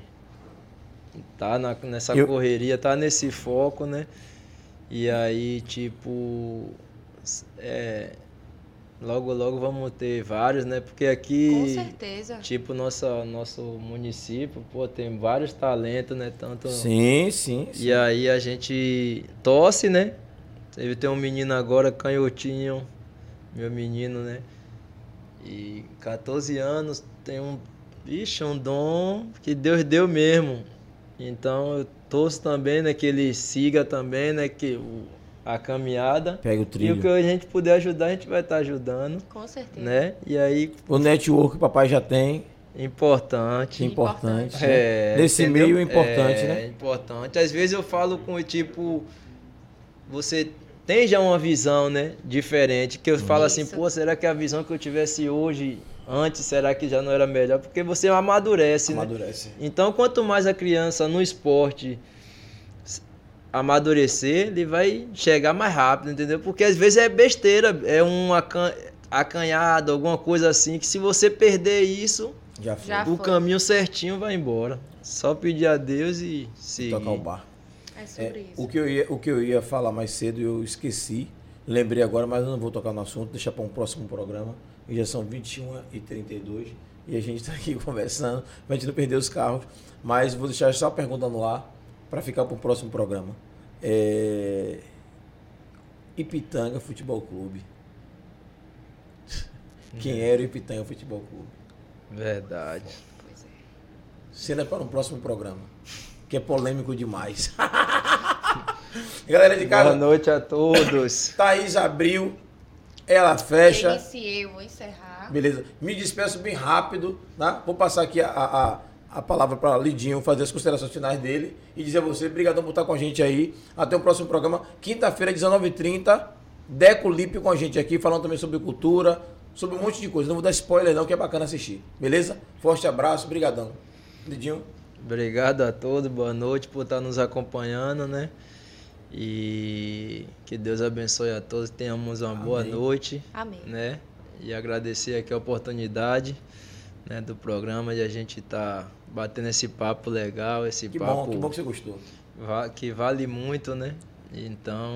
tá nessa correria, tá nesse foco, né? E aí, tipo, logo vamos ter vários, né? Porque aqui, com certeza, tipo, nosso município, tem vários talentos, né? Tanto... Sim. E aí a gente torce, né? Tem um menino agora, canhotinho, meu menino, né? E 14 anos, tem um dom que Deus deu mesmo. Então eu torço também, né? Que ele siga também, né? A caminhada. Pega o trilho. E o que a gente puder ajudar, a gente vai estar ajudando. Com certeza. Né? E aí... O network que o papai já tem. Importante. Nesse meio importante, né? É importante. Às vezes eu falo com tipo... Você tem já uma visão, né? Diferente. Que eu falo assim, será que a visão que eu tivesse hoje... Antes, será que já não era melhor? Porque você amadurece, né? Então, quanto mais a criança no esporte amadurecer, ele vai chegar mais rápido, entendeu? Porque às vezes é besteira, é um acanhado, alguma coisa assim, que se você perder isso, o caminho certinho vai embora. Só pedir a Deus e seguir. Tocar o barco. É sobre isso. O que eu ia falar mais cedo, eu esqueci. Lembrei agora, mas eu não vou tocar no assunto, deixar para um próximo programa. Já são 21h32 e a gente está aqui conversando para a gente não perder os carros. Mas vou deixar só a pergunta no ar para ficar para o próximo programa. Ipitanga Futebol Clube. quem era o Ipitanha Futebol Clube. Verdade. Pois é. Cena para um próximo programa, que é polêmico demais. Galera de casa. Boa noite a todos. Thaís abriu, ela fecha. Eu iniciei, eu vou encerrar. Beleza. Me despeço bem rápido, tá? Vou passar aqui a palavra para Lidinho fazer as considerações finais dele e dizer a você, brigadão por estar com a gente aí. Até o próximo programa, quinta-feira, 19h30, Deco Lipe com a gente aqui, falando também sobre cultura, sobre um monte de coisa. Não vou dar spoiler não, que é bacana assistir. Beleza? Forte abraço, brigadão. Lidinho. Obrigado a todos, boa noite por estar nos acompanhando, né? E que Deus abençoe a todos, tenhamos uma boa noite. Amém. Né? E agradecer aqui a oportunidade, né, do programa de a gente estar batendo esse papo legal, esse Que papo bom que você gostou. que vale muito, né? Então,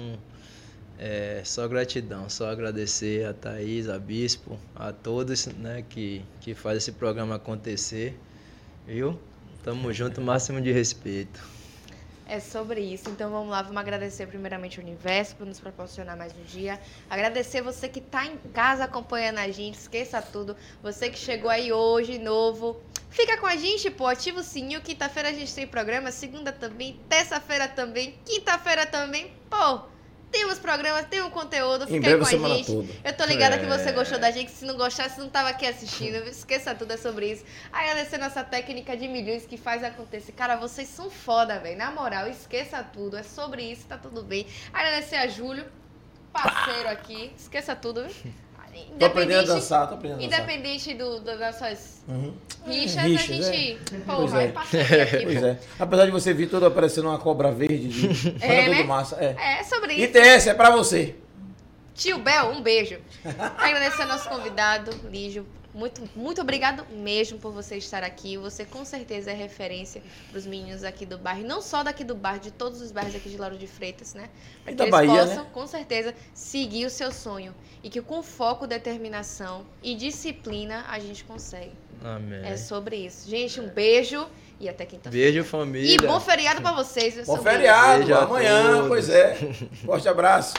só gratidão, só agradecer a Thaís, a Bispo, a todos, né, que faz esse programa acontecer, viu? Tamo junto, máximo de respeito. É sobre isso. Então vamos lá, vamos agradecer primeiramente o Universo por nos proporcionar mais um dia. Agradecer você que está em casa acompanhando a gente, esqueça tudo. Você que chegou aí hoje, novo, fica com a gente, pô, ativa o sininho. Quinta-feira a gente tem programa, segunda também, terça-feira também, quinta-feira também, pô. Temos programas, tem um conteúdo, fica aí com a gente. Toda. Eu tô ligada que você gostou da gente. Se não gostasse, não tava aqui assistindo. Esqueça tudo, é sobre isso. Agradecer nossa técnica de milhões que faz acontecer. Cara, vocês são foda, velho. Na moral, esqueça tudo. É sobre isso, tá tudo bem. Agradecer a Júlio, parceiro aqui. Esqueça tudo, viu? Tô aprendendo a dançar, Independente das nossas rixas, a Rixas, gente... Pois Porra, é. é parceria aqui, Pois pô. é. Apesar de você vir todo aparecendo uma cobra verde, né? tudo massa. É sobre isso. ITS é pra você. Tio Bel, um beijo. Agradecer ao nosso convidado, Lígio. Muito obrigado mesmo por você estar aqui. Você com certeza é referência para os meninos aqui do bairro. Não só daqui do bairro, de todos os bairros aqui de Lauro de Freitas, né? Para que da eles Bahia, possam, né? com certeza, seguir o seu sonho. E que com foco, determinação e disciplina a gente consegue. Amém. É sobre isso. Gente, um beijo e até quinta-feira. Beijo, família. E bom feriado para vocês. Bom feriado, Beijo a amanhã, todos. pois é. Forte abraço.